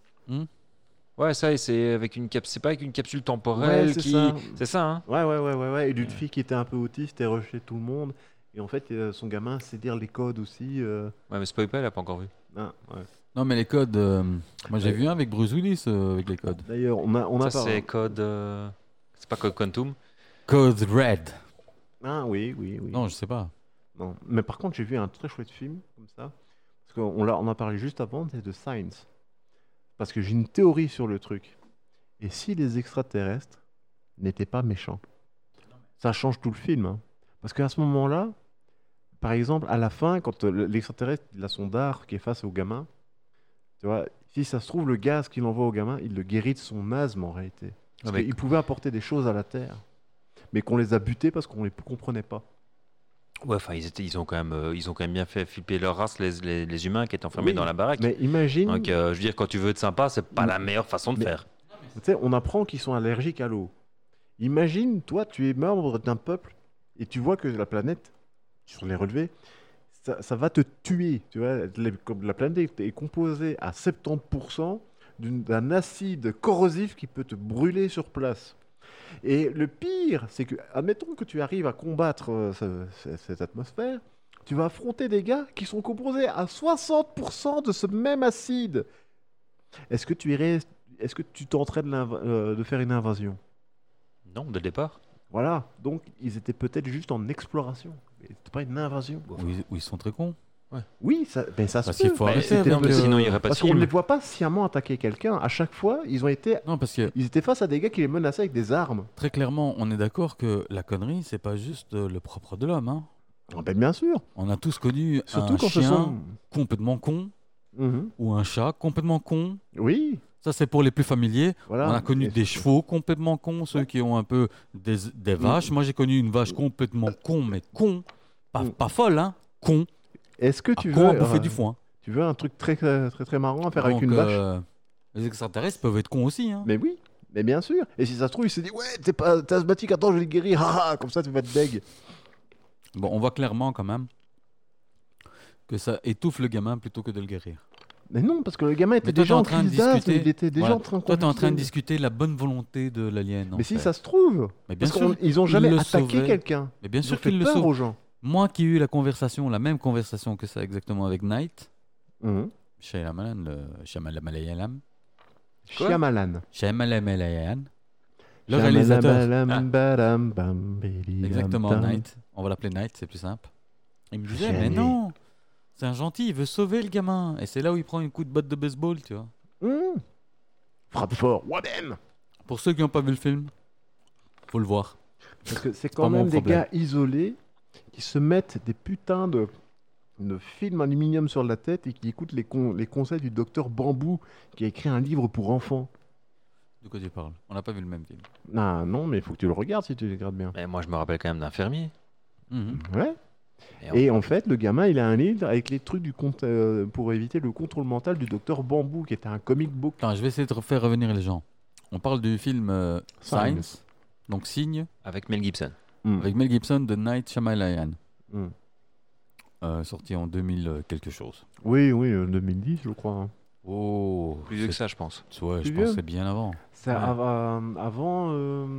Ouais, ça, et c'est avec une c'est pas avec une capsule temporelle Ouais, c'est qui. ça. C'est ça, hein. Ouais. Et d'une fille qui était un peu autiste et rejetait tout le monde. Et en fait, son gamin sait dire les codes aussi. Ouais, mais spoil pas, elle a pas encore vu. Ah, ouais. Non, mais les codes. Moi, j'ai vu un avec Bruce Willis avec les codes. D'ailleurs, on a Ça, pas. c'est code. C'est pas code Quantum. Code Red. Ah oui. Non, je sais pas. Non. Mais par contre, j'ai vu un très chouette film comme ça. Parce on a parlé juste avant, c'est de Science. Parce que j'ai une théorie sur le truc. Et si les extraterrestres n'étaient pas méchants? Ça change tout le film. Hein. Parce qu'à ce moment-là, par exemple, à la fin, quand l'extraterrestre il a son dard qui est face au gamin, tu vois, si ça se trouve, le gaz qu'il envoie au gamin, il le guérit de son asthme en réalité. Parce qu'il pouvait apporter des choses à la Terre. Mais qu'on les a butés parce qu'on ne les comprenait pas. Ouais, enfin, ils ont quand même bien fait flipper leur race, les humains qui étaient enfermés dans la baraque. Mais imagine. Donc, je veux dire, quand tu veux être sympa, c'est pas la meilleure façon de faire. Tu sais, on apprend qu'ils sont allergiques à l'eau. Imagine, toi, tu es membre d'un peuple et tu vois que la planète, sur les relevés, ça va te tuer. Tu vois, la planète est composée à 70% d'un acide corrosif qui peut te brûler sur place. Et le pire, c'est que, admettons que tu arrives à combattre cette atmosphère, tu vas affronter des gars qui sont composés à 60% de ce même acide. Est-ce que tu tenterais de faire une invasion? Non, dès le départ. Voilà, donc ils étaient peut-être juste en exploration. C'était pas une invasion. Ou ils sont très cons. Ouais. Oui, ça se qu'il peut. faut arrêter sinon il n'y aurait pas de parce film. qu'on ne les voit pas sciemment attaquer quelqu'un. À chaque fois, ils étaient face à des gars qui les menaçaient avec des armes. Très clairement, on est d'accord que la connerie, c'est pas juste le propre de l'homme. Hein. Ah ben, bien sûr. On a tous connu Surtout un quand chien complètement con ou un chat complètement con. Oui. Ça, c'est pour les plus familiers. Voilà. On a connu des chevaux complètement cons, ceux qui ont un peu des vaches. Moi, j'ai connu une vache complètement con, mais con. Pas folle, hein. Con. Est-ce que tu con à veux bouffer du foin. Tu veux un truc très, très, très marrant à faire avec une vache? Les extraterrestres peuvent être cons aussi. Hein. Mais oui, mais bien sûr. Et si ça se trouve, il se dit, ouais, t'es asthmatique, attends, je vais le guérir. Comme ça, tu vas te deg. Bon, on voit clairement quand même que ça étouffe le gamin plutôt que de le guérir. Mais non, parce que le gamin était déjà en crise d'asthme, il était déjà en train de... Toi, tu es en train de discuter la bonne volonté de l'alien. Mais si ça se trouve, mais bien parce sûr, qu'ils n'ont jamais attaqué quelqu'un. Mais bien sûr qu'ils le sauvent aux gens. Moi qui ai eu la même conversation que ça exactement avec Knight, Shyamalan, le réalisateur. Exactement, Knight. On va l'appeler Knight, c'est plus simple. Il me disait, mais non, c'est un gentil, il veut sauver le gamin. Et c'est là où il prend un coup de botte de baseball, tu vois. Frappe fort, Wadem. Pour ceux qui n'ont pas vu le film, faut le voir. Parce que c'est quand même des gars isolés qui se mettent des putains de films aluminium sur la tête et qui écoutent les conseils du docteur Bambou qui a écrit un livre pour enfants. De quoi tu parles? On n'a pas vu le même film. Non, mais il faut que tu le regardes si tu le regardes bien. Mais moi, je me rappelle quand même d'un fermier. Ouais. Et en fait, le gamin, il a un livre avec les trucs pour éviter le contrôle mental du docteur Bambou, qui était un comic book. Attends, je vais essayer de faire revenir les gens. On parle du film Signs, donc Signe. Avec Mel Gibson. Avec Mel Gibson de Night Shyamalan. Sorti en 2000 quelque chose. Oui, 2010, je crois. Hein. Oh, plus vieux que ça, je pense. Ouais, je pense que c'est bien avant. C'est avant...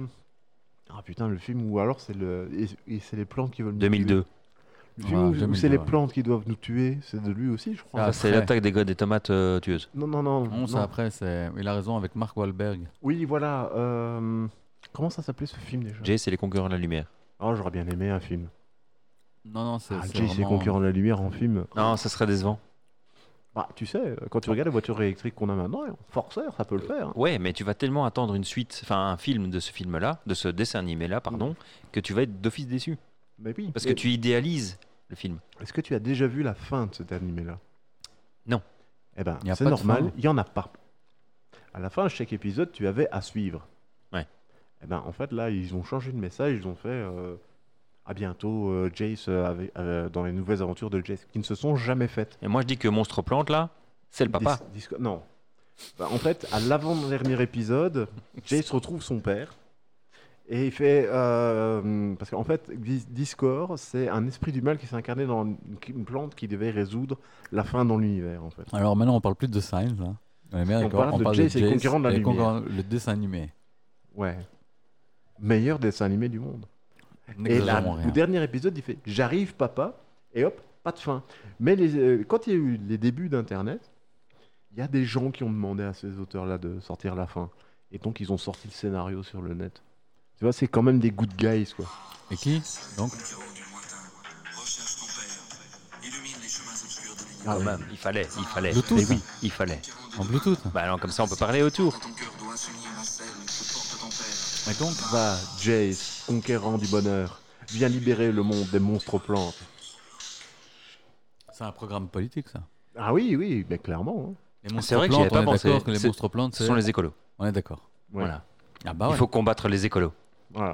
Ah putain, le film où alors c'est les plantes qui veulent nous 2002. tuer. Le film où c'est les plantes qui doivent nous tuer, c'est de lui aussi, je crois. C'est l'attaque des tomates tueuses. Non. C'est après, il a raison avec Mark Wahlberg. Oui, voilà. Comment ça s'appelait ce film déjà? Jay, c'est les concurrents de la lumière. Oh, j'aurais bien aimé un film. Non, c'est Jay, c'est les concurrents de la lumière en film. Non, ça serait décevant. Bah, tu sais, quand tu regardes les voitures électriques qu'on a maintenant, forceur, ça peut le faire. Hein. Ouais, mais tu vas tellement attendre une suite, enfin un film de ce film-là, de ce dessin animé-là, pardon, que tu vas être d'office déçu. Mais oui. Parce que tu idéalises le film. Est-ce que tu as déjà vu la fin de cet animé-là? Non. Eh ben, c'est normal, il n'y en a pas. À la fin de chaque épisode, tu avais à suivre. Ouais. Eh ben, en fait, là, ils ont changé de message, ils ont fait... À bientôt, Jace, dans les nouvelles aventures de Jace, qui ne se sont jamais faites. Et moi, je dis que Monstre Plante, là, c'est le papa. Non. Bah, en fait, à l'avant-dernier épisode, Jace retrouve son père. Et il fait... parce qu'en fait, Discord, c'est un esprit du mal qui s'est incarné dans une plante qui devait résoudre la fin dans l'univers, en fait. Alors maintenant, on parle plus de Signs, là. On parle de Jace et les concurrents de la lumière. Le dessin animé. Ouais. Meilleur dessin animé du monde. Et le dernier épisode, il fait « J'arrive, papa », et hop, pas de fin. Mais quand il y a eu les débuts d'Internet, il y a des gens qui ont demandé à ces auteurs-là de sortir la fin. Et donc, ils ont sorti le scénario sur le net. Tu vois, c'est quand même des good guys, quoi. Et qui, donc? Quand même, il fallait. Bluetooth. Mais oui, il fallait. En Bluetooth. Bah alors comme ça on peut parler autour. Et donc, va, Jace, conquérant du bonheur, viens libérer le monde des monstres plantes. C'est un programme politique, ça. Ah oui, mais clairement. Hein. Les monstres C'est vrai que j'y plantes, avais pas on est pensé. d'accord que les monstres plantes, Ce sont les écolos. On est d'accord. Ouais. Voilà. Ah bah ouais. Il faut combattre les écolos. Voilà.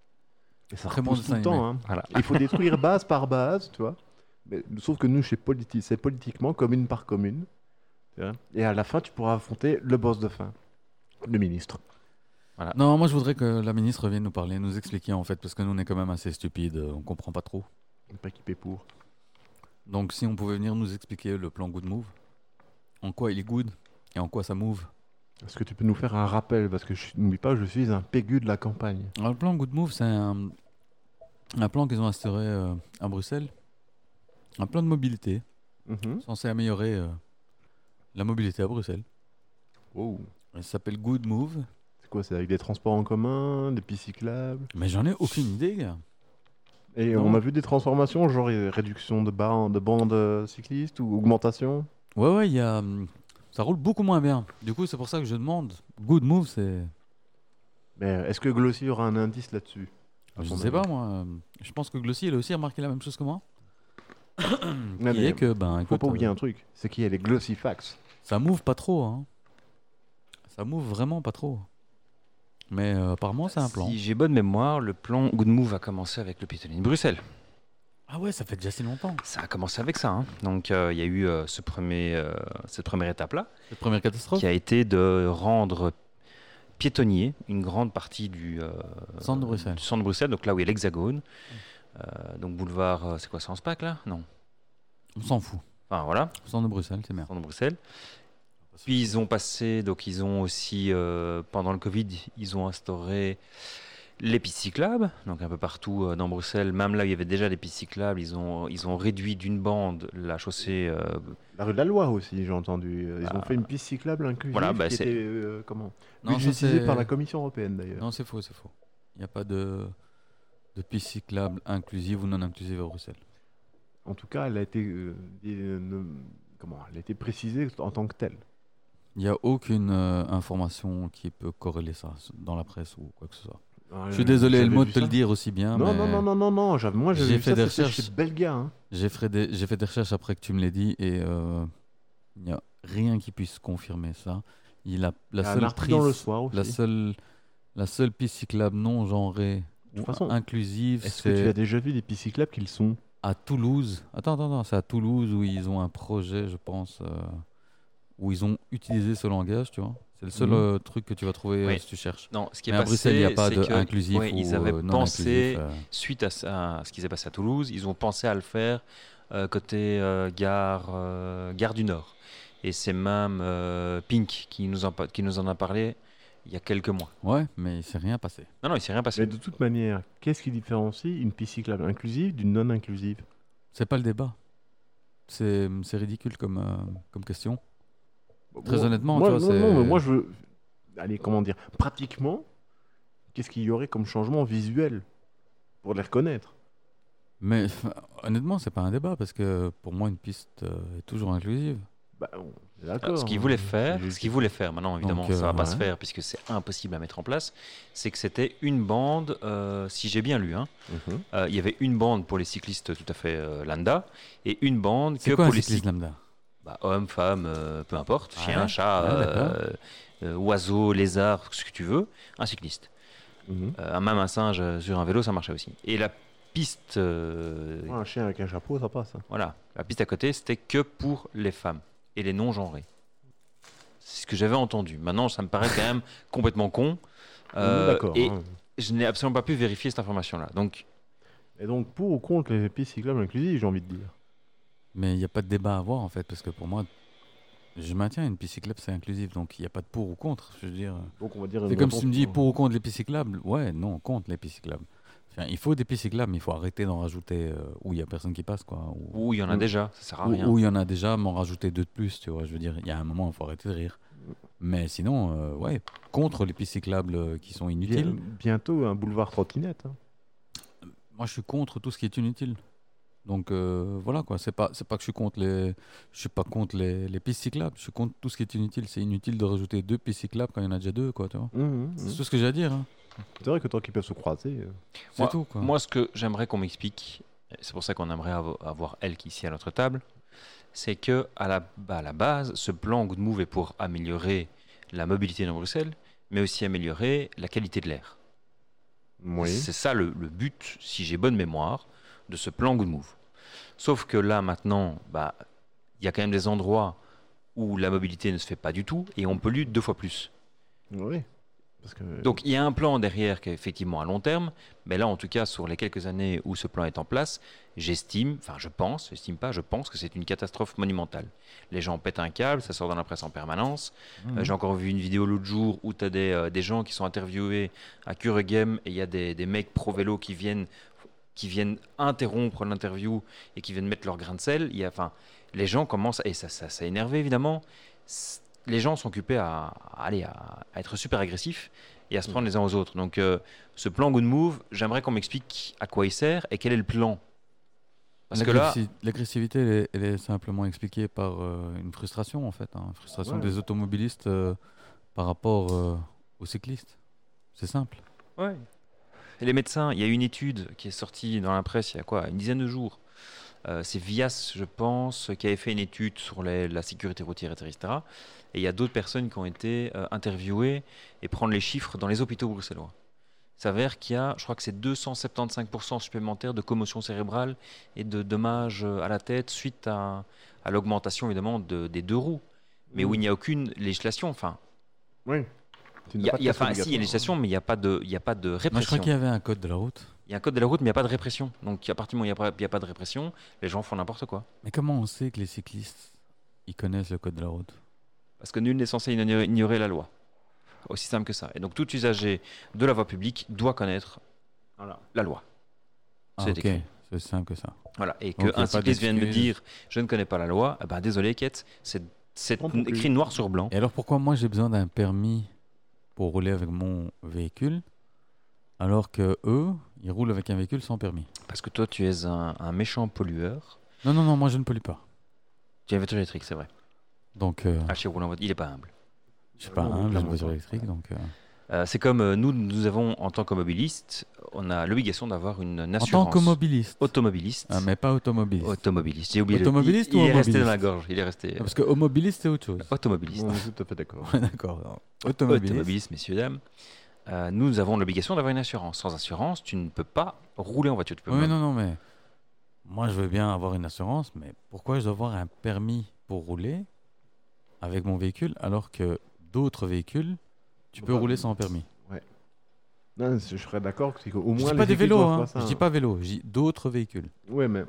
Et ça Très bon repousse tout dessin le temps. Hein. Voilà. Il faut détruire base par base, tu vois. Mais, sauf que nous, c'est politiquement, commune par commune. Tu vois. Et à la fin, tu pourras affronter le boss de fin, le ministre. Voilà. Non, moi je voudrais que la ministre vienne nous parler, nous expliquer en fait, parce que nous on est quand même assez stupides, on comprend pas trop. On n'est pas équipé pour. Donc si on pouvait venir nous expliquer le plan Good Move, en quoi il est good et en quoi ça move. Est-ce que tu peux nous faire un rappel? Parce que n'oublie pas, je suis un pégu de la campagne. Alors, le plan Good Move, c'est un plan qu'ils ont instauré à Bruxelles, un plan de mobilité Mhm. censé améliorer la mobilité à Bruxelles. Oh. Il s'appelle Good Move, C'est quoi? C'est avec des transports en commun, des pistes cyclables? mais j'en ai aucune idée, gars. Et Non. on a vu des transformations, genre réduction de bandes cyclistes ou augmentation? Ouais, il y a, ça roule beaucoup moins bien. Du coup, c'est pour ça que je demande. Good Move, c'est. Mais est-ce que Glossy aura un indice là-dessus? à Je ton ne sais avis? pas, moi. Je pense que Glossy, il a aussi remarqué la même chose que moi. Non, Qui mais est que, ben, faut écoute, pas oublier un truc, c'est qu'il y a les Glossy Facts. ça move pas trop, hein. Ça move vraiment pas trop. Mais apparemment, c'est un plan. Si j'ai bonne mémoire, le plan Good Move a commencé avec le piétonnier de Bruxelles. Ah ouais, ça fait déjà si longtemps. Ça a commencé avec ça. Hein. Donc il y a eu cette première étape-là, Cette première catastrophe. qui a été de rendre piétonnier une grande partie du Centre de Bruxelles. du centre de Bruxelles, donc là où il y a l'Hexagone. Donc boulevard, c'est quoi, Sanspach là? Non. On s'en fout. Enfin voilà, Centre de Bruxelles, c'est bien. centre de Bruxelles. Puis ils ont passé, donc ils ont aussi, pendant le Covid, ils ont instauré les pistes cyclables, donc un peu partout dans Bruxelles, même là où il y avait déjà des pistes cyclables, ils ont réduit d'une bande la chaussée. La rue de la Loi aussi, j'ai entendu. Ils ont fait une piste cyclable inclusive Voilà, bah, qui c'est- était comment Non, ça, budgétisée c'est- par la Commission européenne d'ailleurs. Non, c'est faux, c'est faux. Il n'y a pas de piste cyclable inclusive ou non inclusive à Bruxelles. En tout cas, elle a été elle a été précisée en tant que telle. Il n'y a aucune information qui peut corréler ça dans la presse ou quoi que ce soit. Ah, Je suis désolé, j'avais le mot vu de te le ça. dire aussi bien. Non, mais non. Moi, j'avais J'ai vu fait ça, des c'était recherches. chez Belga. Hein. j'ai fait des recherches après que tu me l'aies dit et il n'y a rien qui puisse confirmer ça. La Il y a un seule article dans le prise, soir aussi. la seule piste cyclable non genrée De toute ou façon, inclusive, Est-ce que tu as c'est déjà vu des pistes cyclables qui le sont? à Toulouse. Attends, c'est à Toulouse où ils ont un projet, je pense, où ils ont utilisé ce langage, tu vois. C'est le seul Mhm. truc que tu vas trouver Oui. si tu cherches. Non, ce qui est Mais à passé, Bruxelles, il n'y a pas c'est de que, inclusif ouais, ou ils avaient non pensé, inclusif. suite à ce qui s'est passé à Toulouse, ils ont pensé à le faire côté gare du Nord. Et c'est même Pink qui nous en a parlé il y a quelques mois. Ouais, mais il s'est rien passé. Non, il s'est rien passé. Mais de toute manière, qu'est-ce qui différencie une piste cyclable inclusive d'une non inclusive? C'est pas le débat. C'est ridicule comme question. Très Moi- honnêtement, moi, tu vois, non, c'est- mais moi je veux. Allez, comment dire? Pratiquement, qu'est-ce qu'il y aurait comme changement visuel pour les reconnaître? Mais honnêtement, c'est pas un débat parce que pour moi, une piste est toujours inclusive. Bah, on est d'accord. Ce qu'ils hein. voulaient C'est faire, juste- maintenant évidemment Donc, ça va pas se ouais. faire puisque c'est impossible à mettre en place, c'est que c'était une bande, si j'ai bien lu, hein, Mhm. il y avait une bande pour les cyclistes tout à fait lambda et une bande C'est que quoi un pour les cycliste lambda? hommes, femmes, peu importe, Ouais, chien, chat, ouais, d'accord. oiseau, lézard, ce que tu veux, un cycliste. Mhm. Même un singe sur un vélo, ça marchait aussi. Et la piste, Un chien avec un chapeau, ça passe. Hein. voilà, la piste à côté, c'était que pour les femmes et les non-genrés. C'est ce que j'avais entendu. Maintenant, ça me paraît quand même complètement con. On est d'accord. Et hein. je n'ai absolument pas pu vérifier cette information-là. Donc, Et donc, pour ou contre les pistes cyclables inclusives, j'ai envie de dire. Mais il n'y a pas de débat à avoir en fait, parce que pour moi, je maintiens une piste cyclable, c'est inclusif, donc il n'y a pas de pour ou contre. Je veux dire, Donc, on va dire. c'est une comme si tu me dis réponse pour ou contre les pistes cyclables. Ouais, non, contre les pistes cyclables. Enfin, il faut des pistes cyclables, mais il faut arrêter d'en rajouter où il n'y a personne qui passe, quoi. où il y en a Mm. déjà, ça sert à rien. Où il y en a déjà, m'en rajouter deux de plus, tu vois. Je veux dire, il y a un moment, il faut arrêter de rire. Mais sinon, ouais, contre les pistes cyclables qui sont inutiles. Bientôt un boulevard trottinette. Hein. Moi, je suis contre tout ce qui est inutile. Donc voilà quoi, c'est pas que je suis pas contre les pistes cyclables, je suis contre tout ce qui est inutile. C'est inutile de rajouter 2 pistes cyclables quand il y en a déjà 2, quoi, tu vois. C'est tout ce que j'ai à dire. Hein. C'est vrai que tant qu'ils peuvent se croiser. C'est tout quoi. Moi, ce que j'aimerais qu'on m'explique, c'est pour ça qu'on aimerait avoir elle qui ici à notre table, c'est que à la base, ce plan Good Move est pour améliorer la mobilité dans Bruxelles, mais aussi améliorer la qualité de l'air. Oui. C'est ça le but, si j'ai bonne mémoire, de ce plan Good Move. Sauf que là, maintenant, il y a quand même des endroits où la mobilité ne se fait pas du tout et on pollue 2 fois plus. Oui. Parce que... Donc il y a un plan derrière qui est effectivement à long terme, mais là, en tout cas, sur les quelques années où ce plan est en place, je pense que c'est une catastrophe monumentale. Les gens pètent un câble, ça sort dans la presse en permanence. J'ai encore vu une vidéo l'autre jour où tu as des gens qui sont interviewés à Kuregem et il y a des mecs pro vélo qui viennent interrompre l'interview et qui viennent mettre leur grain de sel. Les gens commencent, et ça a énervé évidemment, les gens sont occupés à être super agressifs et à se prendre les uns aux autres. Donc ce plan Good Move, j'aimerais qu'on m'explique à quoi il sert et quel est le plan. Parce que là, l'agressivité, elle est simplement expliquée par une frustration en fait, une frustration des automobilistes par rapport aux cyclistes. C'est simple. Ouais. Et les médecins, il y a une étude qui est sortie dans la presse il y a une dizaine de jours. C'est Vias, je pense, qui avait fait une étude sur la sécurité routière, etc. Et il y a d'autres personnes qui ont été interviewées et prendre les chiffres dans les hôpitaux bruxellois. Il s'avère qu'il y a, je crois que c'est 275% supplémentaires de commotion cérébrale et de dommages à la tête suite à l'augmentation évidemment des 2 roues. Mais où il n'y a aucune législation. Oui. Il y a une législation, mais il n'y a pas de répression. Moi, je crois qu'il y avait un code de la route. Il y a un code de la route, mais il n'y a pas de répression. Donc, à partir du moment où il n'y a pas de répression, les gens font n'importe quoi. Mais comment on sait que les cyclistes, ils connaissent le code de la route? Parce que nul n'est censé ignorer la loi. Aussi simple que ça. Et donc, tout usager de la voie publique doit connaître la loi. C'est écrit. C'est simple que ça. Voilà. Et qu'un cycliste vienne me dire « je ne connais pas la loi », désolé, Kate, c'est écrit noir sur blanc. Et alors, pourquoi moi, j'ai besoin d'un permis pour rouler avec mon véhicule, alors que eux, ils roulent avec un véhicule sans permis? Parce que toi, tu es un méchant pollueur. Non, moi je ne pollue pas. Tu as une voiture électrique, c'est vrai. Donc, chez Roulant, il n'est pas humble. Je ne suis pas humble, j'ai une voiture électrique, donc... c'est comme nous avons, en tant qu'automobiliste, on a l'obligation d'avoir une assurance. En tant qu'automobiliste. Automobiliste. Ah, mais pas automobiliste. Automobiliste. J'ai oublié automobiliste il ou est automobiliste? resté dans la gorge. Il est resté. Parce que automobiliste, c'est autre chose. Automobiliste. On est tout à fait d'accord. D'accord. Automobiliste, messieurs, dames. Nous avons l'obligation d'avoir une assurance. Sans assurance, tu ne peux pas rouler en voiture. Non, mais moi, je veux bien avoir une assurance, mais pourquoi je dois avoir un permis pour rouler avec mon véhicule, alors que d'autres véhicules, tu peux rouler sans permis? Ouais. Non, je serais d'accord qu'au moins... Je dis pas des vélos, hein. Je dis pas vélo, je dis d'autres véhicules. Ouais, mais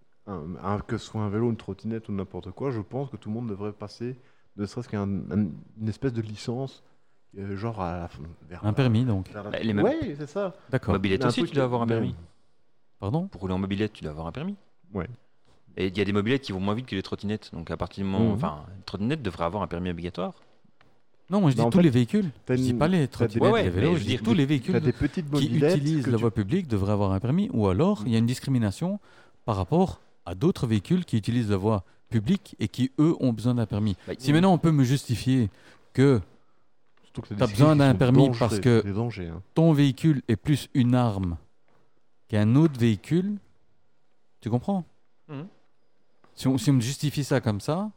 que ce soit un vélo, une trottinette ou n'importe quoi, je pense que tout le monde devrait passer, ne serait-ce qu'une espèce de licence, genre un permis, donc. Oui, c'est ça. D'accord. Mobilette aussi, tu dois avoir un permis. Pardon? Pour rouler en mobilette, tu dois avoir un permis. Ouais. Et il y a des mobilettes qui vont moins vite que les trottinettes. Donc à partir du moment... Enfin, une trottinette devrait avoir un permis obligatoire. Non, moi je dis tous les véhicules. Je dis pas les trottinettes, les vélos. Je dis tous les véhicules qui utilisent la voie publique devraient avoir un permis. Ou alors, il y a une discrimination par rapport à d'autres véhicules qui utilisent la voie publique et qui, eux, ont besoin d'un permis. Si maintenant on peut me justifier que tu as besoin d'un permis parce que ton véhicule est plus une arme qu'un autre véhicule, tu comprends? Si on me justifie ça comme ça,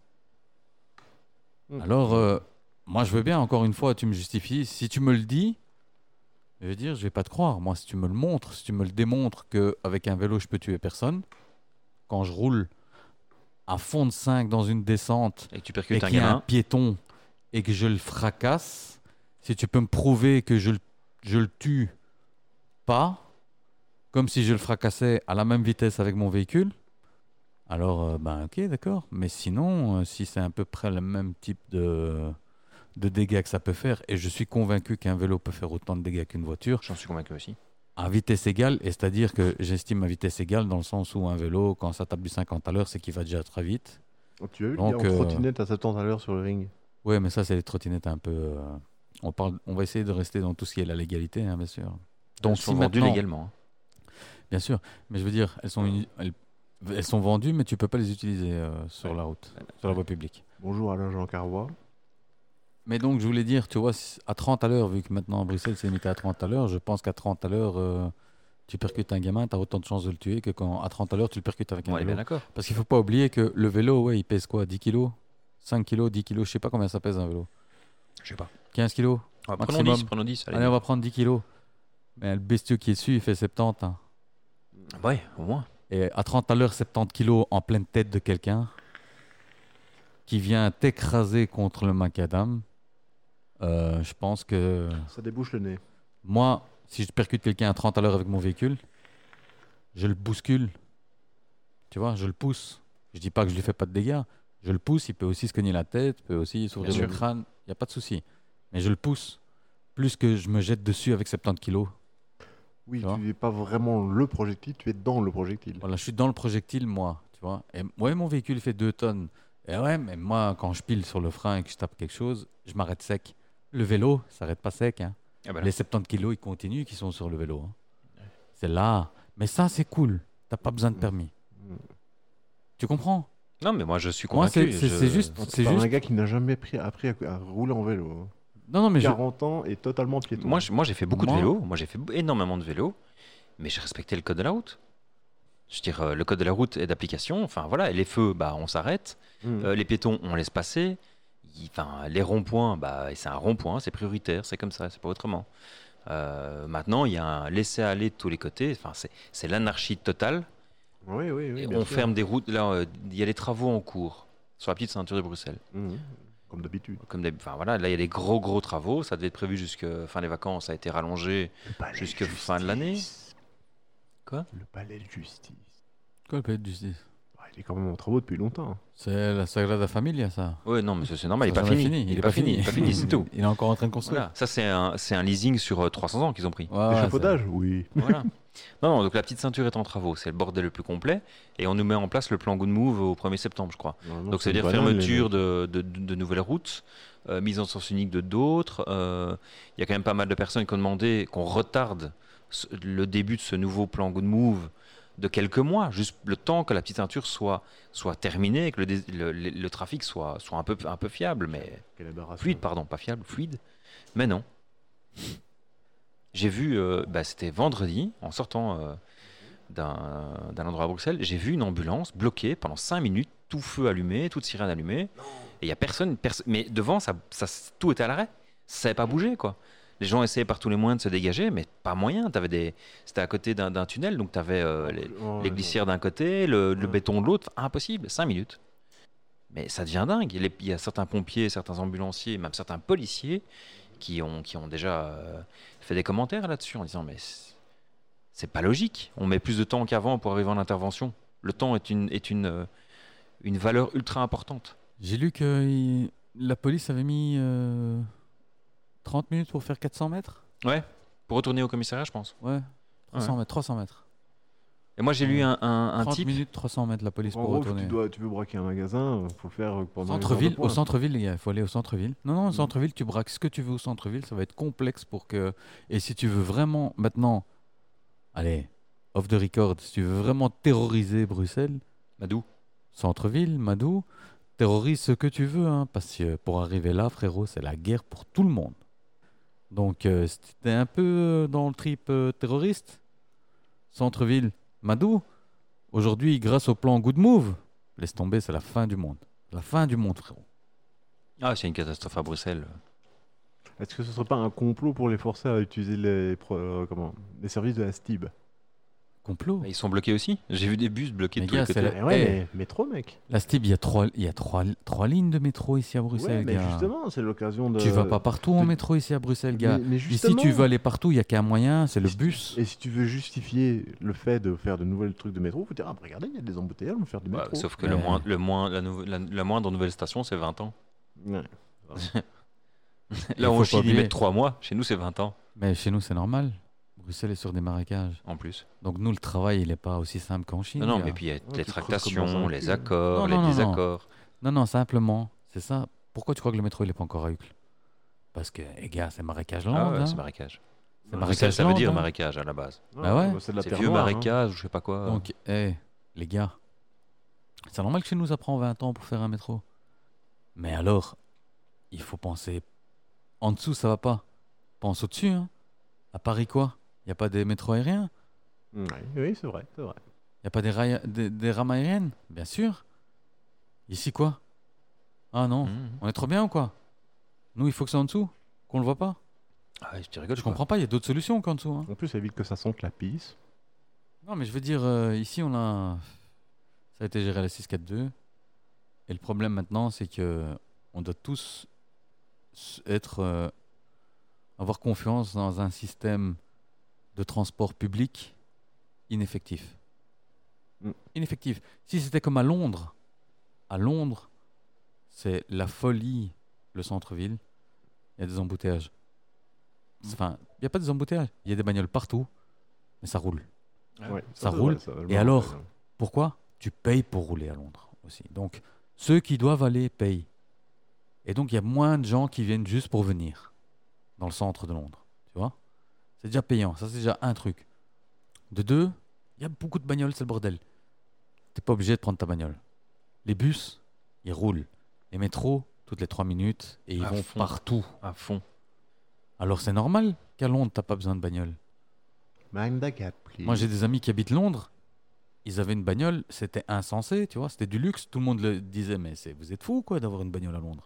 alors moi je veux bien, encore une fois, tu me justifies. Si tu me le dis, je veux dire, je vais pas te croire. Moi, si tu me le montres, si tu me le démontres qu'avec un vélo je peux tuer personne, quand je roule à fond de 5 dans une descente et que tu percutes qu'il y a un piéton et que je le fracasse, si tu peux me prouver que je le tue pas, comme si je le fracassais à la même vitesse avec mon véhicule, alors ok, d'accord. Mais sinon, si c'est à peu près le même type de dégâts que ça peut faire, et je suis convaincu qu'un vélo peut faire autant de dégâts qu'une voiture. J'en suis convaincu aussi. À vitesse égale, et c'est-à-dire que j'estime à vitesse égale dans le sens où un vélo, quand ça tape du 50 à l'heure, c'est qu'il va déjà très vite. Tu as vu une trottinette à 70 à l'heure sur le ring? Oui, mais ça, c'est les trottinettes un peu... On va essayer de rester dans tout ce qui est la légalité, hein, bien sûr. Donc, elles sont vendues légalement. Bien sûr, mais je veux dire, elles Elles sont vendues, mais tu peux pas les utiliser sur la route, sur la voie publique. Bonjour Alain Jean Carrois. Mais donc, je voulais dire, tu vois, à 30 à l'heure, vu que maintenant à Bruxelles, c'est limité à 30 à l'heure, je pense qu'à 30 à l'heure, tu percutes un gamin, tu as autant de chances de le tuer que quand à 30 à l'heure, tu le percutes avec un vélo. Bien d'accord. Parce qu'il faut pas oublier que le vélo, ouais, il pèse quoi? 10 kilos? 5 kilos, 10 kilos, je sais pas combien ça pèse un vélo. Je sais pas. 15 kilos? Prenons 10. Allez, on va prendre 10 kilos. Mais le bestiau qui est dessus, il fait 70. Hein. Ouais, au moins. Et à 30 à l'heure, 70 kilos en pleine tête de quelqu'un qui vient t'écraser contre le macadam, je pense que... Ça débouche le nez. Moi, si je percute quelqu'un à 30 à l'heure avec mon véhicule, je le bouscule. Tu vois, je le pousse. Je dis pas que je lui fais pas de dégâts. Je le pousse, il peut aussi se cogner la tête, il peut aussi s'ouvrir le crâne. Il n'y a pas de souci. Mais je le pousse. Plus que je me jette dessus avec 70 kilos. Oui, tu n'es pas vraiment le projectile, tu es dans le projectile. Voilà, je suis dans le projectile, moi. Tu vois. Et ouais, mon véhicule fait 2 tonnes. Et ouais, mais moi, quand je pile sur le frein et que je tape quelque chose, je m'arrête sec. Le vélo, ça s'arrête pas sec. Hein. Ah ben les 70 kilos, ils continuent, qui sont sur le vélo. Hein. Ouais. C'est là. Mais ça, c'est cool. T'as pas besoin de permis. Tu comprends? Non, mais moi, je suis convaincu. Moi, c'est juste... C'est juste un gars qui n'a jamais appris à rouler en vélo. Hein. Non, mais 40 ans et totalement piéton. Moi, j'ai fait beaucoup de vélo. Moi, j'ai fait énormément de vélo. Mais j'ai respecté le code de la route. Je veux dire, le code de la route est d'application. Enfin, voilà. Et les feux, on s'arrête. Les piétons, on laisse passer. Les ronds-points, c'est un rond-point. C'est prioritaire. C'est comme ça. C'est pas autrement. Maintenant, il y a un laisser-aller de tous les côtés. Enfin, c'est l'anarchie totale. Oui. On ferme des routes. Là, il y a des travaux en cours sur la petite ceinture de Bruxelles. Comme d'habitude. Voilà, là, il y a des gros travaux. Ça devait être prévu jusqu'à fin des vacances. Ça a été rallongé jusqu'à fin de l'année. Quoi? Le palais de justice. Quoi, le palais de justice? Il est quand même en travaux depuis longtemps. C'est la Sagrada Familia, ça. Oui, non, mais c'est normal. Il n'est pas fini. Il n'est pas fini, c'est tout. Il est encore en train de construire. Voilà. Ça, c'est un leasing sur 300 ans qu'ils ont pris. L'échafaudage, oui. Voilà. Non, donc la petite ceinture est en travaux, c'est le bordel le plus complet, et on nous met en place le plan Good Move au 1er septembre, je crois. Donc ça veut dire fermeture de nouvelles routes, mise en sens unique de d'autres. Il y a quand même pas mal de personnes qui ont demandé qu'on retarde le début de ce nouveau plan Good Move de quelques mois, juste le temps que la petite ceinture soit terminée, que le trafic soit un peu fiable, mais fluide, pardon, pas fiable, fluide. Mais non. J'ai vu, c'était vendredi, en sortant d'un endroit à Bruxelles, j'ai vu une ambulance bloquée pendant 5 minutes, tout feu allumé, toute sirène allumée, et il n'y a personne, mais devant, ça, tout était à l'arrêt, ça n'avait pas bougé, quoi. Les gens essayaient par tous les moyens de se dégager, mais pas moyen. C'était à côté d'un tunnel, donc tu avais les glissières d'un côté, le béton de l'autre, impossible, 5 minutes. Mais ça devient dingue. Il y a certains pompiers, certains ambulanciers, même certains policiers qui ont déjà fait des commentaires là-dessus en disant mais c'est pas logique. On met plus de temps qu'avant pour arriver en intervention. Le temps est une valeur ultra importante. J'ai lu que la police avait mis 30 minutes pour faire 400 mètres. Ouais, pour retourner au commissariat, je pense. Ouais, 300 mètres. Et moi, j'ai lu un 30 type... minutes, 300 mètres, la police pour retourner. Tu veux braquer un magasin, il faut le faire pendant centre-ville, au centre-ville, les gars, il faut aller au centre-ville. Non, au centre-ville, tu braques ce que tu veux au centre-ville, ça va être complexe pour que... Et si tu veux vraiment, maintenant, allez, off the record, si tu veux vraiment terroriser Bruxelles... Madou. Centre-ville, Madou, terrorise ce que tu veux, hein, parce que pour arriver là, frérot, c'est la guerre pour tout le monde. Donc, si tu es un peu dans le trip terroriste, centre-ville, Madou, aujourd'hui, grâce au plan Good Move, laisse tomber, c'est la fin du monde. La fin du monde, frérot. Ah, c'est une catastrophe à Bruxelles. Est-ce que ce ne serait pas un complot pour les forcer à utiliser les services de la STIB? Complot. Ils sont bloqués aussi. J'ai vu des bus bloqués de tous les côtés. Mais métro, mec. La STIB, il y a trois lignes de métro ici à Bruxelles, mais justement, c'est l'occasion de... Tu vas pas partout en métro ici à Bruxelles, gars. Mais ici, tu veux aller partout, il n'y a qu'un moyen, c'est le bus. Et si tu veux justifier le fait de faire de nouvelles trucs de métro, il faut dire, regardez, il y a des embouteillages, on va faire du métro. Sauf que la moindre nouvelle station, c'est 20 ans. Ouais. Là, on chie d'y mettre 3 mois. Chez nous, c'est 20 ans. Mais chez nous, c'est normal. Bruxelles est sur des marécages. En plus. Donc nous, le travail, il n'est pas aussi simple qu'en Chine. Non, mais puis il y a les tractations, les accords, les désaccords. Non, simplement, c'est ça. Pourquoi tu crois que le métro, il n'est pas encore à Uccle? Parce que, les gars, c'est marécage land. Ah ouais, c'est marécage. Ça veut dire marécage à la base. Bah ouais. C'est vieux marécage ou je sais pas quoi. Donc, les gars, C'est normal que chez nous, ça prend 20 ans pour faire un métro. Mais alors, il faut penser... En dessous, ça va pas. Pense au-dessus, hein. À Paris, quoi? Il n'y a pas des métros aériens? Oui, c'est vrai, c'est vrai. Il n'y a pas des rames aériennes? Bien sûr. Ici, quoi? Ah non, on est trop bien ou quoi? Nous, il faut que c'est en dessous? Qu'on le voit pas? Ah, tu rigoles, Je comprends pas, il y a d'autres solutions qu'en dessous. Hein. En plus, ça évite que ça sente la pisse. Non, mais je veux dire, ici, on a... Ça a été géré à la 642. Et le problème maintenant, c'est que on doit tous être... avoir confiance dans un système de transport public ineffectif. Ineffectif. Si c'était comme à Londres, c'est la folie, le centre-ville. Il y a des embouteillages. Enfin, il n'y a pas des embouteillages. Il y a des bagnoles partout, mais ça roule. Ouais, ça roule. Et alors, pourquoi? Tu payes pour rouler à Londres aussi. Donc, ceux qui doivent aller payent. Et donc, il y a moins de gens qui viennent juste pour venir dans le centre de Londres. Tu vois? C'est déjà payant. Ça, c'est déjà un truc. De deux, il y a beaucoup de bagnoles, c'est le bordel. Tu n'es pas obligé de prendre ta bagnole. Les bus, ils roulent. Les métros, toutes les 3 minutes, et ils vont partout. À fond. Alors, c'est normal qu'à Londres, tu n'as pas besoin de bagnole. Mind the gap, please. Moi, j'ai des amis qui habitent Londres. Ils avaient une bagnole, c'était insensé, tu vois, c'était du luxe. Tout le monde le disait, mais vous êtes fous, quoi, d'avoir une bagnole à Londres.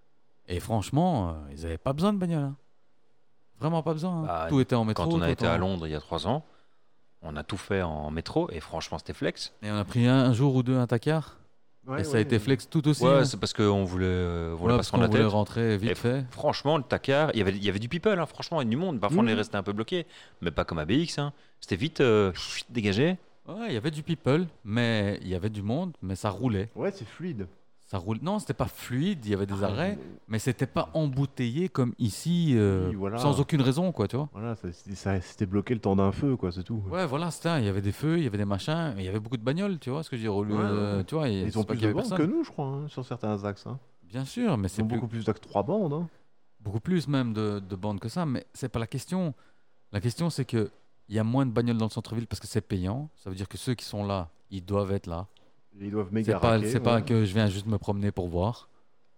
Et franchement, ils n'avaient pas besoin de bagnole. Hein. Vraiment pas besoin. Hein. Bah, tout était en métro. Quand on a été à Londres il y a 3 ans, on a tout fait en métro et franchement, c'était flex. Et on a pris un jour ou deux un tacard. Et ça a été flex tout aussi. Ouais, hein. c'est parce qu'on voulait pas se prendre la tête. On voulait rentrer vite fait. Franchement, le tacard, il y avait du people, hein, franchement, et du monde. Parfois, on est resté un peu bloqué, mais pas comme à BX. Hein. C'était vite dégagé. Ouais, il y avait du people, mais il y avait du monde, mais ça roulait. Ouais, c'est fluide. Ça roule. Non, c'était pas fluide, il y avait des arrêts, mais c'était pas embouteillé comme ici, voilà. sans aucune raison, quoi, tu vois. Voilà, c'était bloqué le temps d'un feu, quoi, c'est tout. Ouais, voilà, c'était. Il y avait des feux, il y avait des machins, il y avait beaucoup de bagnoles, tu vois ce que je veux dire. Au lieu, tu vois, ils ont plus de bandes que nous, je crois, hein, sur certains axes. Hein. Bien sûr, mais c'est beaucoup plus d'axes 3 bandes. Hein. Beaucoup plus même de bandes que ça, mais c'est pas la question. La question, c'est que il y a moins de bagnoles dans le centre-ville parce que c'est payant. Ça veut dire que ceux qui sont là, ils doivent être là. Ils doivent méga raquer. C'est pas que je viens juste me promener pour voir.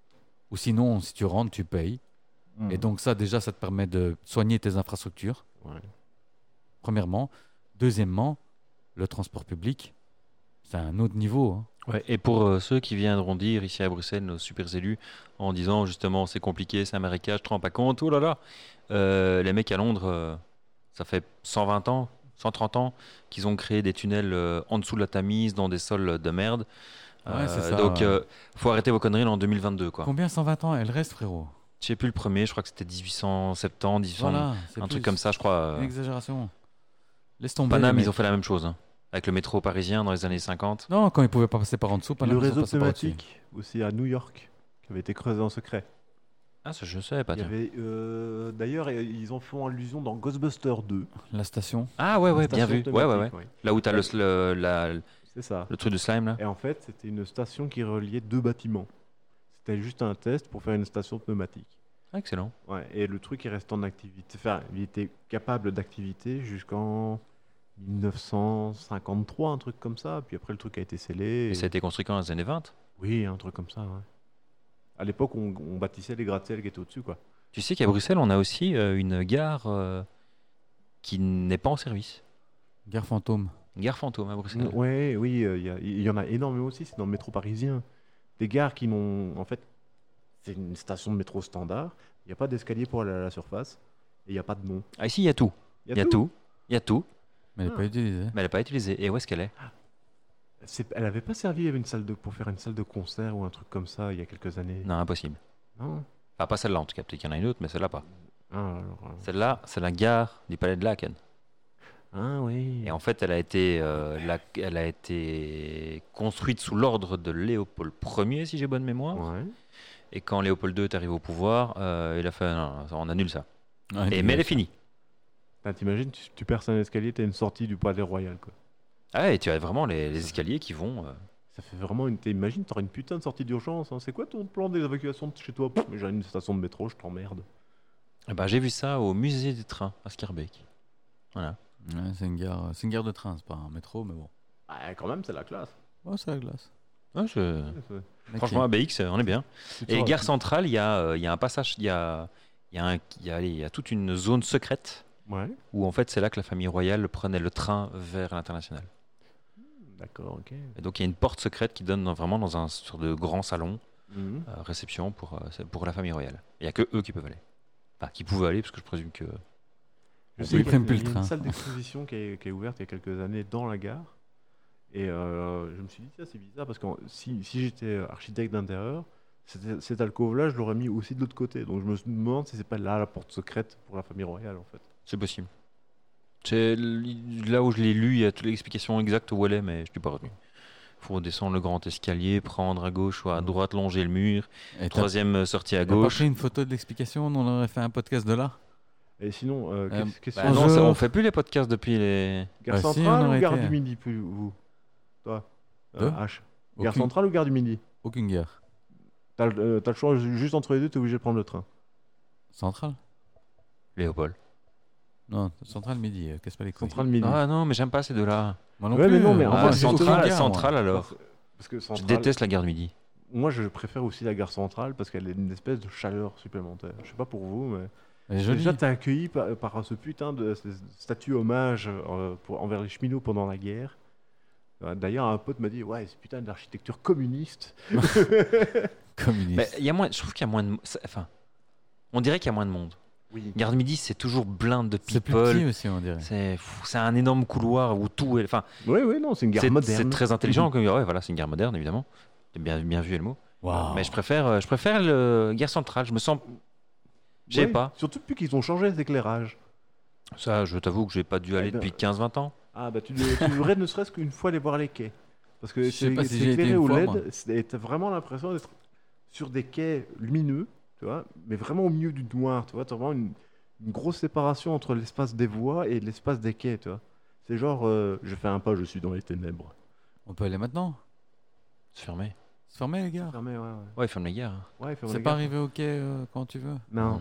Ou sinon, si tu rentres, tu payes. Et donc ça, déjà, ça te permet de soigner tes infrastructures. Ouais. Premièrement. Deuxièmement, le transport public, c'est un autre niveau. Hein. Ouais, et pour ceux qui viendront dire ici à Bruxelles, nos super élus, en disant justement c'est compliqué, c'est un marécage, tu te rends pas compte, oh là là, les mecs à Londres, ça fait 120 ans, 130 ans qu'ils ont créé des tunnels en dessous de la Tamise, dans des sols de merde. Ouais, c'est ça. Donc, faut arrêter vos conneries en 2022. Quoi. Combien 120 ans elle reste, frérot? Je sais plus le premier, je crois que c'était 1870, 1800, voilà, un truc comme ça, je crois. Une exagération. Laisse tomber. Paname, ils ont fait la même chose. Hein. Avec le métro parisien dans les années 50. Non, quand ils pouvaient pas passer par en dessous, Paname, le réseau pneumatique aussi à New York, qui avait été creusé en secret. Ah, ça je savais pas. D'ailleurs, ils en font allusion dans Ghostbusters 2. La station. Ah ouais, bien vu. Ouais. Là où t'as c'est ça. Le truc de slime là. Et en fait, c'était une station qui reliait 2 bâtiments. C'était juste un test pour faire une station pneumatique. Excellent. Ouais, et le truc est resté en activité. Enfin, il était capable d'activité jusqu'en 1953, un truc comme ça. Puis après, le truc a été scellé. Et ça a été construit quand, dans les années 20? Oui, un truc comme ça. Ouais. À l'époque, on bâtissait les gratte-ciels qui étaient au-dessus, quoi. Tu sais qu'à Bruxelles, on a aussi une gare qui n'est pas en service. Gare fantôme. Une gare fantôme à Bruxelles. Oui, il y en a énormément aussi. C'est dans le métro parisien. Des gares qui n'ont... En fait, c'est une station de métro standard. Il n'y a pas d'escalier pour aller à la surface. Et il n'y a pas de nom. Ah, ici, il y a tout. Il y a tout. Mais elle n'est pas utilisée. Mais elle n'est pas utilisée. Et où est-ce qu'elle est? Elle n'avait pas servi pour faire une salle de concert ou un truc comme ça il y a quelques années. Non, impossible. Non. Enfin, pas celle-là en tout cas. Peut-être qu'il y en a une autre, mais celle-là pas. Ah, celle-là, c'est la gare du Palais de Laken. Ah oui. Et en fait, elle a été construite sous l'ordre de Léopold Ier, si j'ai bonne mémoire. Ouais. Et quand Léopold II est arrivé au pouvoir, il a fait non, on annule ça. Ouais, mais elle est finie. T'imagines, tu perces un escalier, t'as une sortie du Palais Royal, quoi. Ah ouais, et tu as vraiment les escaliers qui vont. Ça fait vraiment une. T'imagines, t'auras une putain de sortie d'urgence. Hein. C'est quoi ton plan d'évacuation de chez toi? Mais j'ai une station de métro, je t'emmerde. J'ai vu ça au musée des trains à Schaerbeek. Voilà. Ouais, c'est une gare de train, c'est pas un métro, mais bon. Ah, quand même, c'est la classe. Ouais, c'est la classe. Franchement, ABX, on est bien. Et Gare Centrale, il y a un passage, il y a toute une zone secrète où en fait c'est là que la famille royale prenait le train vers l'international. D'accord, ok. Et donc il y a une porte secrète qui donne vraiment dans un sur de grands salons, réception pour la famille royale. Il n'y a que eux qui peuvent aller. Enfin, qui pouvaient aller parce que je présume que. Je sais qu'il y a une salle d'exposition qui est ouverte il y a quelques années dans la gare. Et je me suis dit, c'est bizarre parce que si j'étais architecte d'intérieur, cette alcôve-là, je l'aurais mis aussi de l'autre côté. Donc je me demande si c'est pas là la porte secrète pour la famille royale en fait. C'est possible. C'est là où je l'ai lu, il y a toutes les explications exactes où elle est, mais je ne l'ai pas retenu. Il faut descendre le grand escalier, prendre à gauche ou à droite, longer le mur. Et troisième sortie à gauche. T'as pas pris une photo de l'explication, on aurait fait un podcast de là. Et sinon, question. Non, on fait plus les podcasts depuis les. Gare Centrale ou Gare du Midi, plus vous? Toi, H. Gare Centrale ou Gare du Midi? Aucune gare. T'as le choix juste entre les deux, t'es obligé de prendre le train. Centrale? Léopold. Non, Centrale Midi, qu'est-ce que c'est? Centrale Midi. Ah non, mais j'aime pas ces deux-là. Moi non plus. Mais non, mais Centrale alors. Parce que je déteste la Gare du Midi. Moi, je préfère aussi la Gare Centrale parce qu'elle a une espèce de chaleur supplémentaire. Je sais pas pour vous, mais. Déjà, t'es accueilli par ce putain de statue hommage envers les cheminots pendant la guerre. D'ailleurs, un pote m'a dit, ouais, c'est putain d'architecture communiste. Communiste. Mais je trouve qu'il y a moins de. Enfin, on dirait qu'il y a moins de monde. Oui. Gare du Midi, c'est toujours blinde de people. C'est plus petit aussi, on dirait. C'est un énorme couloir où tout est. Enfin. Oui, non, c'est une gare moderne. C'est très intelligent. Ouais, voilà, c'est une gare moderne, évidemment. J'ai bien vu le mot. Wow. Mais je préfère le Gare Centrale. Je me sens. Je sais pas. Surtout depuis qu'ils ont changé les éclairages. Ça, je t'avoue que j'ai pas dû aller depuis 15-20 ans. Ah bah tu devrais ne serait-ce qu'une fois aller voir les quais. Parce que c'est éclairé au LED, t'as vraiment l'impression d'être sur des quais lumineux, tu vois, mais vraiment au milieu du noir, tu vois, t'as vraiment une grosse séparation entre l'espace des voies et l'espace des quais, tu vois. C'est genre, je fais un pas, je suis dans les ténèbres. On peut aller maintenant? C'est fermé. C'est fermé les gars? Fermé, ouais. Ouais, ils ferment les gares. Ouais, c'est pas arrivé au quai quand tu veux? Non.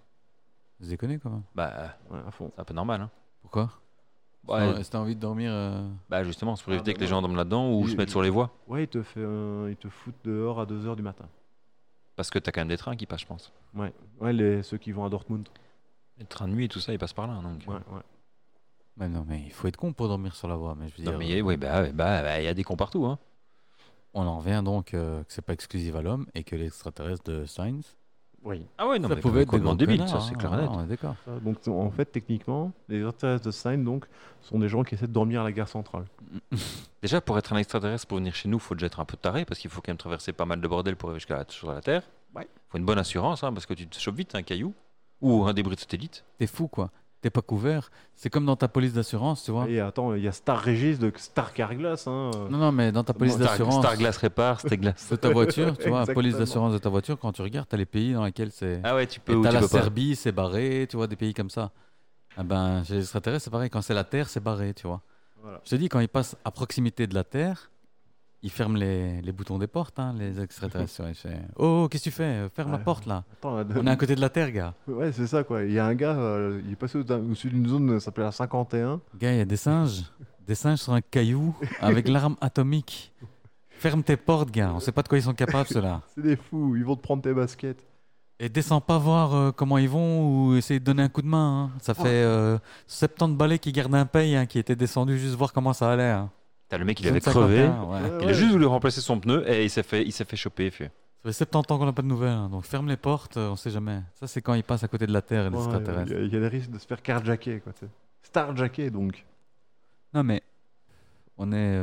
Vous déconnez quand même? Bah, ouais, à fond. C'est un peu normal, hein. Pourquoi? Ouais. Si t'as envie de dormir. Bah justement, c'est pour éviter que les gens dorment là-dedans ou se mettent sur les voies. Ouais, ils te foutent dehors à 2h du matin. Parce que t'as quand même des trains qui passent, je pense. Ouais, ceux qui vont à Dortmund. Les trains de nuit et tout ça, ils passent par là. Donc. Ouais. Mais non, mais il faut être con pour dormir sur la voie. Mais je veux dire, mais il y a des cons partout. Hein. On en revient donc que c'est pas exclusif à l'homme et que l'extraterrestre de Science. Oui. Ah ouais, non, ça mais pouvait être des débile, ça c'est clair et net. On est d'accord. Donc en fait, techniquement, les extraterrestres de Science donc sont des gens qui essaient de dormir à la gare centrale. Déjà, pour être un extraterrestre, pour venir chez nous, il faut déjà être un peu taré parce qu'il faut quand même traverser pas mal de bordel pour arriver sur la Terre. Il faut une bonne assurance parce que tu te chopes vite un caillou ou un débris de satellite. T'es fou quoi. T'es pas couvert. C'est comme dans ta police d'assurance, tu vois. Et attends, il y a Star Régis de Star Carglass. Non, mais dans ta police d'assurance. Star Glass répare, Star Glass. De ta voiture, tu vois, police d'assurance de ta voiture, quand tu regardes, t'as les pays dans lesquels c'est. Ah ouais, tu peux. T'as la Serbie, c'est barré, tu vois, des pays comme ça. Ah ben, chez les extraterrestres, c'est pareil. Quand c'est la Terre, c'est barré, tu vois. Voilà. Je te dis, quand ils passent à proximité de la Terre, ils ferment les boutons des portes, hein, les extraterrestres. Oh, qu'est-ce que tu fais? Ferme la porte là. Attends, on est à côté de la Terre, gars. Ouais, c'est ça quoi. Il y a un gars, il est passé au-dessus d'une zone, ça s'appelle la 51. Gars, il y a des singes. Des singes sur un caillou avec l'arme atomique. Ferme tes portes, gars. On sait pas de quoi ils sont capables, ceux-là. C'est des fous, ils vont te prendre tes baskets. Et descends pas voir comment ils vont ou essayer de donner un coup de main. Hein. Ça fait 70 balais qui gardent un paye hein, qui était descendu juste voir comment ça allait. Hein. T'as le mec, il avait crevé. Il a juste voulu remplacer son pneu et il s'est fait choper. Ça fait 70 ans qu'on n'a pas de nouvelles. Hein. Donc ferme les portes, on sait jamais. Ça, c'est quand ils passent à côté de la Terre et des extraterrestres. Il y a des risques de se faire carjacker. Starjacker, donc. Non, mais on est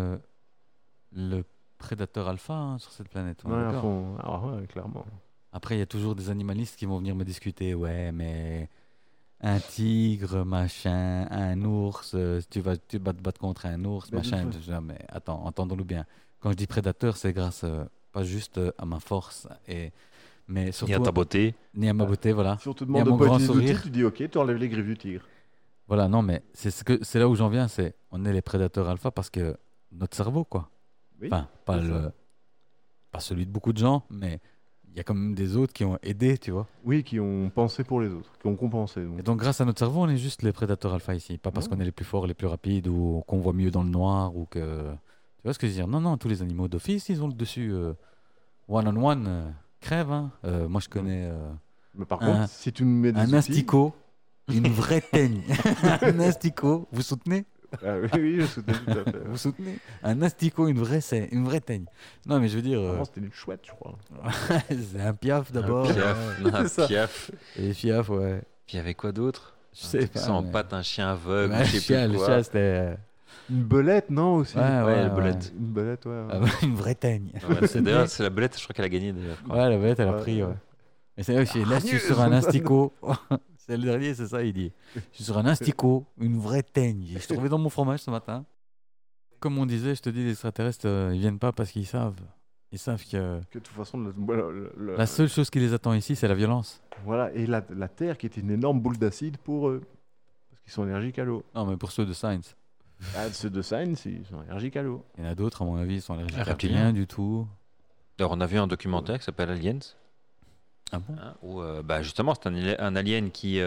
le prédateur alpha hein, sur cette planète. Ouais, clairement. Après, il y a toujours des animalistes qui vont venir me discuter. Ouais, mais un tigre, machin, un ours, tu vas te battre contre un ours, machin. Mais attends, entendons-nous bien. Quand je dis prédateur, c'est grâce pas juste à ma force, mais surtout ni à ta beauté. Ni à ma beauté, voilà. Si on te demande de pas utiliser l'outil, tu dis ok, tu enlèves les griffes du tigre. Voilà, non, mais c'est là où j'en viens, on est les prédateurs alpha parce que notre cerveau, quoi. Oui, enfin, pas celui de beaucoup de gens, mais il y a quand même des autres qui ont aidé, tu vois. Oui, qui ont pensé pour les autres, qui ont compensé. Donc. Et donc, grâce à notre cerveau, on est juste les prédateurs alpha ici. Pas parce qu'on est les plus forts, les plus rapides, ou qu'on voit mieux dans le noir, ou que... Tu vois ce que je veux dire? Non, tous les animaux d'office, ils ont le dessus. One-on-one, crève. Hein. Moi, je connais Mais par contre, si tu me mets des un outils... asticot, une vraie teigne. Un asticot, vous soutenez? Ah oui, je soutiens tout à fait. Vous soutenez? Un asticot, une vraie teigne. Non, mais je veux dire... Vraiment, c'était une chouette, je crois. c'est un piaf d'abord. Un piaf. Et fiaf, ouais. Puis il y avait quoi d'autre? Je sais pas. Sans mais- patte, un chien aveugle, Ouais, je sais plus le quoi. chat, c'était... Une belette, non, aussi? la belette. Une belette, ouais. Ah, une vraie teigne. Ouais, d'ailleurs, c'est la belette, je crois qu'elle a gagné d'ailleurs. Ouais, la bête, elle a Ouais, pris, ouais. ouais. Et c'est là, là, je suis sur un asticot. C'est le dernier, c'est ça, il dit. Je suis sur un asticot, une vraie teigne. Je suis trouvé dans mon fromage ce matin. Comme on disait, je te dis, les extraterrestres, ils viennent pas parce qu'ils savent. Ils savent que Que de toute façon, la seule chose qui les attend ici, c'est la violence. voilà, et la Terre qui est une énorme boule d'acide pour eux. Parce qu'ils sont allergiques à l'eau. Non, mais pour ceux de Science. Ah, ceux de Science, ils sont allergiques à l'eau. Il y en a d'autres, à mon avis, ils sont allergiques à reptiliens. rien du tout. Alors, on a vu un documentaire qui s'appelle Aliens, Ah bon? hein, où justement, c'est un alien qui.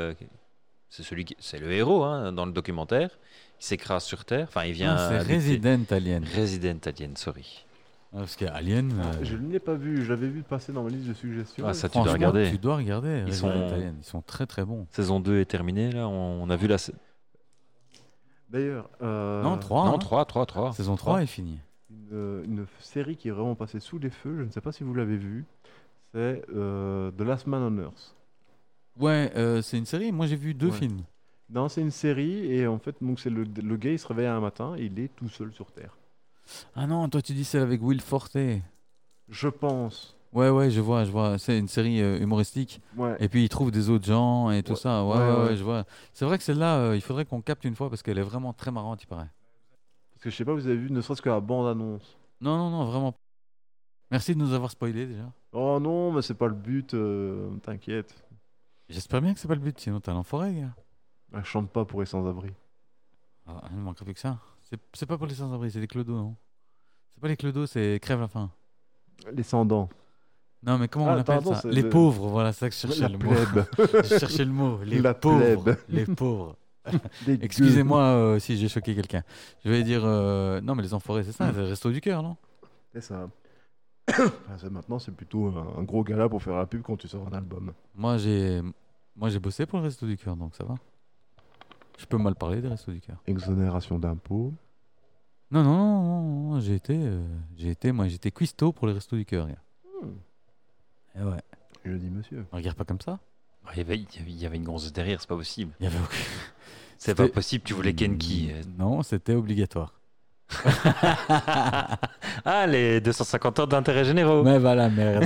C'est le héros hein, dans le documentaire. Il s'écrase sur Terre. Enfin, il vient. Ah, c'est habiter- Resident Alien. Resident Alien, sorry. Ah, parce qu'Alien, Je ne l'ai pas vu, je l'avais vu passer dans ma liste de suggestions. Ah, ça, tu dois franchement, regarder. tu dois regarder. Ils Resident sont- Alien. Ils sont très très bons. Saison 2 est terminée, là. On a vu la. D'ailleurs, Non, 3. Non, 3. Saison 3 est finie. une série qui est vraiment passée sous les feux, je ne sais pas si vous l'avez vue, c'est The Last Man on Earth. Ouais, c'est une série. Moi, j'ai vu 2 Ouais. films. Non, c'est une série et en fait, donc c'est le gars, il se réveille un matin et il est tout seul sur Terre. Ah non, toi, tu dis celle avec Will Forte. Je pense. Ouais, je vois. C'est une série humoristique. Ouais. Et puis, il trouve des autres gens et tout Ouais. ça. Ouais, Ouais, ouais. je vois. C'est vrai que celle-là, il faudrait qu'on capte une fois parce qu'elle est vraiment très marrante, il paraît. Parce que je sais pas, vous avez vu ne serait-ce que la bande-annonce. Non, vraiment. Merci de nous avoir spoilé déjà. Oh non, mais c'est pas le but, t'inquiète. J'espère bien que c'est pas le but, sinon t'es un enfoiré, gars. Elle chante pas pour les sans-abri. Ah, il ne manquerait plus que ça. C'est pas pour les sans-abri, c'est les clodos, non? C'est pas les clodos, c'est crève la faim. Les sans-dents. Non, mais comment Ah, on appelle pardon, ça? c'est Les le- pauvres, voilà, c'est ça que je cherchais La le mot. plèbe. Je cherchais le mot. Les La pauvres. plèbe. Les pauvres. Les Excusez-moi si j'ai choqué quelqu'un. Je vais dire. Non, mais les enfoirés, c'est ça, c'est le resto du cœur, non? gueux. C'est ça. Enfin, maintenant, c'est plutôt un gros gala pour faire la pub quand tu sors un album. Moi, j'ai bossé pour le resto du cœur, donc ça va. Je peux mal parler des restos du cœur. Exonération d'impôts. Non, j'ai été cuistot pour les restos du cœur, gars. Hmm. Eh ouais. Je dis monsieur. Regarde pas comme ça. Il y avait une gonzesse derrière, c'est pas possible. Il y avait aucun- C'est pas C'était- possible, tu voulais Kenki. Non, c'était obligatoire. Ah, les 250 heures d'intérêt généraux. Mais voilà, merde.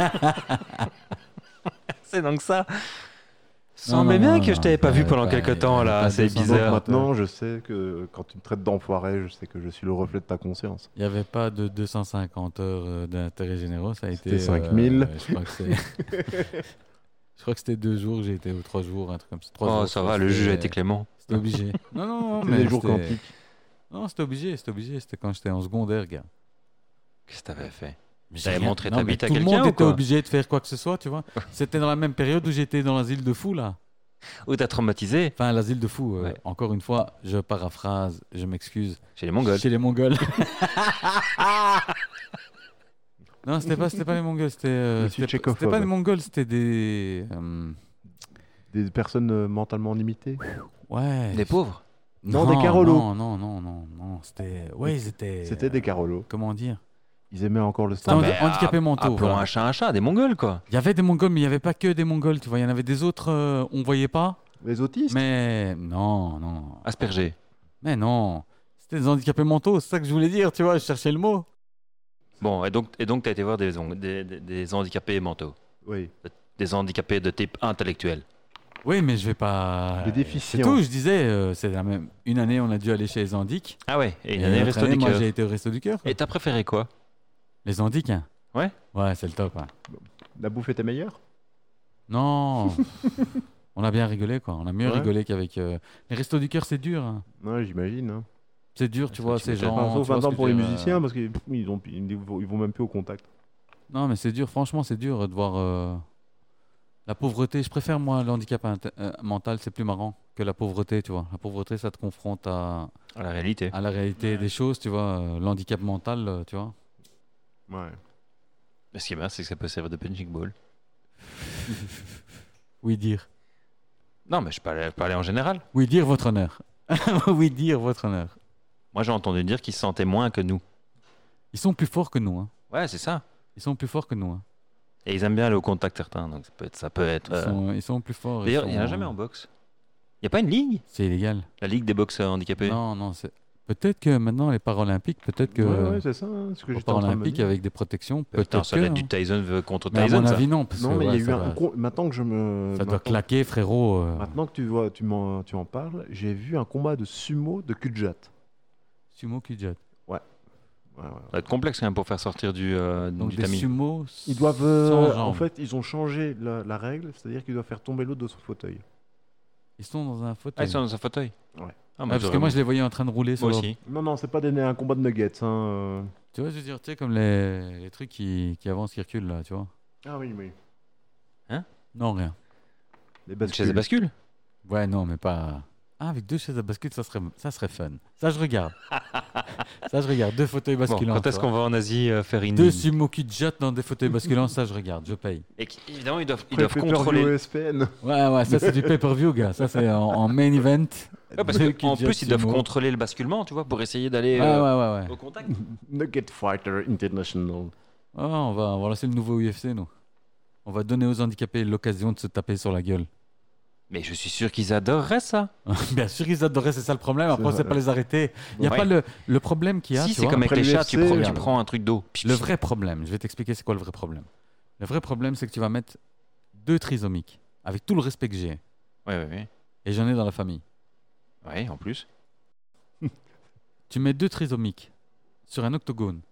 C'est donc ça. Non, Semblait non, bien non, que je t'avais pas non, vu pas- pendant pas- quelques temps pas là, c'est 200 Donc bizarre. maintenant, je sais que quand tu me traites d'enfoiré, je sais que je suis le reflet de ta conscience. Il n'y avait pas de 250 heures d'intérêt généraux, ça a été. C'était 5000. Je crois que c'est. Je crois que c'était 2 jours, j'ai été, ou 3 jours, un truc comme ça. 3 Oh, jours, ça je va, crois, le juge a c'était- été clément. C'était obligé. Non, C'est mais des jours c'était- quantiques. Non, c'était obligé. C'était quand j'étais en secondaire, gars. Qu'est-ce que t'avais fait? Mais T'avais j'ai rien- montré ta non, mais bite à tout le quelqu'un monde ou était quoi obligé de faire quoi que ce soit, tu vois. C'était dans la même période où j'étais dans l'asile de fous, là. Ou t'as traumatisé Enfin, l'asile de fous. Ouais. Encore une fois, je paraphrase, je m'excuse. chez les Mongols. Chez les Mongols. Non, c'était pas les Mongols, Monsieur c'était Tchekhov. pas des Mongols, c'était des. Des personnes mentalement limitées. Ouais. Des pauvres. Non, des Carolos. Non, c'était. Ouais, ils étaient. C'était des Carolos. Comment dire? Ils aimaient encore le C'était stand. mais handicapés mentaux, Appelons voilà. un chat, des Mongols quoi. Il y avait des Mongols, mais il n'y avait pas que des Mongols, tu vois. Il y en avait des autres, on voyait pas. Les autistes. Mais non. Asperger. Mais non. C'était des handicapés mentaux, c'est ça que je voulais dire, tu vois. Je cherchais le mot. Bon, et donc t'as été voir des handicapés mentaux. Oui. Des handicapés de type intellectuel. Oui, mais je vais pas. Des déficients. C'est tout, je disais. C'est la même. Une année, on a dû aller chez les Handics. Ah ouais, et une Et année l'autre resto année, du moi, cœur. j'ai été au resto du cœur. Et t'as préféré quoi? Les Handics, hein. Ouais. Ouais, c'est le top. Hein. La bouffe était meilleure. Non. On a bien rigolé, quoi. On a mieux Ouais. rigolé qu'avec. Les restos du cœur, c'est dur. Hein. Ouais, j'imagine. Hein. C'est dur, tu Ça, vois, tu ces m'étonnes. gens. Enfin, sauf tu vois maintenant ce que pour je les veux dire, musiciens parce qu'ils vont même plus au contact. Non, mais c'est dur, franchement, c'est dur de voir la pauvreté. Je préfère, moi, le handicap mental, c'est plus marrant. que la pauvreté, tu vois. La pauvreté, ça te confronte À la réalité. à la réalité des choses, tu vois. L'handicap mental, tu vois. Ouais. Mais ce qui est bien, c'est que ça peut servir de punching ball. Oui, dire. Non, mais je parlais en général. Oui, dire votre honneur. Oui, dire votre honneur. Moi, j'ai entendu dire qu'ils se sentaient moins que nous. Ils sont plus forts que nous, hein. Ouais, c'est ça. Ils sont plus forts que nous, hein. Et ils aiment bien aller au contact certains, donc ça peut être. Ils sont plus forts. D'ailleurs, ils il n'y en a sont- jamais en boxe. Il n'y a pas une ligue? C'est illégal. La ligue des boxeurs handicapés? Non, non, c'est... Peut-être que maintenant, les Paralympiques, peut-être que... Ouais, c'est ça, hein, ce que aux j'étais en train de me Paralympiques, dire. avec des protections, Putain, peut-être ça que... doit être du hein. Tyson contre Mais à Tyson, mon ça. avis, non. Parce Non, que, mais il y a eu ça un... Maintenant que je me... doit maintenant- claquer, frérot. Maintenant que tu en parles, j'ai vu un combat de sumo de Kudjat. Sumo Kudjat. Ouais, ouais. Ça va être complexe quand même pour faire sortir du Donc des tamis. sumos Ils doivent... sans en jambes. fait, ils ont changé la règle, c'est-à-dire qu'ils doivent faire tomber l'autre de son fauteuil. Ils sont dans un Ah, fauteuil. ils sont dans un fauteuil? Ouais. Ah, Parce que moi, je les voyais en train de rouler sur Moi leur- aussi. Non, c'est pas un combat de nuggets. Hein. Tu vois, je veux dire, tu sais, comme les trucs qui avancent, qui reculent, là, tu vois. Ah oui, oui. Non, rien. Les Une chaise à bascule? Ouais, non, mais pas... Ah, avec 2 chaises à bascule, ça serait fun. Ça, je regarde. Ça, je regarde. 2 fauteuils Bon, basculants. quand tu est-ce vois. qu'on va en Asie faire une 2 ligue? sumo Kudjat dans des fauteuils basculants, ça, je regarde, je paye. Et évidemment, ils doivent Pay-per-view contrôler. ESPN. Ouais, ça, c'est du pay-per-view, gars. Ça, c'est en main event. Ouais, parce Deux qu'en Kudjat plus, ils doivent sumo. contrôler le basculement, tu vois, pour essayer d'aller Ouais. au contact. Nugget Fighter International. Ah, on va lancer le nouveau UFC, nous. On va donner aux handicapés l'occasion de se taper sur la gueule. Mais je suis sûr qu'ils adoreraient ça. Bien sûr qu'ils adoraient, c'est ça le problème. Après, C'est c'est vrai. pas les arrêter. Il n'y a Ouais. pas le problème qu'il y a. Si, tu c'est vois. comme avec après les chats, tu l'UFC, prends, regarde. un truc d'eau. Le vrai problème, je vais t'expliquer c'est quoi le vrai problème. Le vrai problème, c'est que tu vas mettre 2 trisomiques, avec tout le respect que j'ai, Ouais. et j'en ai dans la famille. Ouais, en plus. Tu mets 2 trisomiques sur un octogone.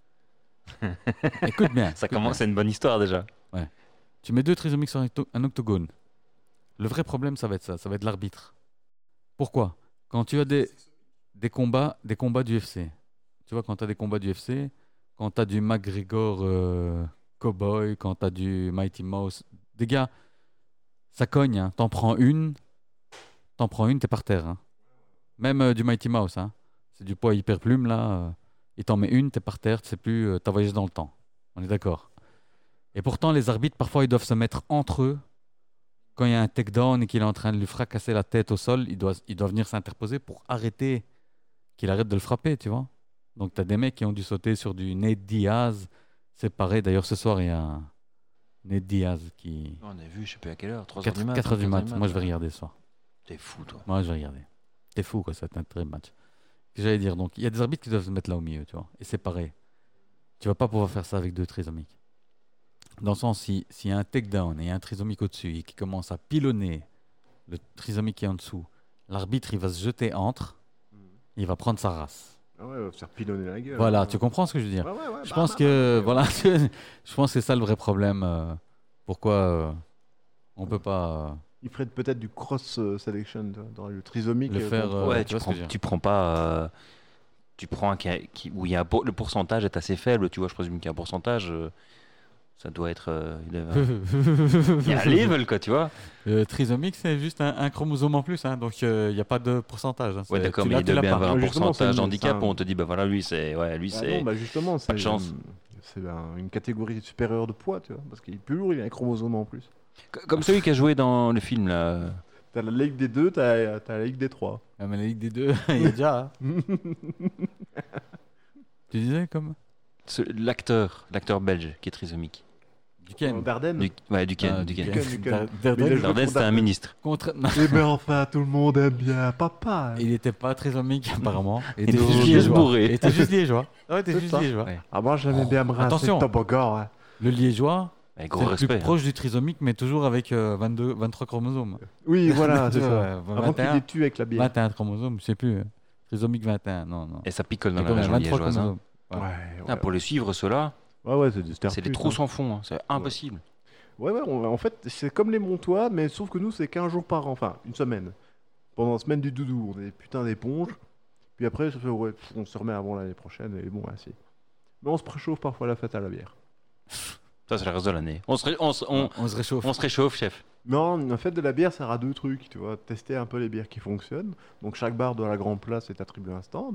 Écoute bien. Ça écoute commence, bien. c'est une bonne histoire déjà. Tu mets 2 trisomiques sur un octogone. Le vrai problème, ça va être ça. Ça va être l'arbitre. Pourquoi? Quand tu as des combats d'UFC. Tu vois, quand tu as des combats d'UFC, quand tu as du McGregor Cowboy, quand tu as du Mighty Mouse, des gars, ça cogne. Hein. T'en prends une, t'es par terre. Hein. Même du Mighty Mouse. Hein. C'est du poids hyper plume, là. Il t'en met une, t'es par terre, tu sais plus, t'as voyagé dans le temps. On est d'accord. Et pourtant, les arbitres, parfois, ils doivent se mettre entre eux. Quand il y a un takedown et qu'il est en train de lui fracasser la tête au sol, il doit venir s'interposer pour arrêter, qu'il arrête de le frapper, tu vois. Donc, tu as des mecs qui ont dû sauter sur du Nate Diaz. C'est pareil. D'ailleurs, ce soir, il y a un Nate Diaz qui... On a vu, je sais plus à quelle heure, 3h du mat. 4h du mat. Moi, je vais regarder ce soir. T'es fou, toi. Moi, je vais regarder. T'es fou, quoi. Ça va être un très match. Ce que j'allais dire. Donc, il y a des arbitres qui doivent se mettre là au milieu, tu vois. Et c'est pareil. Tu vas pas pouvoir faire ça avec 2 trisomiques. Dans le sens, s'il y a un takedown et un trisomique au-dessus et qui commence à pilonner le trisomique qui est en dessous, l'arbitre, il va se jeter entre, il va prendre sa race. Ah ouais, il va se faire pilonner la gueule. Voilà, hein. tu comprends ce que je veux dire? Ouais, Je pense que, voilà, je pense que c'est ça le vrai problème. Pourquoi on peut pas Il ferait peut-être du cross selection dans le trisomique. Le faire, contre- Ouais, tu vois ce que je veux dire. tu prends pas. Tu prends un où il y a le pourcentage est assez faible, tu vois. Je présume qu'il y a un pourcentage. Ça doit être. Il y a un level, quoi, tu vois. Trisomique, c'est juste un chromosome en plus, hein, donc il n'y a pas de pourcentage. Hein, Ouais, c'est- d'accord, tu mais l'as, il tu doit l'as bien pas. avoir un Justement, pourcentage c'est d'handicap un- où on te dit, bah voilà, lui, c'est. Ouais, lui, Ah c'est. non, bah justement, pas de chance. C'est une catégorie supérieure de poids, tu vois, parce qu'il est plus lourd, il a un chromosome en plus. Comme celui qui a joué dans le film, là. T'as la Ligue des 2, t'as la Ligue des 3. Ah, mais la Ligue des deux, il y a déjà. Hein. Tu disais comme L'acteur belge qui est trisomique. du Ken. Darden. Du Ken. Ah, Du Ken. Ken. Du Ken. Dardenne, Mais il a joué Dardenne, c'était un ministre. contre... Eh ben enfin, tout le monde aime bien papa. Il était pas trisomique apparemment. Il était juste liégeois. bourré. Il était juste liégeois. Ouais, il était C'est juste ça. liégeois. Ouais. Ah moi j'aimais bien me rincer Attention. le toboggan. Ouais. Le liégeois, Avec c'est gros le plus respect. proche du trisomique, mais toujours avec 23 chromosomes. Oui, voilà, c'est Tu ça. vois, Avant qu'il 21, les tue avec la bière. 21 chromosomes, je sais plus. Trisomique 21, non. Et ça picole dans C'est la quand même région 23 liégeoise. Hein. chromosomes. Ouais, Ouais. Ah, pour les suivre, ceux-là, ouais, c'est des c'est des trous sans fond. Hein. C'est impossible. Ouais, en fait, c'est comme les Montois, mais sauf que nous, c'est 15 jours par an, enfin, une semaine. Pendant la semaine du doudou, on est des putains d'éponges. Puis après, ça fait, ouais, on se remet avant l'année prochaine, et bon, ainsi. Mais on se préchauffe parfois la fête à la bière. Ça, c'est le reste de l'année. On se réchauffe. On se réchauffe, chef. Non, en fait, de la bière sert à 2 trucs, tu vois. Tester un peu les bières qui fonctionnent. Donc, chaque bar de la Grand Place est attribué un stand.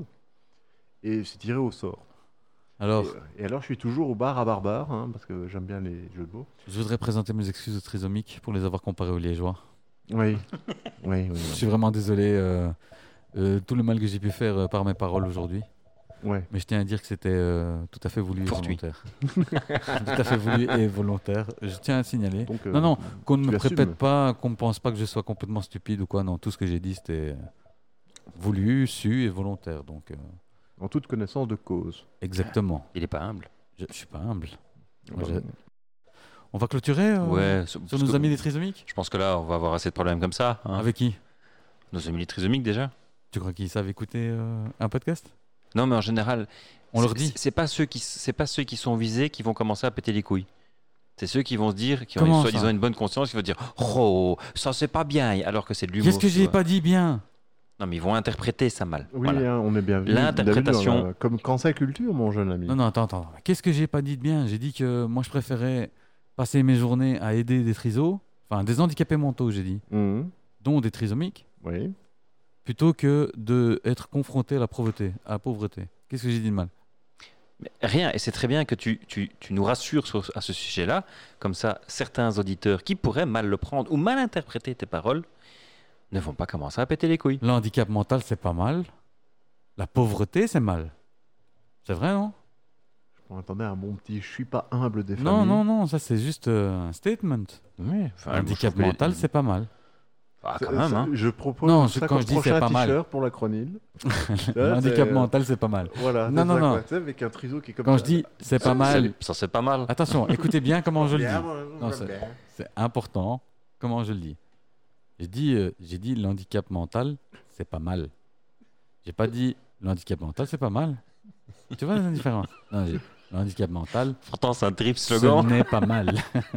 Et c'est tiré au sort. Alors, Et alors, je suis toujours au bar à Barbare, hein, parce que j'aime bien les jeux de mots. je voudrais présenter mes excuses aux trisomiques pour les avoir comparés aux liégeois. Oui. Oui. Je suis vraiment désolé. Tout le mal que j'ai pu faire par mes paroles aujourd'hui. Ouais. Mais je tiens à dire que c'était tout à fait voulu et Fortuit. volontaire. Tout à fait voulu et volontaire. Je tiens à signaler. Donc, Non, qu'on ne tu me assumes. répète pas, qu'on ne pense pas que je sois complètement stupide ou quoi. Non, tout ce que j'ai dit, c'était voulu, su et volontaire. Donc, En toute connaissance de cause. exactement. Il est pas humble. Je suis pas humble. Moi, Bah, On va clôturer Ouais. sur nos amis les trisomiques. Je pense que là, on va avoir assez de problèmes comme ça. Hein. Avec qui? Nos amis les trisomiques, déjà. Tu crois qu'ils savent écouter un podcast? Non, mais en général, On leur dit. C'est pas ceux qui sont visés qui vont commencer à péter les couilles. C'est ceux qui vont se dire, qui Comment ont ça soi-disant une bonne conscience, qui vont dire oh, ça c'est pas bien, alors que c'est de l'humour. Qu'est-ce que tu j'ai vois. pas dit bien? Non, mais ils vont interpréter ça mal. Oui, Voilà. hein, on est bien vu. L'interprétation- Comme cancel culture, mon jeune ami. Non, attends. Qu'est-ce que j'ai pas dit de bien? J'ai dit que moi, je préférais passer mes journées à aider des trisos, enfin des handicapés mentaux, j'ai dit, Mhm. dont des trisomiques, Oui. plutôt que d'être confronté à la pauvreté. Qu'est-ce que j'ai dit de mal? Mais rien, et c'est très bien que tu nous rassures à ce sujet-là. Comme ça, certains auditeurs qui pourraient mal le prendre ou mal interpréter tes paroles ne vont pas commencer à péter les couilles. Le handicap mental, c'est pas mal. La pauvreté, c'est mal. C'est vrai, non? On attendait un bon petit. Je suis pas humble des Non, familles. non, ça c'est juste un statement. Oui, Le handicap mental, c'est pas mal. Ah, quand même, hein. Je propose Non, ça quand comme je dis prochain c'est pas mal. t-shirt pour la chronile. Le handicap mental, c'est pas mal. Voilà. Non, c'est non, ça, non. quoi. Tu sais, avec un triso qui est comme Quand ça. je dis c'est pas mal, Ça, c'est pas mal. attention, écoutez bien comment je le Bien, dis. moi, Non, j'aime bien. C'est important comment je le dis. J'ai dit le handicap mental, c'est pas mal. J'ai pas dit le handicap mental, c'est pas mal. Tu vois la différence? Non, le handicap mental, Pourtant, c'est un terrible ce slogan. n'est pas mal.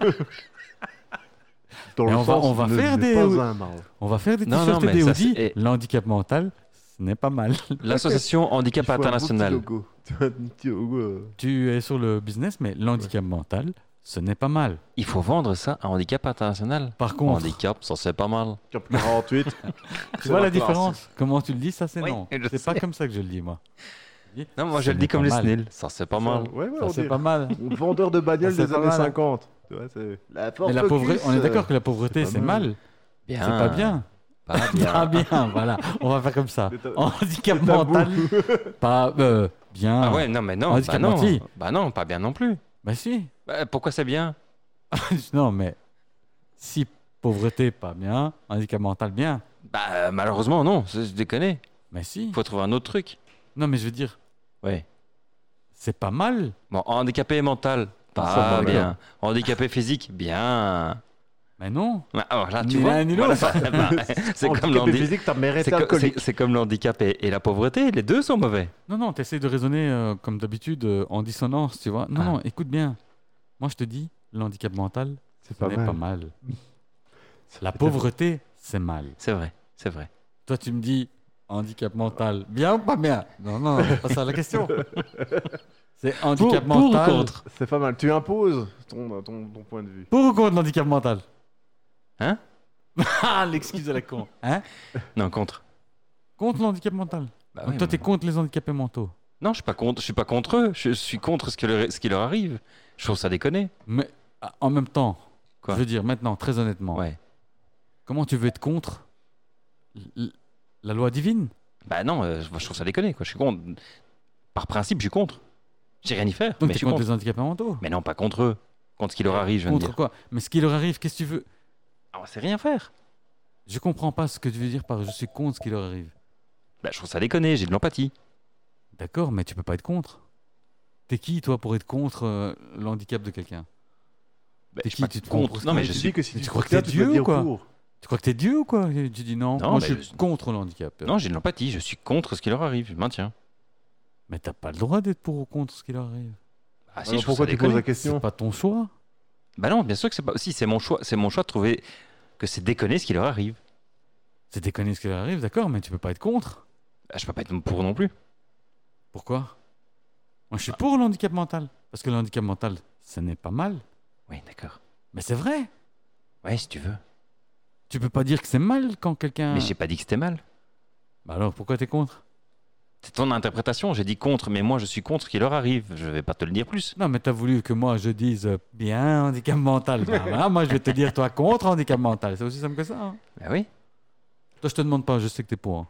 Dans Et le on sens, va ne faire n'est des- pas un mal. On va faire des Non, t-shirts non, et mais des ça, hoodies. c'est- Le handicap mental, ce n'est pas mal. L'association Handicap Il faut un beau petit International. logo. Tu vois, un petit logo, Tu es sur le business, mais l'handicap mental, ce n'est pas mal. Il faut vendre ça à Handicap International. Par contre, Handicap, ça c'est pas mal. Cap 48. tu vois la différence? Comment tu le dis, ça c'est Oui, non. je C'est pas sais. comme ça que je le dis, moi. Je dis, Non, moi ce je le n'est dis comme pas les mal. SNIL. Ça c'est pas mal. Ouais, ouais, Ça on c'est dirait- pas mal. Vendeur de bagnoles Ça, c'est des pas années mal. 50. Tu vois, c'est la Mais la pauvreté, on est d'accord que la pauvreté, c'est c'est pas mal. mal. Bien. C'est pas bien. Pas bien. Pas bien, voilà. On va faire comme ça. C'est ta- Handicap c'est tabou. mental, pas bien. Ah ouais, non, mais non. Handicap Bah non. menti. Bah non, pas bien non plus. Bah si. Bah, pourquoi c'est bien? Non, mais si pauvreté, pas bien. Handicap mental, bien. Bah malheureusement non, je déconne. Mais si. Faut trouver un autre truc. Non, mais je veux dire, Ouais. c'est pas mal. Bon, handicapé mental, Ça, pas bon, bien. Handicapé physique, bien. Mais non. Bah, alors là, tu Ni vois, l'un ni voilà, l'autre. bah, c'est comme Handicapé l'handi- physique, ta mère c'est était co- alcoolique. c'est comme l'handicap et la pauvreté, les deux sont mauvais. Non, non, tu essaies de raisonner comme d'habitude en dissonance, tu vois. Non, Ah. non, écoute bien. Moi, je te dis, le handicap mental, C'est ce n'est pas mal. La fait pauvreté, c'est mal. C'est vrai, c'est vrai. Toi, tu me dis handicap mental, bien ou pas bien? Non, non, c'est pas ça la question. C'est handicap Pour ou mental. contre? C'est pas mal. Tu imposes ton point de vue. Pour ou contre l'handicap mental? Hein? Ah, l'excuse de la con. Hein? Non, contre. Contre l'handicap mental. Bah Donc oui, toi, mais t'es bon. contre les handicapés mentaux. Non, je suis pas contre eux. Je suis contre ce qui leur arrive. Je trouve ça déconner. Mais en même temps, Quoi? je veux dire maintenant, très honnêtement, Ouais. comment tu veux être contre la loi divine? Bah non, je trouve ça déconner. Quoi. Je suis contre. Par principe, je suis contre. J'ai rien y faire. Donc mais t'es je suis contre contre. les handicapés mentaux. Mais non, pas contre eux. Contre ce qui leur arrive, je viens de Contre dire. quoi? Mais ce qui leur arrive, qu'est-ce que tu veux? Ah, c'est rien faire. Je comprends pas ce que tu veux dire par je suis contre ce qui leur arrive. Bah, je trouve ça déconner. J'ai de l'empathie. D'accord, mais tu peux pas être contre. T'es qui, toi, pour être contre le handicap de quelqu'un? Bah, T'es je qui, suis pas tu te contre. composes Non, mais pas, je tu suis. dis que si mais tu tu crois que crois t'es Dieu ou dire quoi? pour. Tu crois que t'es Dieu ou quoi? Tu dis non, Non, moi mais je suis contre le handicap. Non, j'ai de l'empathie. Je suis contre ce qui leur arrive. Je maintiens. Mais t'as pas le droit d'être pour ou contre ce qui leur arrive. Ah si, Alors je trouve pourquoi ça tu poses la déconner. question? C'est pas ton choix. Bah non, bien sûr que c'est pas. Si, c'est mon choix. C'est mon choix de trouver que c'est déconner ce qui leur arrive. C'est déconner ce qui leur arrive, d'accord, mais tu peux pas être contre. Bah, je peux pas être pour non plus. Pourquoi? Moi je suis pour le handicap mental. Parce que le handicap mental, ça n'est pas mal. Oui, d'accord. Mais c'est vrai. Ouais, si tu veux. Tu peux pas dire que c'est mal quand quelqu'un... Mais j'ai pas dit que c'était mal. Bah alors, pourquoi t'es contre? C'est ton interprétation. J'ai dit contre, mais moi, je suis contre ce qui leur arrive. Je vais pas te le dire plus. Non, mais t'as voulu que moi, je dise bien handicap mental. Ben, voilà, moi, je vais te dire, toi, contre handicap mental. C'est aussi simple que ça. Hein. Ben oui. Toi, je te demande pas, je sais que t'es pour. Hein.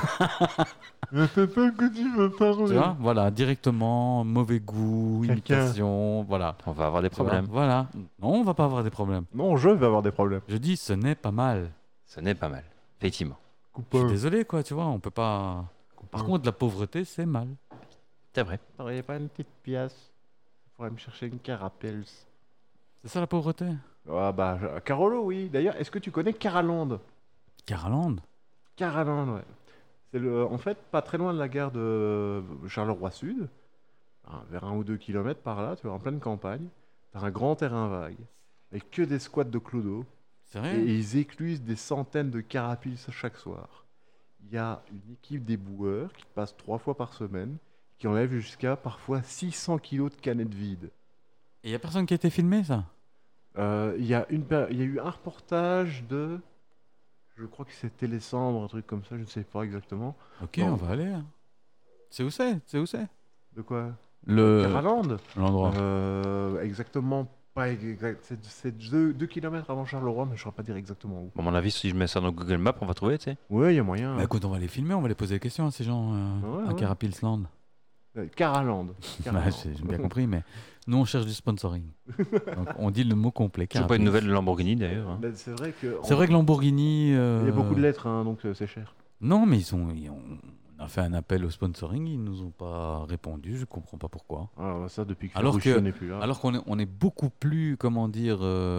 Je sais pas que tu veux parler. Tu vois, voilà, directement, mauvais goût, Quelqu'un. imitation, voilà. On va avoir des Tu vois, problèmes. voilà. Non, on va pas avoir des problèmes. Non, je vais avoir des problèmes. Je dis, ce n'est pas mal. Ce n'est pas mal. Effectivement. Je suis Coupeur. désolé, quoi, tu vois, on peut pas... Par contre, la pauvreté, c'est mal. C'est vrai. T'aurais pas une petite pièce? Faudrait me chercher une carapels. C'est ça, la pauvreté? Ah bah, Carolo, oui. D'ailleurs, est-ce que tu connais Caraland? Caraland? Caraland, ouais. C'est en fait pas très loin de la gare de Charleroi Sud, vers 1 ou 2 kilomètres par là, tu vois, en pleine campagne. T'as un grand terrain vague, avec que des squats de clodo. C'est Et vrai? ils éclusent des centaines de carapaces chaque soir. Il y a une équipe d'éboueurs qui passe 3 fois par semaine, qui enlève jusqu'à parfois 600 kilos de canettes vides. Et y a personne qui a été filmé, ça? Il y a eu un reportage de... Je crois que c'est Télécendre, un truc comme ça, je ne sais pas exactement. Ok, Non. on va aller. Hein. C'est où c'est? C'est où c'est? De quoi? Le... Caraland? L'endroit. Exactement pas exact. C'est 2 kilomètres avant Charleroi, mais je ne saurais pas dire exactement où. À mon avis, si je mets ça dans Google Maps, on va trouver, tu sais. Ouais, il y a moyen. Bah écoute, on va les filmer, on va les poser des questions à ces gens Ouais, à ouais. Carapilsland. Caraland. Bah, j'ai bien compris, mais nous on cherche du sponsoring. Donc on dit le mot complet. J'ai pas Carapils. une nouvelle de Lamborghini d'ailleurs. Hein. Mais c'est vrai que. C'est vrai que Lamborghini. Il y a beaucoup de lettres, hein, donc c'est cher. Non, mais on a fait un appel au sponsoring, ils nous ont pas répondu, je comprends pas pourquoi. Ah, ça depuis que Alors Ferruccio que- n'est plus là. Alors on est beaucoup plus, comment dire,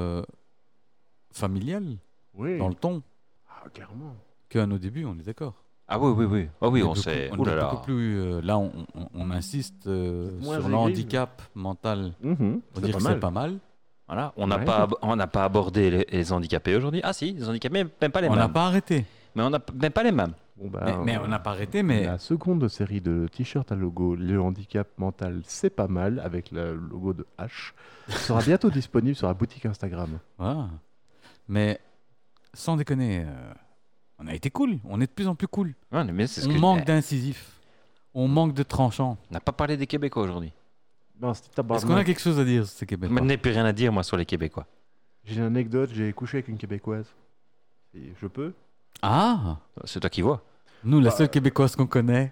familial Oui. dans le ton Ah, clairement. qu'à nos débuts, on est d'accord. Ah oui, oui, oui. Ah oui, on est sait. beaucoup- Ouh là est là. beaucoup plus. Là, on insiste Moins sur aigri. le handicap mental. Mhm, On c'est dit pas que mal. c'est pas mal. Voilà. On n'a pas abordé les handicapés aujourd'hui. Ah si, les handicapés, mais même pas les On n'a mêmes. pas arrêté. Mais on n'a même pas les mêmes. Bon, bah, Mais on n'a pas arrêté, mais La seconde série de t-shirts à logo, le handicap mental, c'est pas mal, avec le logo de H, sera bientôt disponible sur la boutique Instagram. voilà. Mais sans déconner, on a été cool. On est de plus en plus cool. Ouais, mais c'est ce On que manque d'incisifs. On manque de tranchants. On n'a pas parlé des Québécois aujourd'hui. Non, c'était Est-ce qu'on a tabarnak. quelque chose à dire, ces Québécois? Je n'ai plus rien à dire, moi, sur les Québécois. J'ai une anecdote, j'ai couché avec une Québécoise. Et je peux? Ah, C'est toi qui vois. nous, la seule Québécoise qu'on connaît,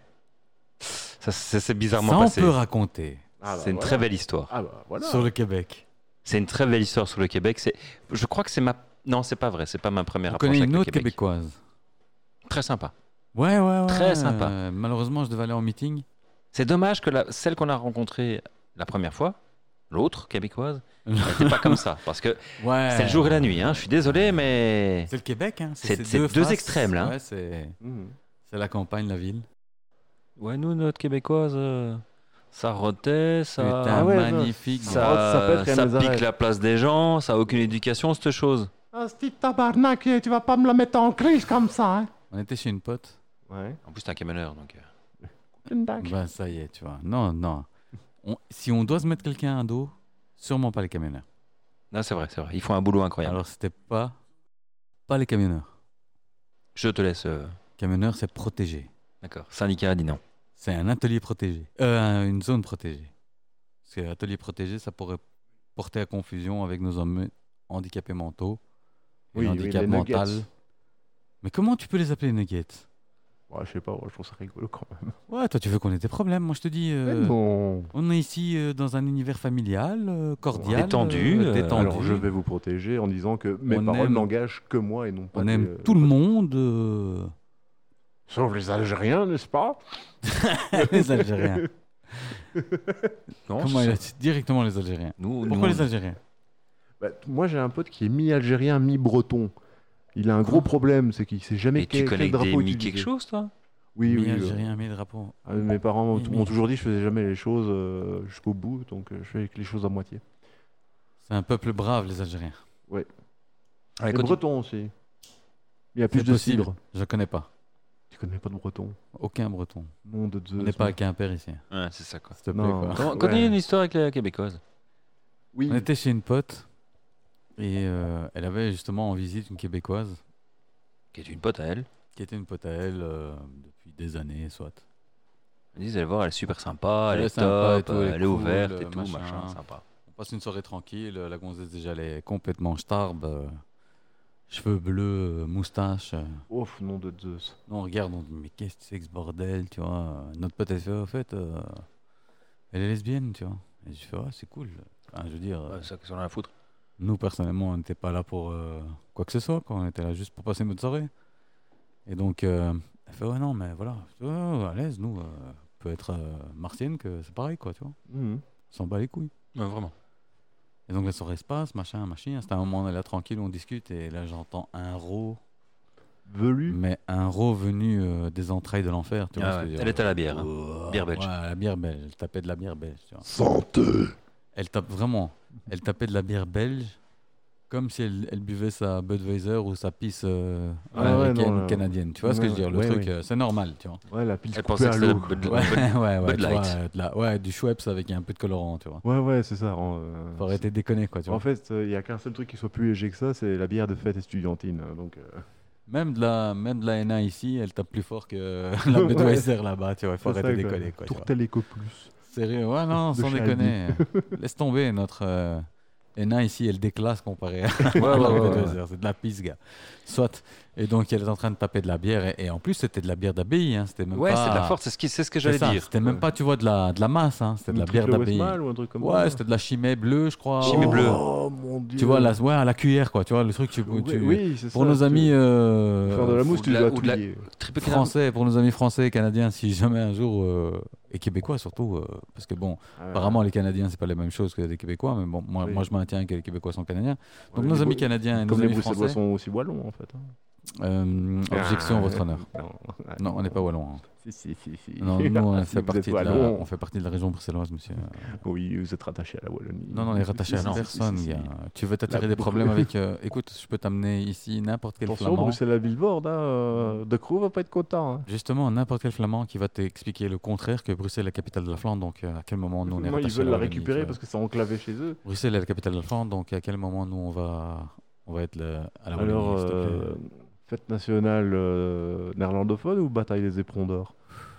Ça, c'est bizarrement ça on passé. peut raconter Ah, bah, C'est une voilà. très belle histoire. Ah bah voilà. sur le Québec. C'est une très belle histoire sur le Québec. Je crois que c'est ma... Non, c'est pas vrai. C'est pas ma première On approche connaît avec une le autre Québec. Québécoise. Très sympa. Ouais, ouais, ouais. Très sympa. Malheureusement, je devais aller en meeting. C'est dommage que celle qu'on a rencontrée la première fois, l'autre Québécoise, n'était pas comme ça. Parce que Ouais. c'est le jour et la nuit. Hein. Je suis désolé, mais... C'est le Québec, hein. C'est ces deux faces. extrêmes, là. Ouais, c'est Mhm. la campagne, la ville. Ouais, nous, notre Québécoise, ça rotait, ça... Putain, Ah ouais, magnifique. ça pète, rien ça nous pique arrête. la place des gens, ça a aucune éducation, cette chose. Ah, ce petit tabarnak, tu vas pas me la mettre en crise comme ça, hein? On était chez une pote. Ouais. En plus, t'es un camionneur, donc... Ben, ça y est, tu vois. Non, non. Si on doit se mettre quelqu'un à dos, sûrement pas les camionneurs. Non, c'est vrai, c'est vrai. Ils font un boulot incroyable. Alors, c'était pas les camionneurs. Je te laisse... Camionneur, c'est protégé. D'accord. Syndicat a dit non. C'est un atelier protégé. Une zone protégée. Parce que atelier protégé, ça pourrait porter à confusion avec nos hommes handicapés mentaux. Et Oui, le oui, handicap les mental. nuggets. Mais comment tu peux les appeler nuggets? Ouais, je sais pas, ouais, je trouve ça rigolo quand même. Ouais, toi, tu veux qu'on ait des problèmes. Moi, je te dis, Mais non. on est ici dans un univers familial, cordial, Détendu, détendu. Alors, je vais vous protéger en disant que mes On paroles aime- n'engagent que moi et non pas On les, aime tout le monde, Sauf les Algériens, n'est-ce pas? les Algériens. Non, Comment c'est il a ça. dit directement les Algériens? Nous, Pourquoi nous, les Algériens? Bah, moi, j'ai un pote qui est mi-algérien, mi-breton. Il a un gros problème, c'est qu'il sait jamais Et tu connais quel drapeau des mi utiliser. quelque chose, toi? Oui, oui. Mi-algérien, mi-drapeau. Mes parents Mi- m'ont toujours dit que je faisais jamais les choses jusqu'au bout, donc je fais les choses à moitié. C'est un peuple brave, les Algériens. Allez, Les continue. bretons aussi. Il y a plus C'est de possible. cidre. Je connais pas. Tu connais pas de breton? Aucun breton. Nom de Zeus. On n'est pas à Quimper ici. Ouais, c'est ça, quoi. S'il te plaît, Non. quoi. Comment- Ouais. Continue une histoire avec la québécoise. Oui. On était chez une pote. Et elle avait justement en visite une Québécoise. Qui est une pote à elle. Qui était une pote à elle depuis des années, soit. Ils disent, allez voir, elle est super sympa, elle est sympa top, elle est ouverte et tout, machin, sympa. On passe une soirée tranquille, la gonzesse déjà elle est complètement starbe, cheveux bleus, moustache. Ouf, nom de Zeus. Non, on regarde, on dit mais qu'est-ce que c'est que ce bordel, tu vois. Notre pote elle fait, en fait, elle est lesbienne, tu vois. Et je fais, c'est cool. Enfin, je veux dire, C'est ça qu'ils sont là à foutre. nous personnellement on n'était pas là pour quoi que ce soit, quoi. On était là juste pour passer notre soirée. Et donc, elle fait, ouais, non, mais voilà, à l'aise, nous, peut être martienne, que c'est pareil, quoi, tu vois. Mhm. On s'en bat les couilles. Ouais, vraiment. Et donc, la soirée se passe, machin. C'est un moment, on est là tranquille, on discute, et là, j'entends un ro. Velu. Mais un ro venu des entrailles de l'enfer, tu vois. Ah ouais. Elle est à la bière, hein. Bière belge. Ouais, la bière belge. Elle tapait de la bière belge, tu vois. Santé. Elle tape vraiment. Elle tapait de la bière belge. Comme si elle buvait sa Budweiser ou sa pisse américaine ou canadienne. Tu vois ce que je veux dire? Le truc, c'est normal, tu vois. Ouais, la pile Elle coupée pensait à que l'eau. c'était Ouais, Bud tu Light. vois, du Schweppes avec un peu de colorant, tu vois. Ouais, c'est ça. Faut arrêter de déconner, quoi, tu vois. En fait, il n'y a qu'un seul truc qui soit plus léger que ça, c'est la bière de fête estudiantine. Donc, Même de la NA ici, elle tape plus fort que la Budweiser là-bas, tu vois. Faut c'est arrêter de ça, quoi. déconner, quoi. tu vois. Tourtel Eco Plus. Sérieux, ouais, non, De sans chez déconner. Laisse tomber notre ENA ici, elle déclasse comparé à Ouais. Budweiser. C'est de la pisse, gars. Soit. Et donc, elle est en train de taper de la bière. Et en plus, c'était de la bière d'abbaye. Hein. C'était même Ouais, pas... c'est de la force, c'est ce que j'allais C'est ça, dire. c'était même pas, tu vois, de la masse. Hein. C'était de la bière d'abbaye. Ou un truc comme ça. Ouais, c'était de la chimée bleue, je crois. Chimée bleue. Oh mon dieu. Tu vois, à la cuillère, quoi. Tu vois, le truc, Oui, c'est ça. pour nos amis Faire de la mousse, ou tu de la- dois ou de la- touiller. Triple français, pour nos amis français et canadiens, si jamais un jour, et québécois surtout, parce que bon, apparemment les Canadiens, c'est pas les mêmes choses que les Québécois, mais bon, moi je maintiens que les Québécois sont canadiens. Donc nos amis canadiens et nos Comme les amis Bruxellois français. sont aussi wallons en fait. Objection, votre honneur. Non, on n'est pas wallon. Hein. Si. Non, nous on Si fait vous êtes partie wallon. on fait partie de la région bruxelloise, monsieur. Oui, vous êtes rattaché à la Wallonie. Non, on est rattaché à Si, personne. si. Gars. Tu veux t'attirer La des problèmes avec. Écoute, je peux t'amener ici n'importe quel Attention, flamand. Bruxelles à Billboard, hein, De Croo va pas être content. Hein. Justement, n'importe quel flamand qui va t'expliquer le contraire, que Bruxelles est la capitale de la Flandre. Donc à quel moment nous on est Moi, ils rattaché à veulent la Wallonie, tu récupérer vois. parce que c'est enclavé chez eux. Bruxelles est la capitale de la Flandre, donc à quel moment nous on va être à la Wallonie, Alors, s'il te plaît. fête nationale néerlandophone ou bataille des éperons d'or?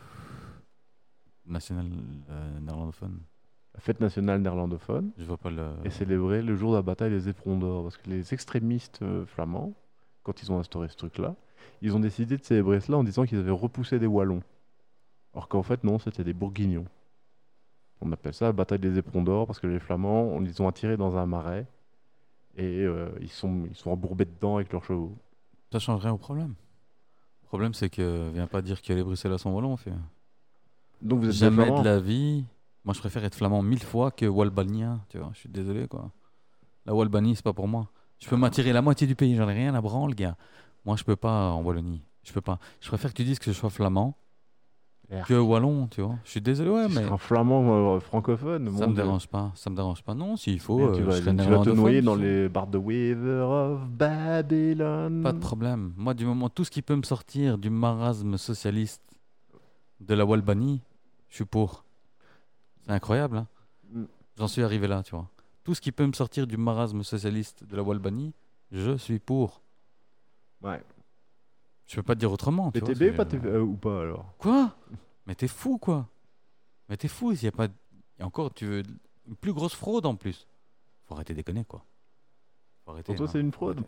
National néerlandophone. La fête nationale néerlandophone Je vois pas le. est célébrée le jour de la bataille des éperons d'or. Parce que les extrémistes flamands, quand ils ont instauré ce truc-là, ils ont décidé de célébrer cela en disant qu'ils avaient repoussé des Wallons. Alors qu'en fait, non, c'était des Bourguignons. On appelle ça la bataille des éperons d'or parce que les Flamands, on les ont attirés dans un marais et ils sont embourbés dedans avec leurs chevaux. Ça change rien au problème. Le problème, c'est que viens pas dire que les Bruxellois sont wallons, fait. Donc vous êtes Jamais flamands. de la vie. Moi, je préfère être flamand 1000 fois que walbanien, tu vois. Je suis désolé, quoi. La Walbanie, c'est pas pour moi. Je peux m'attirer la moitié du pays, j'en ai rien à branle, gars. Moi, je peux pas en Wallonie. Je peux pas. Je préfère que tu dises que je sois flamand que wallon, tu vois. Je suis désolé, ouais, Tu mais seras un flamand francophone. ça mon me Dieu. dérange pas. Ça me dérange pas. Non, s'il faut, Mais tu je vas, serai tu vas te néerlandophone, noyer dans ça. les bars de Weaver of Babylon. Pas de problème. Moi, du moment, tout ce qui peut me sortir du marasme socialiste de la Walbanie, je suis pour. C'est incroyable, hein. Mm. J'en suis arrivé là, tu vois. Tout ce qui peut me sortir du marasme socialiste de la Walbanie, je suis pour. Ouais. Je peux pas te dire autrement. Tu vois, PTB c'est- ou pas alors? Quoi? Mais t'es fou, quoi. Mais t'es fou, il y a pas. Et encore, tu veux une plus grosse fraude en plus. Faut arrêter de déconner, quoi. Faut arrêter. Pour toi, non, c'est une faut fraude? arrêter.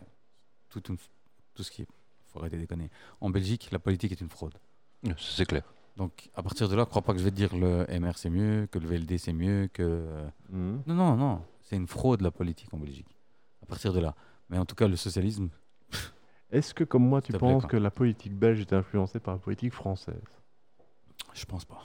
Tout ce qui est. Faut arrêter de déconner. En Belgique, la politique est une fraude. C'est clair. Donc, à partir de là, crois pas que je vais te dire le MR c'est mieux, que le VLD c'est mieux, que. Mhm. Non. C'est une fraude, la politique en Belgique. À partir de là. Mais en tout cas, le socialisme, Est-ce que, comme moi, tu S'il te plaît, penses quoi. que la politique belge est influencée par la politique française? je pense pas.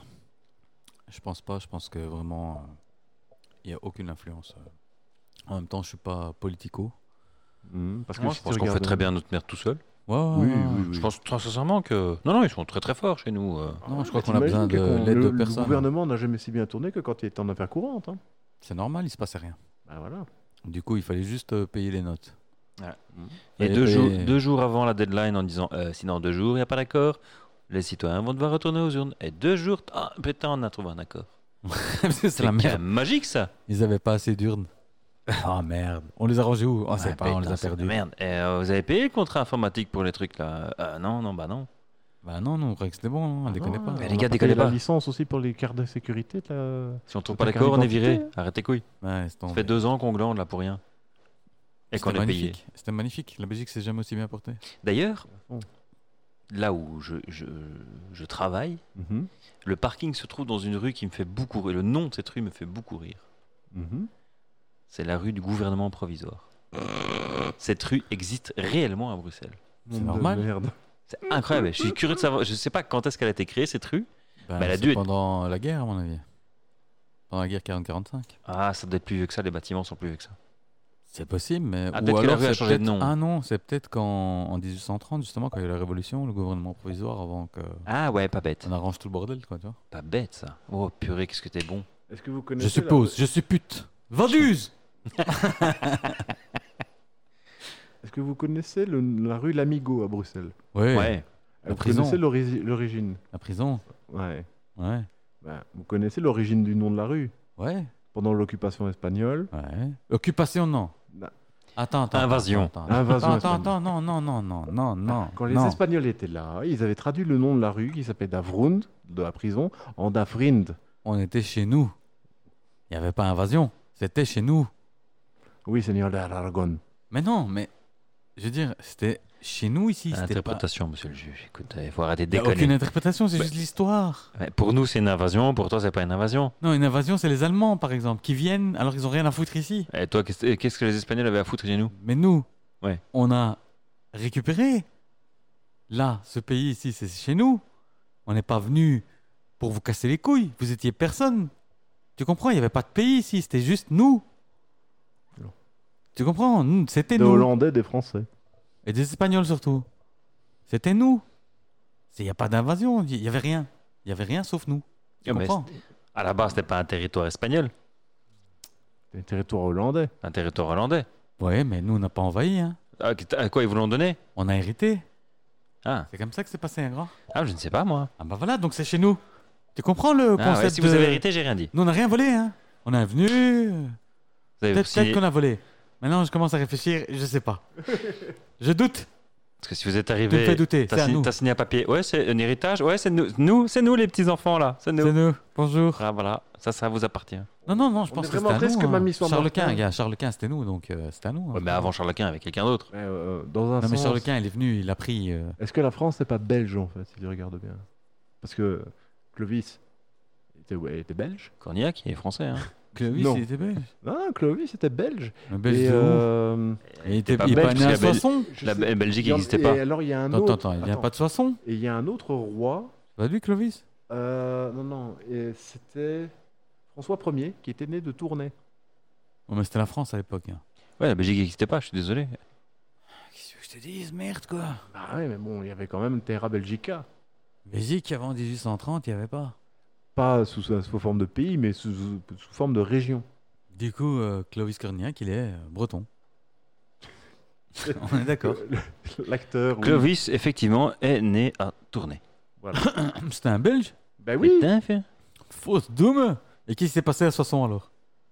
Je pense pas. Je pense que vraiment, il n'y a aucune influence. En même temps, je suis pas politico. Mhm. Parce que Moi, si je tu pense qu'on regardes- fait très bien notre merde tout seul. Ouais, Oui, ouais. oui. Je pense très sincèrement que. Non, ils sont très très forts chez nous. Non, je crois Mais qu'on a besoin de t'imagines que l'aide de le personne. gouvernement n'a jamais si bien tourné que quand il était en affaires courantes. Hein. C'est normal, il se passait rien. Bah voilà. Du coup, il fallait juste payer les notes. Et Fallait payer- 2 jours avant la deadline en disant sinon 2 jours, il n'y a pas d'accord, les citoyens vont devoir retourner aux urnes. Et 2 jours, putain, on a trouvé un accord. c'est C'est la quand merde. même magique ça. Ils avaient pas assez d'urnes. Ah merde. On les a rangés où? On sait pas, on les a perdus. Merde. Vous avez payé le contrat informatique pour les trucs là? Non, bah non. Bah non, on croyait que c'était bon, on déconnait pas. Mais On les gars, a pas déconnez payé la pas. licence aussi pour les cartes de sécurité. Là. Si on trouve C'est pas ta d'accord, carte on est viré. d'identité. Arrête tes couilles. Ouais, Ça fait 2 ans qu'on glande là pour rien. Et qu'on est payé. C'était magnifique. La Belgique s'est jamais aussi bien portée. D'ailleurs, Oh. là où je travaille, Mhm. le parking se trouve dans une rue qui me fait beaucoup rire. Le nom de cette rue me fait beaucoup rire. Mhm. C'est la rue du gouvernement provisoire. Cette rue existe réellement à Bruxelles. C'est Monde de normal. merde. C'est incroyable. Je suis curieux de savoir. Je sais pas quand est-ce qu'elle a été créée cette rue. Bah, elle a c'est dû être- pendant la guerre, à mon avis. Pendant la guerre 40-45. Ah, ça doit être plus vieux que ça. Les bâtiments sont plus vieux que ça. C'est possible, mais. Ah, ou peut-être que la alors rue a c'est changé de peut-être- nom. Ah non, c'est peut-être qu'en 1830, justement, quand il y a eu la révolution, le gouvernement provisoire, avant qu'on Ah ouais, pas bête. arrange tout le bordel, quoi, tu vois. Pas bête ça. Oh purée, qu'est-ce que t'es bon. Est-ce que vous connaissez Je suppose, je suis pute. Vendeuse. Est-ce que vous connaissez la rue Lamigo à Bruxelles? Ouais. Ouais. Vous prison. connaissez l'origine? La prison. Ouais. Ouais. Ben, vous connaissez l'origine du nom de la rue? Ouais. Pendant l'occupation espagnole. Ouais. Occupation, non. Non. Attends. Invasion. Invasion Attends, espagnole. non. Quand les non. Espagnols étaient là, ils avaient traduit le nom de la rue qui s'appelait Davrund, de la prison, en Dafrind. On était chez nous. Il n'y avait pas invasion. C'était chez nous. Oui, seigneur d'Aragon. Mais non, mais. Je veux dire, c'était chez nous ici. C'était pas... Interprétation, monsieur le juge. Écoute, il faut arrêter de Il n'y a aucune déconner. interprétation, c'est Ouais. juste l'histoire. Ouais, pour nous, c'est une invasion. Pour toi, c'est pas une invasion. Non, une invasion, c'est les Allemands, par exemple, qui viennent alors qu'ils n'ont rien à foutre ici. Et toi, qu'est-ce que les Espagnols avaient à foutre chez nous? Mais nous, Ouais. on a récupéré. Là, ce pays ici, c'est chez nous. On n'est pas venu pour vous casser les couilles. Vous étiez personne. Tu comprends? Il n'y avait pas de pays ici, c'était juste nous. Non. Tu comprends? C'était Des nous. Hollandais, des Français. Et des Espagnols surtout. C'était nous. Il n'y a pas d'invasion, il n'y avait rien. Il n'y avait rien sauf nous. Tu Ah, mais comprends? À la base, c'était pas un territoire espagnol, Des territoires hollandais. un territoire hollandais. Ouais, mais nous, on n'a pas envahi. Hein. À quoi ils vous l'ont donné? On a hérité. Ah. C'est comme ça que c'est passé, un grand. Je ne sais pas, moi. Ah bah voilà, donc c'est chez nous. Tu comprends le Ah, concept ouais, si vous de- avez hérité, j'ai rien dit. Nous, on n'a rien volé. Hein. On est venu. Vous avez Peut-être signé- qu'on a volé. Maintenant, je commence à réfléchir. Je sais pas. Je doute. Parce que si vous êtes Tu me arrivé, fais douter. C'est à nous. t'as signé un papier. Ouais, c'est un héritage. Ouais, c'est nous, c'est nous les petits enfants là. C'est nous. C'est nous. Bonjour. Ah voilà, ça vous appartient. Non, je On pense est que vraiment c'était à triste nous. que hein. Mamie soit Charles morte, Quint, hein. gars. Charles Quint, c'était nous, donc c'était à nous. hein. Ouais, mais avant Charles Quint, avec quelqu'un d'autre. Dans un Non, mais sens, Charles Quint, il est venu, il a pris. est-ce que la France n'est pas belge en fait, si tu regardes bien? Parce que Clovis était belge. Cornillac, il est français. Hein. Clovis, Non. il était belge. Ah, Clovis était belge. Un belge Et, de où Il était pas il est belge, pas né à parce que la Soissons. je La sais- Belgique il y en- n'existait et pas. alors il y a un autre. Attends, il vient pas de Soissons. Et il y a un autre roi. C'est pas lui, Clovis. Non, et c'était François Ier qui était né de Tournai. Oh, mais c'était la France à l'époque. hein. Ouais, la Belgique n'existait pas, je suis désolé. Qu'est-ce que je te dise, merde, quoi. Ah ouais, mais bon, il y avait quand même Terra Belgica. Belgique, avant 1830, il n'y avait pas. Pas sous forme de pays, mais sous forme de région. Du coup, Clovis Cornillac, il est breton. On est d'accord. L'acteur. oui. Clovis, effectivement, est né à Tournai. Voilà. C'était un Belge. Ben oui. Putain, fait. Fausse doom. Et qui s'est passé à Soissons alors?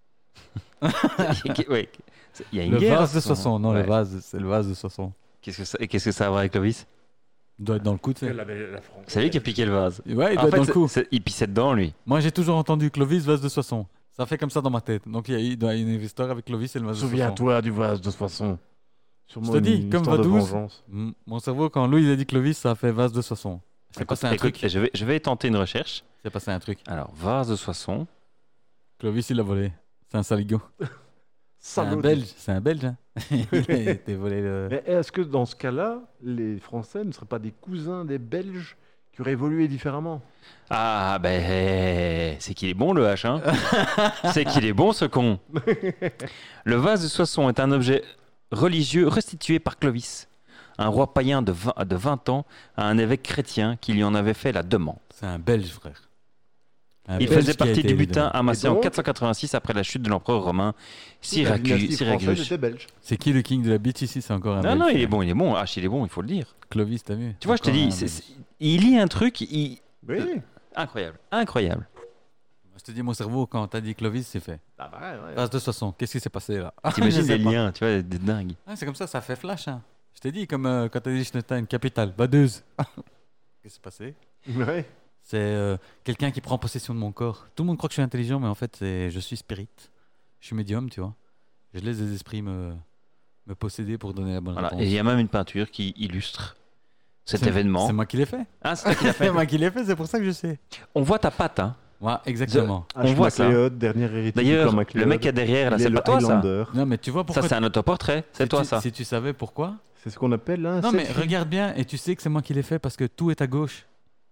Ouais. Il y a une Le guerre. vase de Soissons. Non, Ouais. le vase, c'est le vase de Soissons. Qu'est-ce que ça a à voir avec Clovis? Il doit être dans le coup, tu sais. La France. C'est lui qui a piqué le vase. Ouais, il doit En être dans fait, le coup. il pissait dedans, lui. Moi, j'ai toujours entendu Clovis, vase de Soissons. Ça fait comme ça dans ma tête. Donc, il doit y avoir une histoire avec Clovis et le vase de Soissons. Souviens-toi du vase de Soissons. Sûrement Je te dis, une comme histoire de Vadouze. vengeance. Mon cerveau, quand Louis il a dit Clovis, ça a fait vase de Soissons. C'est passé un Écoute, truc. je vais tenter une recherche. C'est passé un truc. Alors, vase de Soissons. Clovis, il l'a volé. C'est un saligo. C'est un Salaud. Belge. C'est un Belge, hein. Il a été volé le... Mais est-ce que dans ce cas-là, les Français ne seraient pas des cousins des Belges qui auraient évolué différemment? Ah, ben, c'est qu'il est bon le H, hein. C'est qu'il est bon ce con. Le vase de Soissons est un objet religieux restitué par Clovis, un roi païen de 20 ans, à un évêque chrétien qui lui en avait fait la demande. C'est un Belge, frère. Un Il Belge faisait qui a partie été du élu butin dedans. amassé Et en donc 486 après la chute de l'empereur romain La dynastie française Syracuse. était belge. C'est qui le king de la beach ici? C'est encore un Non, Belge. non, il est bon. H, il est bon, il faut le dire. Clovis, t'as vu? Tu vois, je te Encore dis, un Belge. il lit un truc, Oui. incroyable, incroyable. Je te dis, mon cerveau, quand t'as dit Clovis, c'est fait. Ah bah ouais. Passe de façon, qu'est-ce qui s'est passé là? T'imagines Je sais les pas. liens, tu vois, des dingues. Ah, c'est comme ça fait flash. Hein. Je t'ai dit, comme quand t'as dit Schneider, capitale, badeuse. Qu'est-ce qui s'est passé? Ouais. C'est quelqu'un qui prend possession de mon corps. Tout le monde croit que je suis intelligent, mais en fait, je suis spirit. Je suis médium, tu vois. Je laisse les esprits me posséder pour donner la bonne Voilà. réponse. Et il y a même une peinture qui illustre cet C'est- événement. C'est moi qui l'ai fait. Ah, c'est toi qui l'as fait. C'est moi qui l'ai fait, c'est pour ça que je sais. On voit ta patte, hein. Ouais, exactement. On voit ça. MacLeod, dernier héritier D'ailleurs, du clan MacLeod. le mec qui est derrière, là, Il est c'est le pas toi, ça. Highlander. Non, mais tu vois pourquoi. Ça, c'est un autoportrait. C'est si toi, tu- ça. Si tu savais pourquoi. C'est ce qu'on appelle un Non, mais selfie. regarde bien et tu sais que c'est moi qui l'ai fait parce que tout est à gauche.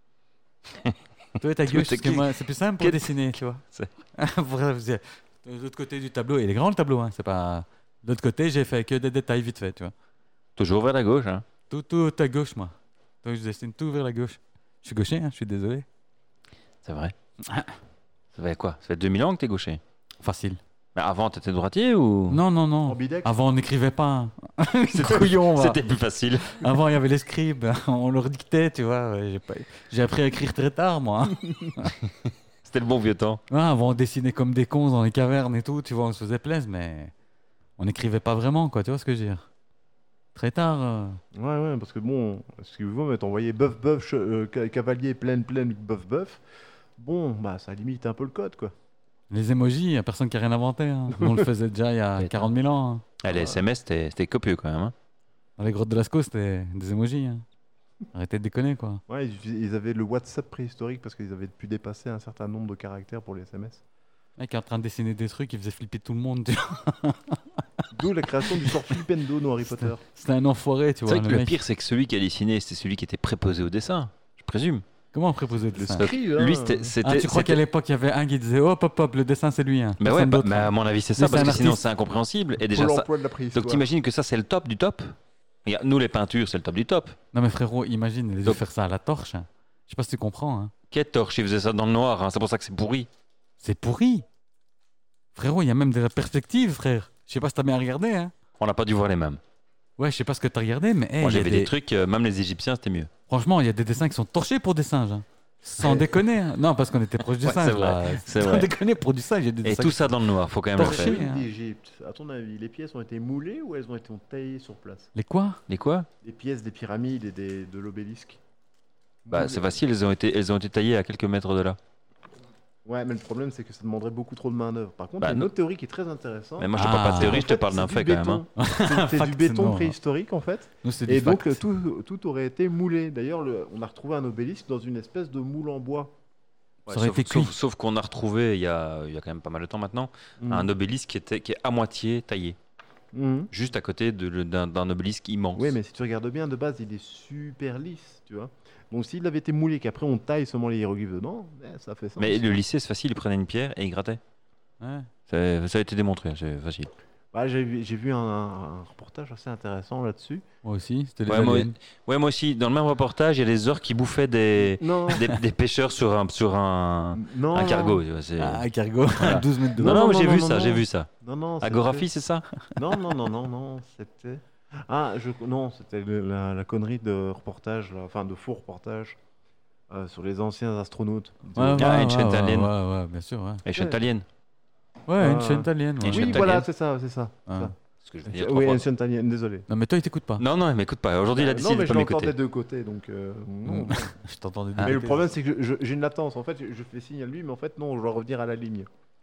Tout est à Tout gauche. est parce que moi, c'est plus simple pour Quel- dessiner, tu vois. C'est- De l'autre côté du tableau, il est grand le tableau, hein. C'est pas. De l'autre côté, j'ai fait que des détails vite fait, tu vois. Toujours vers la gauche, hein. Tout à gauche, moi. Donc je dessine tout vers la gauche. Je suis gaucher, hein, je suis désolé. C'est vrai. Ah. Ça fait quoi? Ça fait 2000 ans que t'es gaucher. Facile. Mais avant, t'étais droitier ou? Non, non, non. Ambidex. Avant, on n'écrivait pas. hein. C'est couillon, va. C'était plus facile. Avant, il y avait les scribes. On leur dictait, tu vois. Ouais, j'ai appris à écrire très tard, moi. hein. C'était le bon vieux temps. Ouais, avant, on dessinait comme des cons dans les cavernes et tout, tu vois, on se faisait plaisir, mais on n'écrivait pas vraiment, quoi, tu vois ce que je veux dire. Très tard. Ouais, parce que bon, ce que vous t'envoyez bœuf, cavalier, pleine, bœuf. Bon, bah ça limite un peu le code, quoi. Les emojis, il n'y a personne qui a rien inventé. Hein. Nous, on le faisait déjà il y a 40 000 ans. hein. Ah, les SMS, c'était copieux quand même. Hein. Dans les grottes de Lascaux, c'était des emojis. Hein. Arrêtez de déconner, quoi. Ouais, ils avaient le WhatsApp préhistorique parce qu'ils avaient pu dépasser un certain nombre de caractères pour les SMS. Le mec est en train de dessiner des trucs, il faisait flipper tout le monde. Tu vois. D'où la création du sort Flipendo dans Harry Potter. C'était un enfoiré, tu C'est vois. vrai que le le mec. pire, c'est que celui qui a dessiné, c'était celui qui était préposé au dessin, je présume. Comment on préposait le dessin scribe, hein. Lui, c'était. Ah, tu crois qu'à l'époque, il y avait un qui disait hop, hop, hop, le dessin, c'est lui. Hein. Bah ouais, Personne d'autre, mais hein. à mon avis, c'est Lui, ça, c'est parce un que sinon, artiste. c'est incompréhensible. Et Pour déjà, ça... l'emploi de la préhistoire. Donc t'imagines que ça, c'est le top du top. Regarde, nous, les peintures, c'est le top du top. Non, mais frérot, imagine, les yeux Donc- faire ça à la torche. Hein. Je sais pas si tu comprends. Hein. Quelle torche, il faisait ça dans le noir, hein, c'est pour ça que c'est pourri. C'est pourri. Frérot, il y a même de la perspective, frère. Je sais pas si t'as bien regardé. Hein. On n'a pas dû voir les mêmes. Ouais, je sais pas ce que t'as regardé, mais hey, Moi, il y j'ai a vu des trucs, même les Égyptiens, c'était mieux. franchement, il y a des dessins qui sont torchés pour des singes. Hein. Sans déconner. Hein. Non, parce qu'on était proche du Ouais, singe. c'est vrai, là. c'est Sans vrai. déconner, pour du singe, il y a des Et dessins tout qui- ça dans le noir, faut quand même le Torché. faire. Les hein. pyramides d'Égypte, à ton avis, les pièces ont été moulées ou elles ont été taillées sur place? Les quoi? Les quoi? Les pièces des pyramides et de l'obélisque. Bah, Moulées. c'est facile, elles ont été taillées à quelques mètres de là. Ouais, mais le problème, c'est que ça demanderait beaucoup trop de main-d'œuvre. Par contre, Bah, il y a une non. autre théorie qui est très intéressante. Mais moi, je te parle pas de Ah. théorie, je te En fait, parle d'un c'est fait du quand même. Hein. béton. C'est Fact, du béton non. préhistorique, en fait. Nous, c'est Et du donc, fact. tout aurait été moulé. D'ailleurs, on a retrouvé un obélisque dans une espèce de moule en bois. Ouais, Ça aurait été cuit. sauf qu'on a retrouvé, il y a quand même pas mal de temps maintenant, un obélisque qui est à moitié taillé, Mhm. juste à côté d'un obélisque immense. Oui, mais si tu regardes bien, de base, il est super lisse, tu vois. Donc, s'il avait été moulé, qu'après on taille seulement les hiéroglyphes dedans, ça fait sens. Mais le lycée, c'est facile, il prenait une pierre et il grattait. Ouais. Ça a été démontré, c'est facile. Bah, j'ai vu un reportage assez intéressant là-dessus. Moi aussi, c'était les Ouais, moi, aliens. ouais, moi aussi, dans le même reportage, il y a des orques qui bouffaient des, Non, des pêcheurs sur un non, cargo. Tu vois, c'est- Ah, un cargo, 12 mètres de Non, haut. non, non, j'ai non, vu non, ça, non. j'ai vu ça. Non, Agoraphie, c'est ça? non, c'était. Ah, non, c'était la connerie de reportage, là, enfin de faux reportage sur les anciens astronautes. Ouais, Ah, ouais, une chaîne ouais, italienne. ouais, bien sûr. Ouais, Et italienne. ouais une Ah. chaîne italienne. ouais. Une chaîne Oui, italienne. voilà, c'est ça. Ah. Ce que je veux dire Oui, trois fois. une chaîne italienne, désolé. Non, mais toi, il t'écoute pas. Non, non, mais écoute pas. Aujourd'hui, il a Non, décidé mais de je pas l'entends m'écouter. des deux côtés, donc non. Je t'entendais Mais dire. le problème, c'est que j'ai une latence. En fait, je fais signe à lui, mais en fait, non, je dois revenir à la ligne.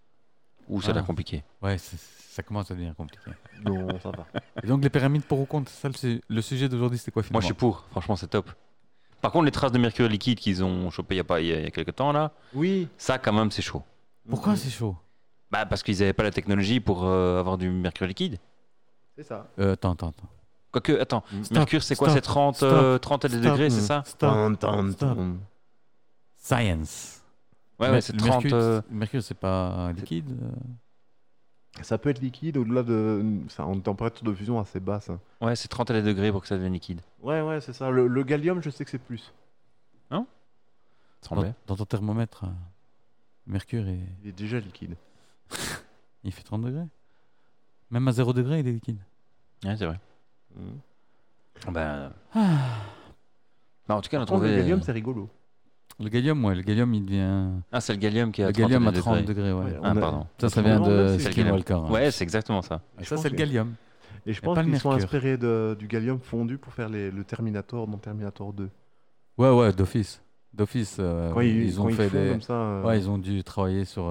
Ouh, ça a l'air Ah. compliqué. Ouais, ça commence à devenir compliqué. Non, ça va. Et donc, les pyramides pour ou contre, c'est ça le sujet d'aujourd'hui, c'était quoi Moi, finalement? je suis pour. Franchement, c'est top. Par contre, les traces de mercure liquide qu'ils ont chopées il y a quelques temps, là, Oui. ça, quand même, c'est chaud. Pourquoi c'est chaud? Bah, parce qu'ils n'avaient pas la technologie pour avoir du mercure liquide. C'est ça. Attends. Quoique, attends, Stop, mercure, c'est quoi? stop, C'est 30, stop, 30 à des stop. degrés, c'est ça? Stop. Stop. Science. Ouais, c'est le 30. mercure, le mercure, c'est pas liquide. Ça peut être liquide au-delà de. Ça a une température de fusion assez basse. Hein. Ouais, c'est 30 à des degrés pour que ça devienne liquide. Ouais, c'est ça. Le gallium, je sais que c'est plus. Ça semblait. Dans ton thermomètre, le mercure, Il est déjà liquide. il fait 30 degrés. Même à 0 degré, il est liquide. Ouais, c'est vrai. Mhm. Ben, bah, en tout cas, on a Par contre, le trouvé. gallium, c'est rigolo. Le gallium, ouais, le gallium, il devient. Ah, c'est le gallium qui est à Le 30 gallium à degrés. 30 degrés, ouais. Ah, pardon. Ça vient de c'est le Skinwalker. gallium. Ouais, c'est exactement ça. Et ça, c'est le gallium. Et je Y a pense pas le qu'ils sont mercure. inspirés du gallium fondu pour faire le Terminator dans Terminator 2. Ouais, d'office. D'office, Quand ils ont quand fait font des. comme ça. Ouais, ils ont dû travailler sur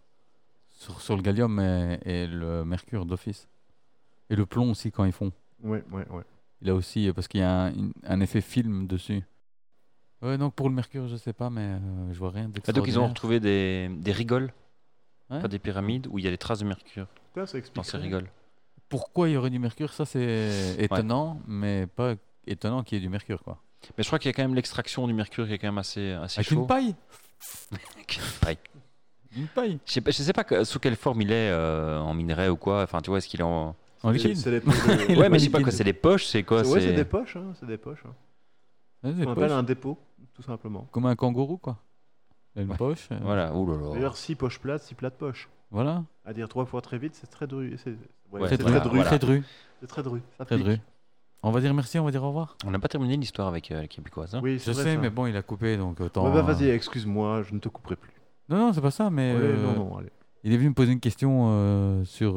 le gallium et le mercure d'office. Et le plomb aussi, quand ils font. Ouais. Il a aussi, parce qu'il y a un effet film dessus. Ouais, donc pour le mercure, je sais pas, mais je vois rien Ah, donc d'extraordinaire. ils ont retrouvé des rigoles, Ouais. pas des pyramides, où il y a des traces de mercure Ça, ça explique. dans ces rigoles. Pourquoi il y aurait du mercure, ça c'est étonnant, mais pas étonnant qu'il y ait du mercure, quoi. Mais je crois qu'il y a quand même l'extraction du mercure qui est quand même assez Avec chaud. une paille Avec une paille. Une paille Je sais pas sous quelle forme il est, en minerai ou quoi. Enfin, tu vois, est-ce qu'il est en. en liquide. C'est des poches. Ouais, mais je sais pas liquide. quoi, c'est des poches, c'est quoi Ouais, c'est des poches. C'est des poches. Ouais, des On appelle poches. un dépôt, tout simplement. Comme un kangourou, quoi. Il y a une Ouais. poche. Voilà, ouh là là. D'ailleurs, 6 poches plates, 6 plates poches. Voilà. À dire 3 fois très vite, c'est très dru. Ouais, C'est voilà, très dru. voilà. Très dru. C'est très dru. Ça Très pique. dru. On va dire merci, on va dire au revoir. On n'a pas terminé l'histoire avec les Québécoises. Hein. Oui, Je c'est vrai, sais, ça. mais bon, il a coupé, donc autant. Ouais, bah, vas-y, excuse-moi, je ne te couperai plus. Non, c'est pas ça, mais Ouais, non, allez. il est venu me poser une question sur.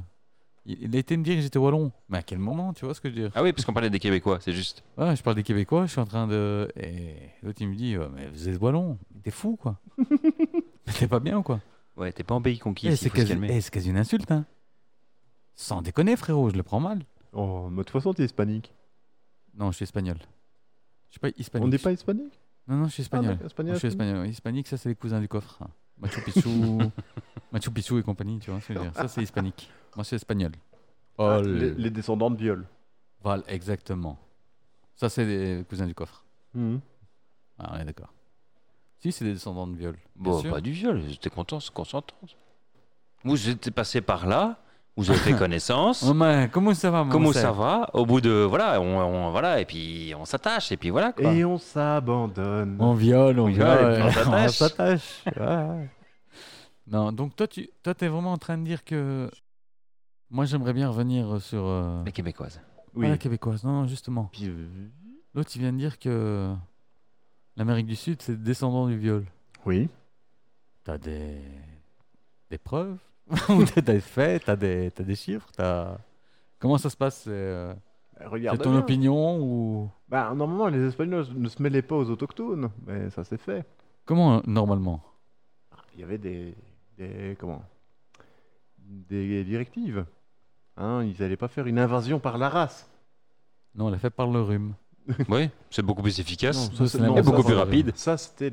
Il a été me dire que j'étais wallon. Mais à quel moment, tu vois ce que je veux dire? Ah oui, parce qu'on parlait des Québécois, c'est juste. Ouais, je parle des Québécois, je suis en train de. Et l'autre, il me dit, mais vous êtes wallon. T'es fou, quoi. T'es pas bien, quoi. Ouais, t'es pas en pays conquis, Eh, il c'est faut se quasi... calmer. c'est quasi une insulte, hein. Sans déconner, frérot, je le prends mal. Oh, mais de toute façon, t'es hispanique. Non, je suis espagnol. Je suis pas hispanique. On n'est pas hispanique? Non, je suis espagnol. d'accord, espagnol, Moi, je suis espagnol. Oui, hispanique, ça, c'est les cousins du coffre. Hein. Machu Picchu, Machu Picchu et compagnie, tu vois ce que je veux dire. Ça, c'est hispanique. Moi, c'est espagnol. Ah, Oh, les descendants de viol. Voilà, exactement. Ça, c'est les cousins du coffre. Mhm. Ah, on est d'accord. Si, c'est des descendants de viol. bien Bon, sûr. pas du viol, j'étais content qu'on s'entende. Vous êtes passé par là, vous avez fait connaissance. Oh, mais comment ça va, mon Comment Seb ça va? Au bout de. Voilà, voilà, et puis on s'attache, et puis voilà quoi. Et on s'abandonne. On viole, on viole, et viole. puis on s'attache. Ouais. Non, donc toi, t'es vraiment en train de dire que. Moi, j'aimerais bien revenir sur. Les Québécoises. Pas la québécoise, non, justement. Puis, L'autre, il vient de dire que l'Amérique du Sud, c'est descendant du viol. oui. T'as des preuves ou t'as des faits, t'as des chiffres, Comment ça se passe? C'est Regarde ton bien. opinion ou Bah, normalement, les Espagnols ne se mêlaient pas aux autochtones, mais ça s'est fait. comment normalement? Il y avait des directives. Hein, ils n'allaient pas faire une invasion par la race. Non, on l'a fait par le rhume. Oui, c'est beaucoup plus efficace. Non, ça, c'est et l'inverse. beaucoup ça, plus c'est- rapide. Ça, c'était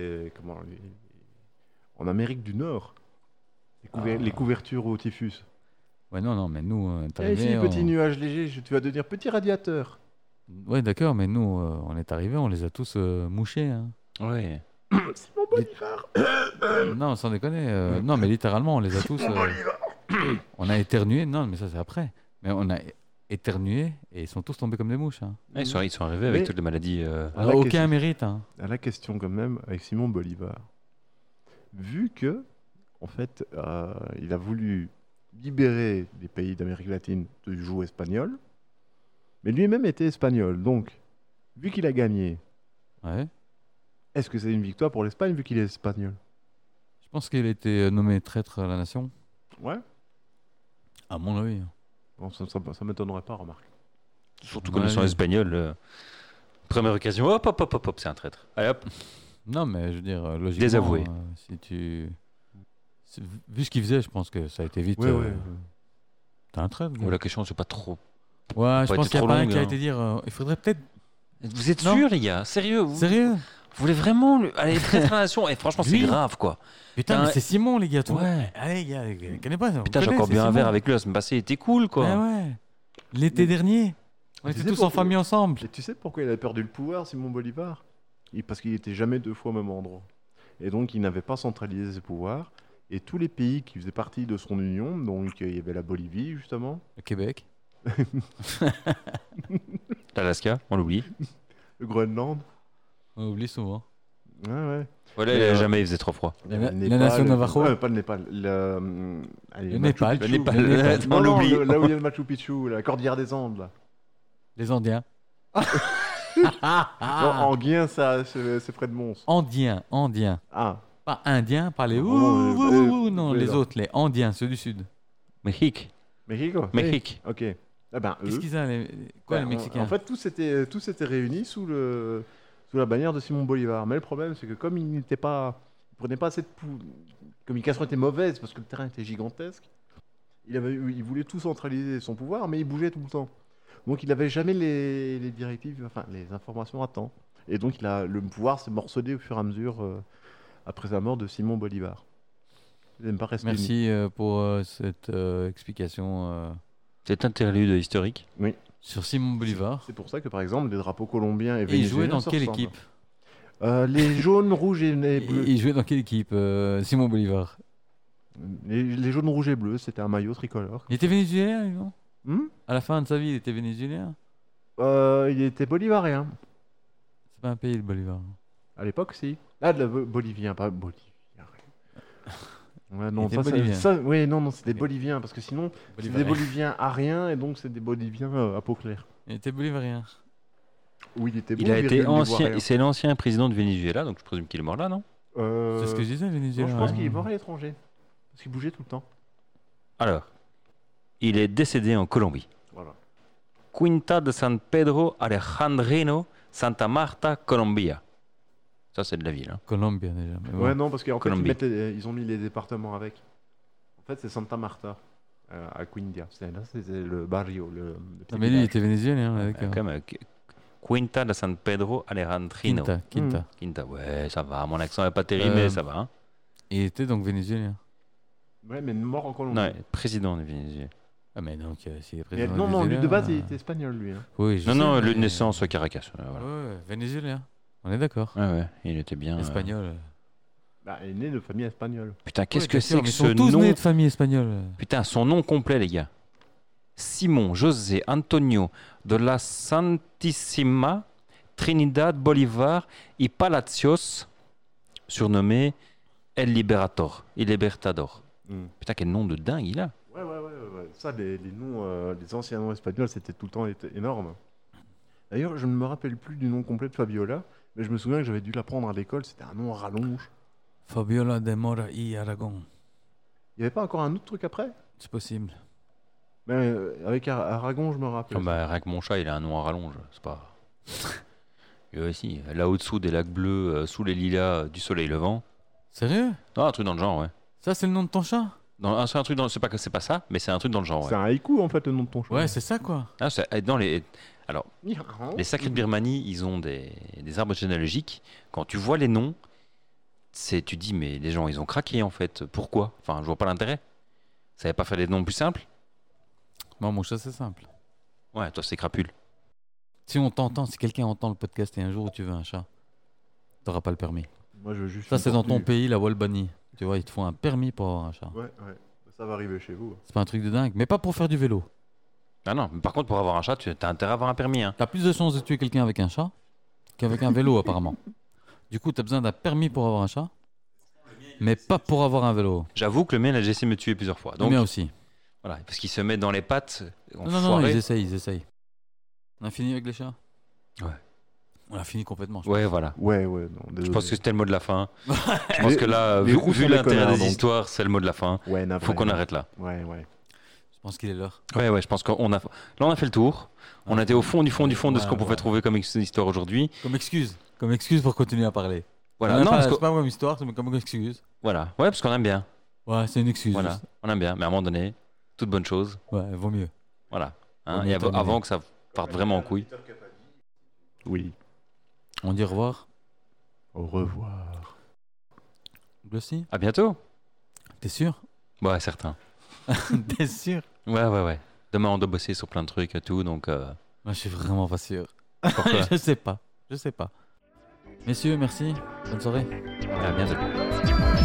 en Amérique du Nord. Les couvertures au typhus. Ouais, non, mais nous, on est Et ici, arrivés. petit nuage léger, tu vas devenir petit radiateur. Ouais, d'accord, mais nous, on est arrivés, on les a tous mouchés. Hein. Ouais. Simon Bolivar. Non, sans déconner. Non, mais littéralement, on les a tous. On a éternué. Non, mais ça, c'est après. Mais on a éternué et ils sont tous tombés comme des mouches. Hein. Ouais, ils sont arrivés avec Mais- toutes les maladies. Ah, la aucun question- mérite. Hein. À la question quand même avec Simon Bolivar. Vu que, en fait, il a voulu libérer les pays d'Amérique latine du joug espagnol, mais lui-même était espagnol. Donc, vu qu'il a gagné, Ouais. est-ce que c'est une victoire pour l'Espagne vu qu'il est espagnol? Je pense qu'il a été nommé traître à la nation. Ouais. À mon avis. Bon, ça m'étonnerait pas, remarque. Surtout Ouais, connaissant oui. l'espagnol. Première occasion, hop, c'est un traître. Allez hop. Non, mais je veux dire, logiquement. Désavoué. Si tu. Vu ce qu'il faisait, je pense que ça a été vite. Ouais. T'as un trait, le gars. Oh, la question, c'est pas trop. Ouais, je pas pense été qu'il y a trop pas un longue, qui a hein. été dire. Il faudrait peut-être. Vous êtes Non. sûrs, les gars? Sérieux? Sérieux? Vous voulez vraiment aller traître à la nation? Et franchement, c'est Oui. grave, quoi. Putain, Putain, mais c'est Simon, les gars. Tout. Ouais. Allez, gars, je connais pas ça. Putain, j'ai encore bu un verre avec lui la semaine passée, il était cool, quoi. Ouais, ouais. L'été Mais- dernier. On Tu était sais tous en pourquoi- famille ensemble. Et tu sais pourquoi il a perdu le pouvoir, Simon Bolivar? Parce qu'il était jamais deux fois au même endroit. Et donc, il n'avait pas centralisé ses pouvoirs. Et tous les pays qui faisaient partie de son union, donc il y avait la Bolivie, justement, Le Québec. L'Alaska, on l'oublie. le Groenland. On oublie souvent. Ouais. Voilà, Mais, jamais il faisait 3 fois. La Le la nation Navajo. Pas le Népal. Allez, Le Machu Népal. Picchu. Le Népal. Non, On non, l'oublie. là où il y a le Machu Picchu, la cordillère des Andes. Là. Les Indiens. Non, Anguien, c'est près de Mons. Andien. Ah. Pas indien, pas les non, les autres, les Andiens, ceux du sud. Mexique. Mexico. Mexique. Ok. Eh ben, Qu'est-ce eux. qu'ils ont, les Mexicains? En fait, tous s'étaient réunis sous la bannière de Simon Bolivar. Mais le problème, c'est que comme il prenait pas assez de comme l'éducation était mauvaise parce que le terrain était gigantesque, il voulait tout centraliser son pouvoir, mais il bougeait tout le temps. Donc il n'avait jamais les directives, enfin les informations à temps. Et donc le pouvoir s'est morcelé au fur et à mesure après la mort de Simon Bolivar. Il n'aime pas rester uni. Merci pour cette explication C'est interlude historique. Oui. sur Simon Bolivar. C'est pour ça que par exemple les drapeaux colombiens et Et il vénézuéliens jouait dans se quelle ressemblent. équipe? Les jaunes, rouges et les bleus. Il jouait dans quelle équipe, Simon Bolivar? Les jaunes, rouges et bleus, c'était un maillot tricolore. Il était vénézuélien, non? Hmm. À la fin de sa vie, il était vénézuélien. Il était bolivarien. C'est pas un pays, le Bolivar. À l'époque, si. Ah, bolivien, pas bolivien. Ouais, non, était bolivien. Oui, non, c'est des boliviens, parce que sinon, c'est des boliviens ariens, et donc c'est des boliviens à peau claire. Il était bolivarien. Oui, il était Il a été ancien. ivoirien. C'est l'ancien président de Venezuela, donc je présume qu'il est mort là, non? C'est ce que je disais, Non, Venezuela. je pense qu'il est mort à l'étranger. Parce qu'il bougeait tout le temps. Alors, il est décédé en Colombie. Voilà. Quinta de San Pedro Alejandrino, Santa Marta, Colombia. Ça, c'est de la ville. Hein. Colombie, déjà. Mais Ouais, bon. non, parce qu'en fait, Colombie. ils ont mis les départements avec. En fait, c'est Santa Marta, à Quindia. Là, c'était le barrio, le petit Non, mais lui, il village. était vénézuélien, d'accord. Quand même, Quinta de San Pedro Alejandrino. Quinta. Quinta, ouais, ça va. Mon accent n'est pas terrible, Euh, mais ça va. Hein. Il était donc vénézuélien. Ouais, mais mort en Colombie. Non, président de Venezuela. Ah, mais donc, s'il est Et président non, lui de vénézuélien, base, il était espagnol, lui. Hein. Oui, je Non, sais, non, mais- lieu de naissance à Caracas. Voilà. Ouais, vénézuélien. On est d'accord. Ouais, ouais, il était bien. Espagnol. Bah, il est né de famille espagnole. Putain, qu'est-ce Ouais, que bien c'est sûr, que mais ce ils sont tous nom? nés de famille espagnole. Putain, son nom complet, les gars. Simon José Antonio de la Santissima Trinidad Bolivar y Palacios, surnommé El Libertador. Putain, quel nom de dingue il a. Ouais. Ça, les noms, les anciens noms espagnols, c'était tout le temps énorme. D'ailleurs, je ne me rappelle plus du nom complet de Fabiola, mais je me souviens que j'avais dû l'apprendre à l'école. C'était un nom à rallonge. Fabiola de Mora y Aragon. Il n'y avait pas encore un autre truc après? C'est possible. Mais avec Aragon, je me rappelle. Oh, bah, rien que mon chat, il a un nom à rallonge. C'est pas. Lui aussi. Là au-dessous des lacs bleus, sous les lilas du soleil levant. Sérieux? Non, un truc dans le genre, ouais. Ça, c'est le nom de ton chat? Non, c'est un truc dans. C'est pas ça, mais c'est un truc dans le genre, C'est ouais. un haïku, en fait, le nom de ton chat. Ouais, c'est ça, quoi. Ah, dans les. Alors, les sacrés de Birmanie, ils ont des arbres généalogiques. Quand tu vois les noms, tu dis, mais les gens, ils ont craqué en fait. Pourquoi? Enfin, je vois pas l'intérêt. Ça n'avait pas fait des noms plus simples? Moi, mon chat, c'est simple. Ouais, toi, c'est crapule. Si quelqu'un entend le podcast et un jour où tu veux un chat, t'auras pas le permis. Moi, je veux juste Ça, une c'est dans ton tortue. pays, la Walbanie. Tu vois, ils te font un permis pour avoir un chat. Ouais. Ça va arriver chez vous. C'est pas un truc de dingue, mais pas pour faire du vélo. Ah non, mais par contre, pour avoir un chat, tu as intérêt à avoir un permis. Hein. T'as plus de chances de tuer quelqu'un avec un chat qu'avec un vélo, apparemment. Du coup, t'as besoin d'un permis pour avoir un chat, mais pas pour avoir un vélo. J'avoue que le mien a essayé de me tuer plusieurs fois. Le Donc, mien aussi. voilà, parce qu'il se met dans les pattes. Non, ils essayent. On a fini avec les chats? Ouais. On a fini complètement. je Ouais, voilà. Ouais, non. Je Désolé. pense que c'était le mot de la fin. Je pense que là, les vu roues sont des l'intérêt connards, des donc. histoires, c'est le mot de la fin. Ouais, navré. Faut qu'on arrête là. Ouais. Je pense qu'il est l'heure. Ouais, je pense qu'on a. Là, on a fait le tour. On a été au fond de ce qu'on pouvait trouver comme histoire aujourd'hui. Comme excuse pour continuer à parler. Voilà. Non, Non, parce c'est que- pas comme histoire, c'est comme excuse. voilà. Ouais, parce qu'on aime bien. Ouais, c'est une excuse. Voilà. juste. On aime bien. Mais à un moment donné, toute bonne chose. Ouais, vaut mieux. Voilà. Hein, Vaut mieux et terminer. avant que ça parte vraiment en couille. Oui. On dit au revoir. Au revoir. Glossy, À bientôt. t'es sûr? Ouais, certain. T'es sûr? Ouais. Demain, on doit bosser sur plein de trucs et tout, donc. Moi, je suis vraiment pas sûr. Pourquoi? Je sais pas. Messieurs, merci. Bonne soirée. À bientôt.